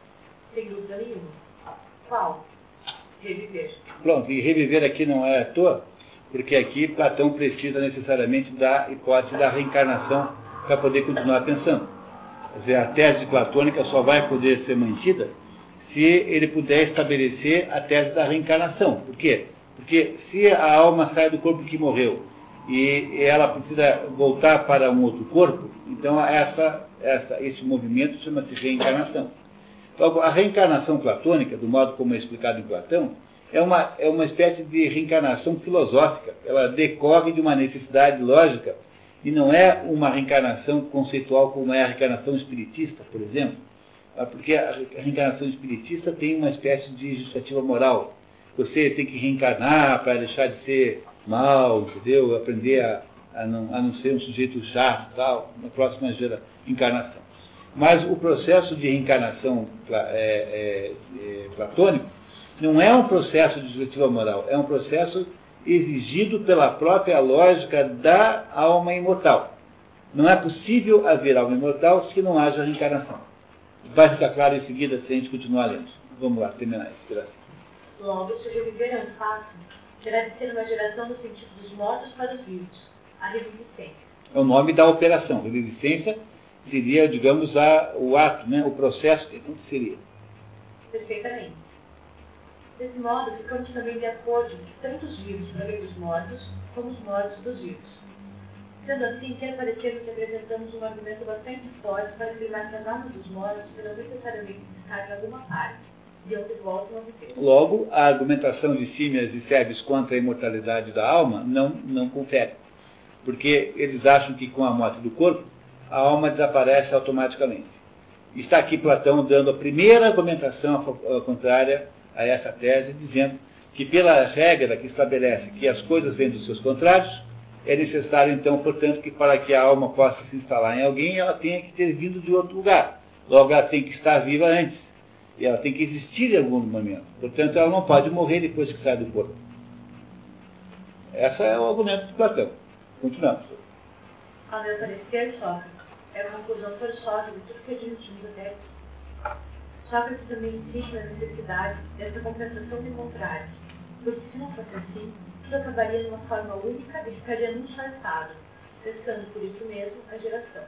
Sem dúvida nenhuma. Qual? Reviver. Pronto, e reviver aqui não é à toa, porque aqui Platão precisa necessariamente da hipótese da reencarnação para poder continuar pensando. Quer dizer, a tese platônica só vai poder ser mantida se ele puder estabelecer a tese da reencarnação. Por quê? Porque se a alma sai do corpo que morreu e ela precisa voltar para um outro corpo, então essa, essa, esse movimento chama-se reencarnação. Logo, a reencarnação platônica, do modo como é explicado em Platão, é uma, é uma espécie de reencarnação filosófica. Ela decorre de uma necessidade lógica e não é uma reencarnação conceitual como é a reencarnação espiritista, por exemplo. Porque a reencarnação espiritista tem uma espécie de justificativa moral. Você tem que reencarnar para deixar de ser mal, entendeu? Aprender a, a, não, a não ser um sujeito chato, tal, na próxima gera, encarnação. Mas o processo de reencarnação é, é, é, platônico não é um processo de justificativa moral, é um processo exigido pela própria lógica da alma imortal. Não é possível haver alma imortal se não haja reencarnação. Vai ficar claro em seguida se a gente continuar lendo. Vamos lá, terminar isso. Logo, se reviver é um fato, terá de ser uma geração no sentido dos mortos para os vivos, a revivicência. É o nome da operação. Revivicência seria, digamos, a, o ato, né, o processo que aconteceria. Perfeitamente. Desse modo, ficamos também de acordo que tanto os vivos provêm dos mortos, como os mortos dos vivos. Sendo assim, quer parecer que apresentamos um argumento bastante forte para afirmar que as almas dos mortos serão necessariamente ficar em alguma parte, de onde voltam a viver. Logo, a argumentação de Símias e Cebes contra a imortalidade da alma não, não confere. Porque eles acham que com a morte do corpo, a alma desaparece automaticamente. Está aqui Platão dando a primeira argumentação contrária a essa tese, dizendo que pela regra que estabelece que as coisas vêm dos seus contrários, é necessário então, portanto, que para que a alma possa se instalar em alguém, ela tenha que ter vindo de outro lugar. Logo, ela tem que estar viva antes. E ela tem que existir em algum momento. Portanto, ela não pode morrer depois que sai do corpo. Esse é o argumento de Platão. Continuamos. A meu parecer, Sócrates é a conclusão forçosa de tudo que admitimos até aqui. Sócrates também insiste na necessidade dessa compensação de contrários, porque se não fosse assim, tudo acabaria numa forma única e ficaria num só estado, cessando por isso mesmo a geração.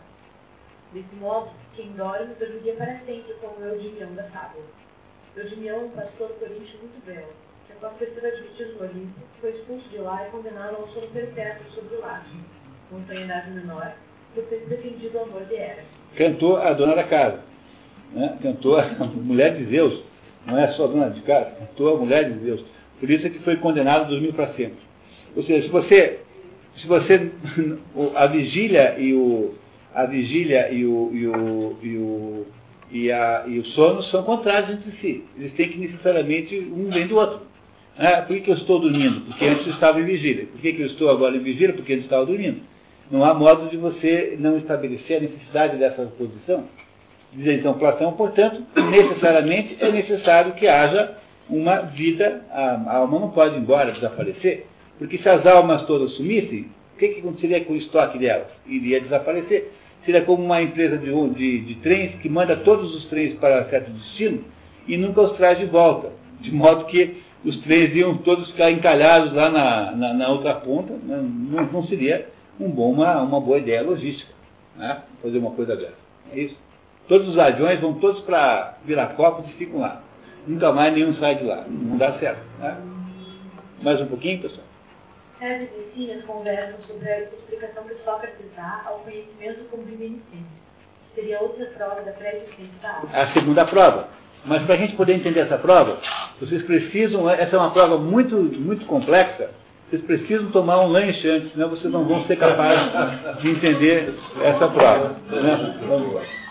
Desse modo, quem dorme, dormiria para sempre, como o Eudimião da fábula. Eudimião é um pastor coríntio muito belo, que após ter sido admitido no Olimpo, foi expulso de lá e condenado ao sono perpétuo sobre o lago, montanha menor, por ter defendido o amor de Hera. Cantou a dona da casa, né? Cantou a mulher de Zeus, não é só a dona de casa, cantou a mulher de Zeus. Por isso é que foi condenado a dormir para sempre. Ou seja, se você, se você a vigília e o a vigília e o e o e o e, a, e o sono são contrários entre si. Eles têm que necessariamente um vem do outro. Ah, por que, que eu estou dormindo? Porque antes eu estava em vigília. Por que, que eu estou agora em vigília? Porque antes estava dormindo. Não há modo de você não estabelecer a necessidade dessa posição. Diz então Platão, portanto, necessariamente é necessário que haja uma vida. A alma não pode ir embora, desaparecer, porque se as almas todas sumissem, o que, que aconteceria com o estoque delas? Iria desaparecer. Seria como uma empresa de, de, de trens que manda todos os trens para certo destino e nunca os traz de volta, de modo que os trens iam todos ficar encalhados lá na, na, na outra ponta. Não, não seria um bom, uma, uma boa ideia logística, né? Fazer uma coisa dessa. É isso. Todos os aviões vão todos para Viracopos e ficam lá. Nunca mais nenhum sai de lá. Não dá certo. Né? Mais um pouquinho, pessoal. Cebes e Símias conversam sobre a explicação que Sócrates dá ao conhecimento como reminiscência. Seria outra prova da pré-existência da alma. A segunda prova. Mas para a gente poder entender essa prova, vocês precisam, essa é uma prova muito, muito complexa, vocês precisam tomar um lanche antes, senão vocês não vão ser capazes de entender essa prova. Né? Vamos lá.